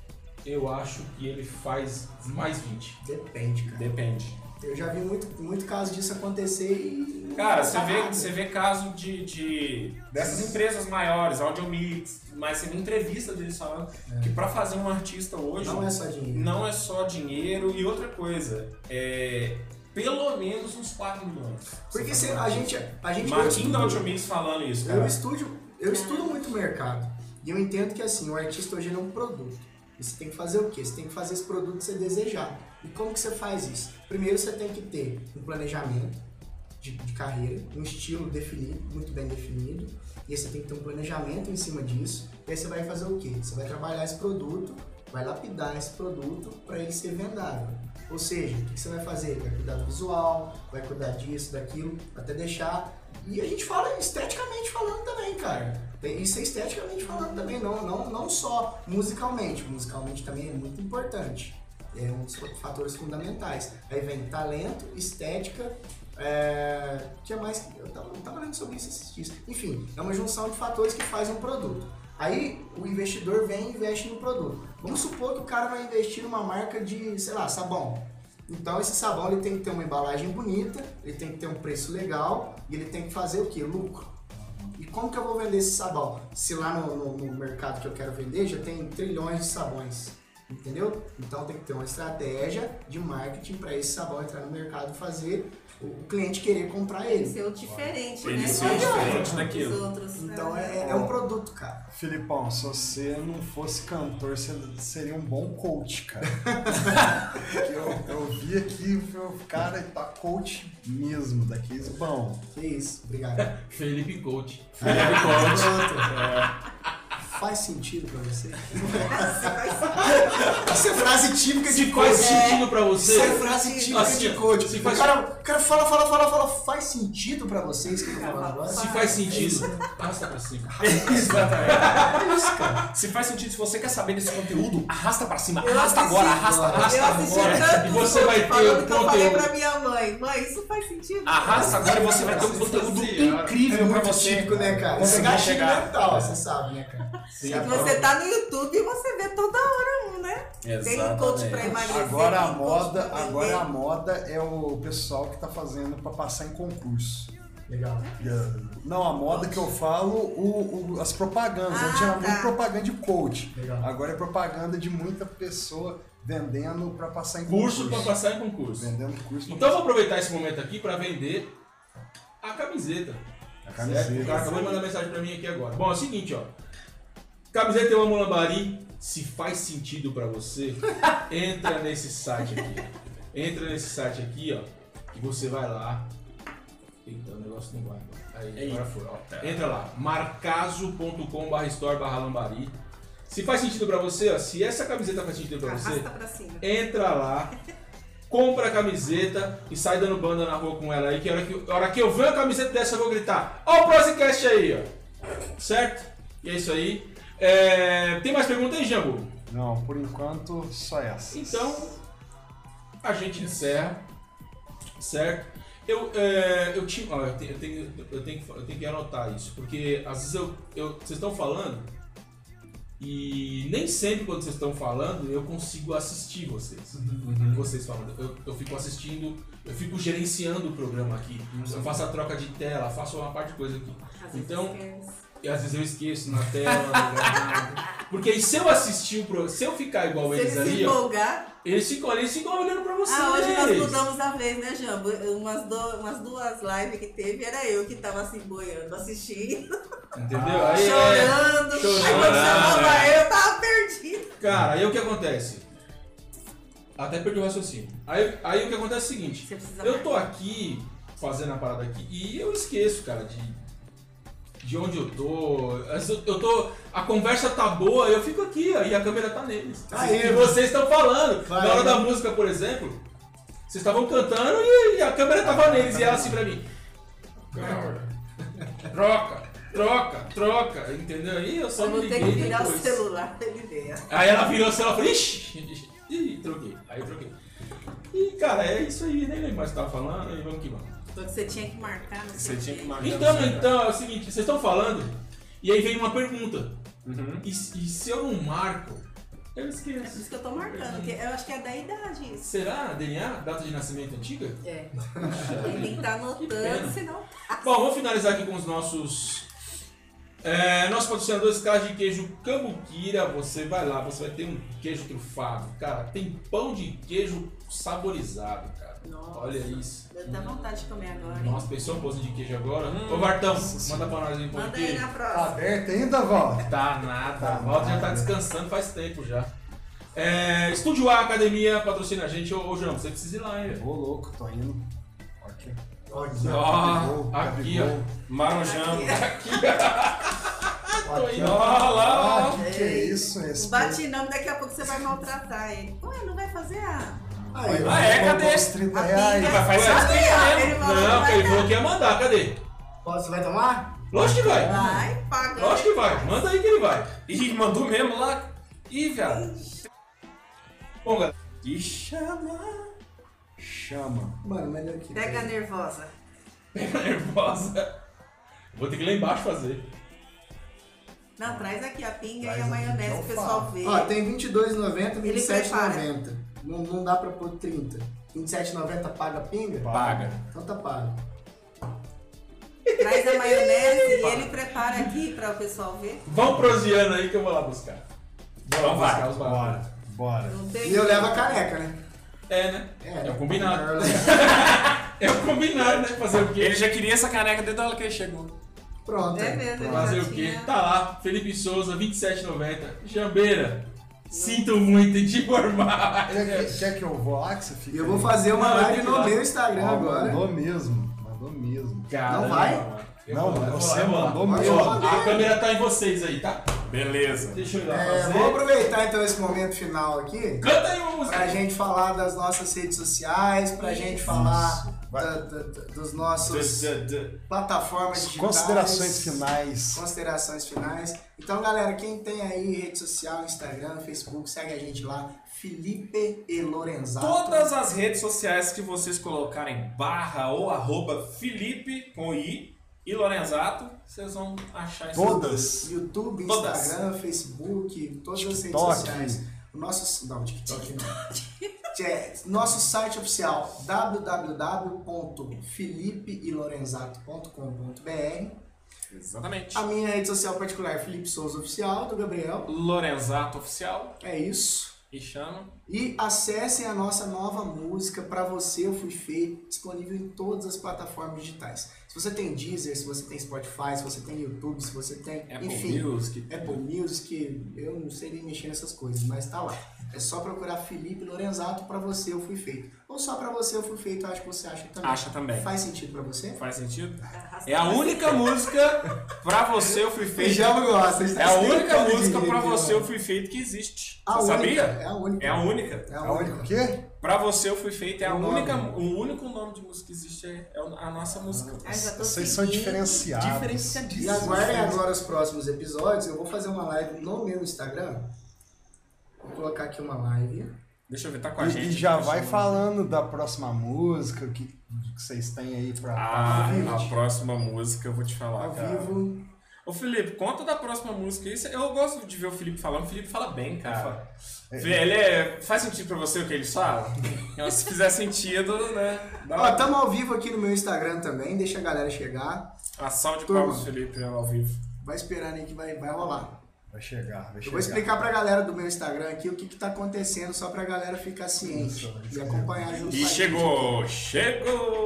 eu acho que ele faz mais vinte. Depende, cara. Depende. Eu já vi muito, muito caso disso acontecer e... Cara, você vê, você vê caso de, de dessas empresas maiores, Audiomix, mas você vê entrevista deles falando é. que pra fazer um artista hoje... Não é só dinheiro. Não é só dinheiro. E outra coisa, é... pelo menos uns quatro milhões. Porque se a gente... A gente Marquinhos da Audiomix falando isso, cara. Eu estudo, eu estudo muito o mercado. E eu entendo que assim, o artista hoje é um produto. E você tem que fazer o quê? Você tem que fazer esse produto ser desejado. E como que você faz isso? Primeiro você tem que ter um planejamento de, de carreira, um estilo definido, muito bem definido. E aí você tem que ter um planejamento em cima disso. E aí você vai fazer o quê? Você vai trabalhar esse produto, vai lapidar esse produto para ele ser vendável. Ou seja, o que você vai fazer? Vai cuidar do visual, vai cuidar disso, daquilo, até deixar... E a gente fala esteticamente falando também, cara. Isso é esteticamente falando também, não, não, não só musicalmente. Musicalmente também é muito importante. É um dos fatores fundamentais. Aí vem talento, estética, é... que é mais... Eu tava, eu tava lendo sobre isso esses dias. Enfim, é uma junção de fatores que faz um produto. Aí o investidor vem e investe no produto. Vamos supor que o cara vai investir numa marca de, sei lá, sabão. Então esse sabão ele tem que ter uma embalagem bonita, ele tem que ter um preço legal e ele tem que fazer o quê? Lucro. E como que eu vou vender esse sabão? Se lá no, no, no mercado que eu quero vender já tem trilhões de sabões, entendeu? Então tem que ter uma estratégia de marketing para esse sabão entrar no mercado e fazer o cliente querer comprar ele. Ser o diferente, ele né? ser o diferente daquilo. Dos outros, então né? é, é um produto, cara. Filipão, se você não fosse cantor, você seria um bom coach, cara. eu, eu vi aqui, o cara tá coach mesmo, daqueles bom. Que isso, obrigado. Felipe Coach. Felipe Coach. Faz sentido pra você? Essa é frase típica de se coach. Faz sentido pra você? Isso é frase típica assim, de coach. Se faz... O cara, o cara fala, fala, fala, fala. Faz sentido pra vocês que eu tô falando agora? Se faz sentido, arrasta pra cima. Exatamente. É isso, cara. Se faz sentido, se você quer saber desse conteúdo, arrasta pra cima. Eu arrasta assisti, agora, arrasta, arrasta eu assisti agora. tanto E você vai ter falando o que eu falei conteúdo. pra minha mãe, mãe, isso faz sentido? Arrasta agora e você vai ter um conteúdo incrível É pra muito você. típico, né, cara? Conseguir Esse gatilho chegar. mental, você sabe, né, cara? Sim, Se você tá no YouTube, você vê toda hora um, né? Tem um coach pra emagrecer. Agora a tem um coach moda, pra agora vender. a moda é o pessoal que tá fazendo pra passar em concurso. Legal. Não, a moda que eu falo, o, o- as propagandas. Ah, Eu tinha tá. muito propaganda de coach. Legal. Agora é propaganda de muita pessoa vendendo pra passar em Curso concurso. pra passar em concurso. Vendendo curso pra Então eu vou aproveitar esse momento aqui pra vender a camiseta. a Certo? O camiseta. cara acabou de mandar mensagem pra mim aqui agora. Bom, é o seguinte, ó. Camiseta Eu Amo Lambari. Se faz sentido pra você, entra nesse site aqui. Entra nesse site aqui, ó. Que você vai lá. Eita, o negócio não vai. Aí, agora foi, ó. Entra lá. marcaso ponto com barra store barra lambari. Se faz sentido pra você, ó. Se essa camiseta faz sentido pra você, Arrasta pra cima. entra lá, compra a camiseta e sai dando banda na rua com ela aí, que a hora que, a hora que eu ver uma camiseta dessa eu vou gritar: ó o Prosecast aí, ó. Certo? E é isso aí. É, tem mais perguntas aí, Jambo? Não, por enquanto só essa. Então, a gente encerra, certo? Eu, é, eu tinha, ó, eu tenho, eu, tenho, eu, tenho, eu tenho que anotar isso, porque às vezes eu, eu, vocês estão falando e nem sempre quando vocês estão falando eu consigo assistir vocês. Uhum. Vocês falando, eu, eu fico assistindo, eu fico gerenciando o programa aqui. Eu faço a troca de tela, faço uma parte de coisa aqui. Às vezes Então, esquece. e às vezes eu esqueço na tela, no gravado. Porque se eu assistir o programa, se eu ficar igual Se eles ele se ali, ó, empolgar. eles ficam ali, eles ficam olhando pra vocês. Ah, hoje nós mudamos a vez, né, Jambo? Umas, do, umas duas lives que teve, era eu que tava assim, boiando, assistindo, Entendeu? Aí é- chorando. chorando, Aí quando chamava né? eu, tava perdido. Cara, aí o que acontece? Até perdi o raciocínio. Aí, aí o que acontece é o seguinte, Você precisa eu tô aqui, fazendo a parada aqui, e eu esqueço, cara, de, de onde eu tô. Às vezes Eu, eu tô. A conversa tá boa, eu fico aqui, ó, e a câmera tá neles. Aí, e vocês estão falando. vai, Na hora vai. da música, por exemplo, vocês estavam cantando e, e a câmera tava neles, e ela assim pra mim. Troca, troca, troca, entendeu? E eu só Só não não liguei tem que virar o depois. celular pra ele ver. Aí ela virou o celular e falou, ixi, ih, troquei. Aí eu troquei. E cara, é isso aí, nem lembro mais o que tava falando, e vamos que vamos. Porque você tinha que marcar, não sei Você o tinha quê. que marcar. Então, então, é o seguinte, vocês estão falando, e aí vem uma pergunta. Uhum. E, e se eu não marco, Eu É esqueço. por isso que eu tô marcando, porque eu acho que é da idade isso. Será? D N A? Data de nascimento antiga? É. Tem que estar pena. anotando, senão. Bom, vamos finalizar aqui com os nossos... É, nossos patrocinadores, casa de queijo Cambuquira. Você vai lá, você vai ter um queijo trufado. Cara, tem pão de queijo saborizado, cara. Nossa. Olha isso. Deu até vontade de comer agora, hein? Nossa, pensou um pãozinho de queijo agora? Hum. Ô, Vartão, manda pra nós aí um pão de Manda aí queijo. na Tá próxima. aberto ainda, Walter? Tá nada. Tá A Volta já tá nada. descansando faz tempo já. É, Estúdio A Academia patrocina a gente. Ô, ô João, você precisa ir lá, hein? Ô, louco, tô indo. Aqui. Ó, Gabigol, aqui, Gabigol. ó. Maranjão. Aqui, Tô indo. indo. Ó lá, ó. Ah, que que é isso? Não Esse bate não, daqui a pouco você vai maltratar ele. Ué, não vai fazer a... Aí, Ah, é? Cadê? Os trinta A reais. pinga. Vai fazer as Cadê? trinta Ele falou Não, que ele vai falou que ia mandar, cadê? Você vai tomar? Lógico que vai. Vai, paga. Lógico que vai. Manda aí que ele vai. Ih, mandou mesmo lá. Ih, viado. Bom, galera. Ih, chama. Chama. Mano, melhor aqui. Pega nervosa. Pega nervosa. Vou ter que ir lá embaixo fazer. Não, traz aqui a pinga Traz e a aqui, maionese que pro eu pessoal falo. ver. Ó, tem vinte e dois reais e noventa centavos, Ele vinte e sete reais e prepara. noventa centavos. Não, não dá pra pôr trinta. vinte e sete reais e noventa centavos paga pinga? Paga. Então tá pago. Traz a maionese e ele prepara aqui pra o pessoal ver. Vamos proseando aí que eu vou lá buscar. Vou lá Então vai. buscar os baratos. Bora, bora. Não tem... E eu levo a caneca, né? É, né? É o combinado. Eu- É o combinado, né? Fazer o quê? Ele já queria essa caneca desde a hora que ele chegou. Pronto. É mesmo, ele Fazer já o quê? tinha- Tá lá, Felipe Souza, vinte e sete reais e noventa centavos. Jambeira, sinto muito em te informar. Quer, que- quer que eu vou lá que você fica E eu vou aí? fazer uma Não, live tem que no ir lá. meu Instagram Ó, agora. Mandou mesmo, mandou mesmo. Caramba, Não vai? mano. Eu Não, vou lá, eu vou você lá, eu vou lá. mandou Mas mesmo. eu Ó, mandei. a câmera tá em vocês aí, tá? Beleza. Deixa eu ir lá É, fazer. vou aproveitar então esse momento final aqui Canta aí uma música. pra gente falar das nossas redes sociais, pra gente falar Vai. da- da- da- dos nossos plataformas digitais. Considerações finais. Considerações finais. Então, galera, quem tem aí rede social, Instagram, Facebook, segue a gente lá, Felipe e Lorenzato. Todas as redes sociais que vocês colocarem barra ou arroba Felipe com I e Lorenzato, vocês vão achar esses Todas. YouTube, Todas. Instagram, Facebook, todas as redes TikTok. sociais. O nosso, não, TikTok não. É, nosso site oficial w w w ponto felipe e lorenzato ponto com ponto b r. Exatamente. A minha rede social particular é Felipe Souza Oficial, do Gabriel. Lorenzato Oficial. É isso. E chama. E acessem a nossa nova música Pra Você Eu Fui Feito, disponível em todas as plataformas digitais. Se você tem Deezer, se você tem Spotify, se você tem YouTube, se você tem, Apple enfim, Music. Apple Music, eu não sei nem mexer nessas coisas, mas tá lá. É só procurar Felipe Lorenzato Pra Você Eu Fui Feito. Ou só Pra Você Eu Fui Feito, acho que você acha também. Acha também. Faz sentido pra você? Faz sentido? Arrasta É a única música pra você eu fui feito. Já gosta. É a única música pra você eu fui feito que existe. A Você única, sabia? é a única. É a única. É A única o quê? Pra você eu fui feito é a O nome. única, o único nome de música que existe é, é a nossa música. Ah, já tô Vocês são seguindo. diferenciados. E Diferenciadíssimo. aguardem agora os próximos episódios. Eu vou fazer uma live no meu Instagram. Vou colocar aqui uma live. Deixa eu ver, tá com a E, gente. e já Deixa vai eu- falando da próxima música que, que vocês têm aí pra. Ah, pra a próxima música eu vou te falar, Ao cara. vivo. Ô Felipe, conta da próxima música. Isso, eu gosto de ver o Felipe falando. O Felipe fala bem, cara. Ele é, faz sentido pra você o que ele fala? Então, se fizer sentido, né? Dá Ó, uma, tamo ao vivo aqui no meu Instagram também. Deixa a galera chegar. uma salva de Turma. palmas, Felipe, ao vivo. Vai esperando aí que vai, vai rolar. Vai chegar, vai chegar. Eu vou explicar pra galera do meu Instagram aqui o que, que tá acontecendo, só pra galera ficar ciente Isso, e acompanhar junto E com a gente. chegou, chegou!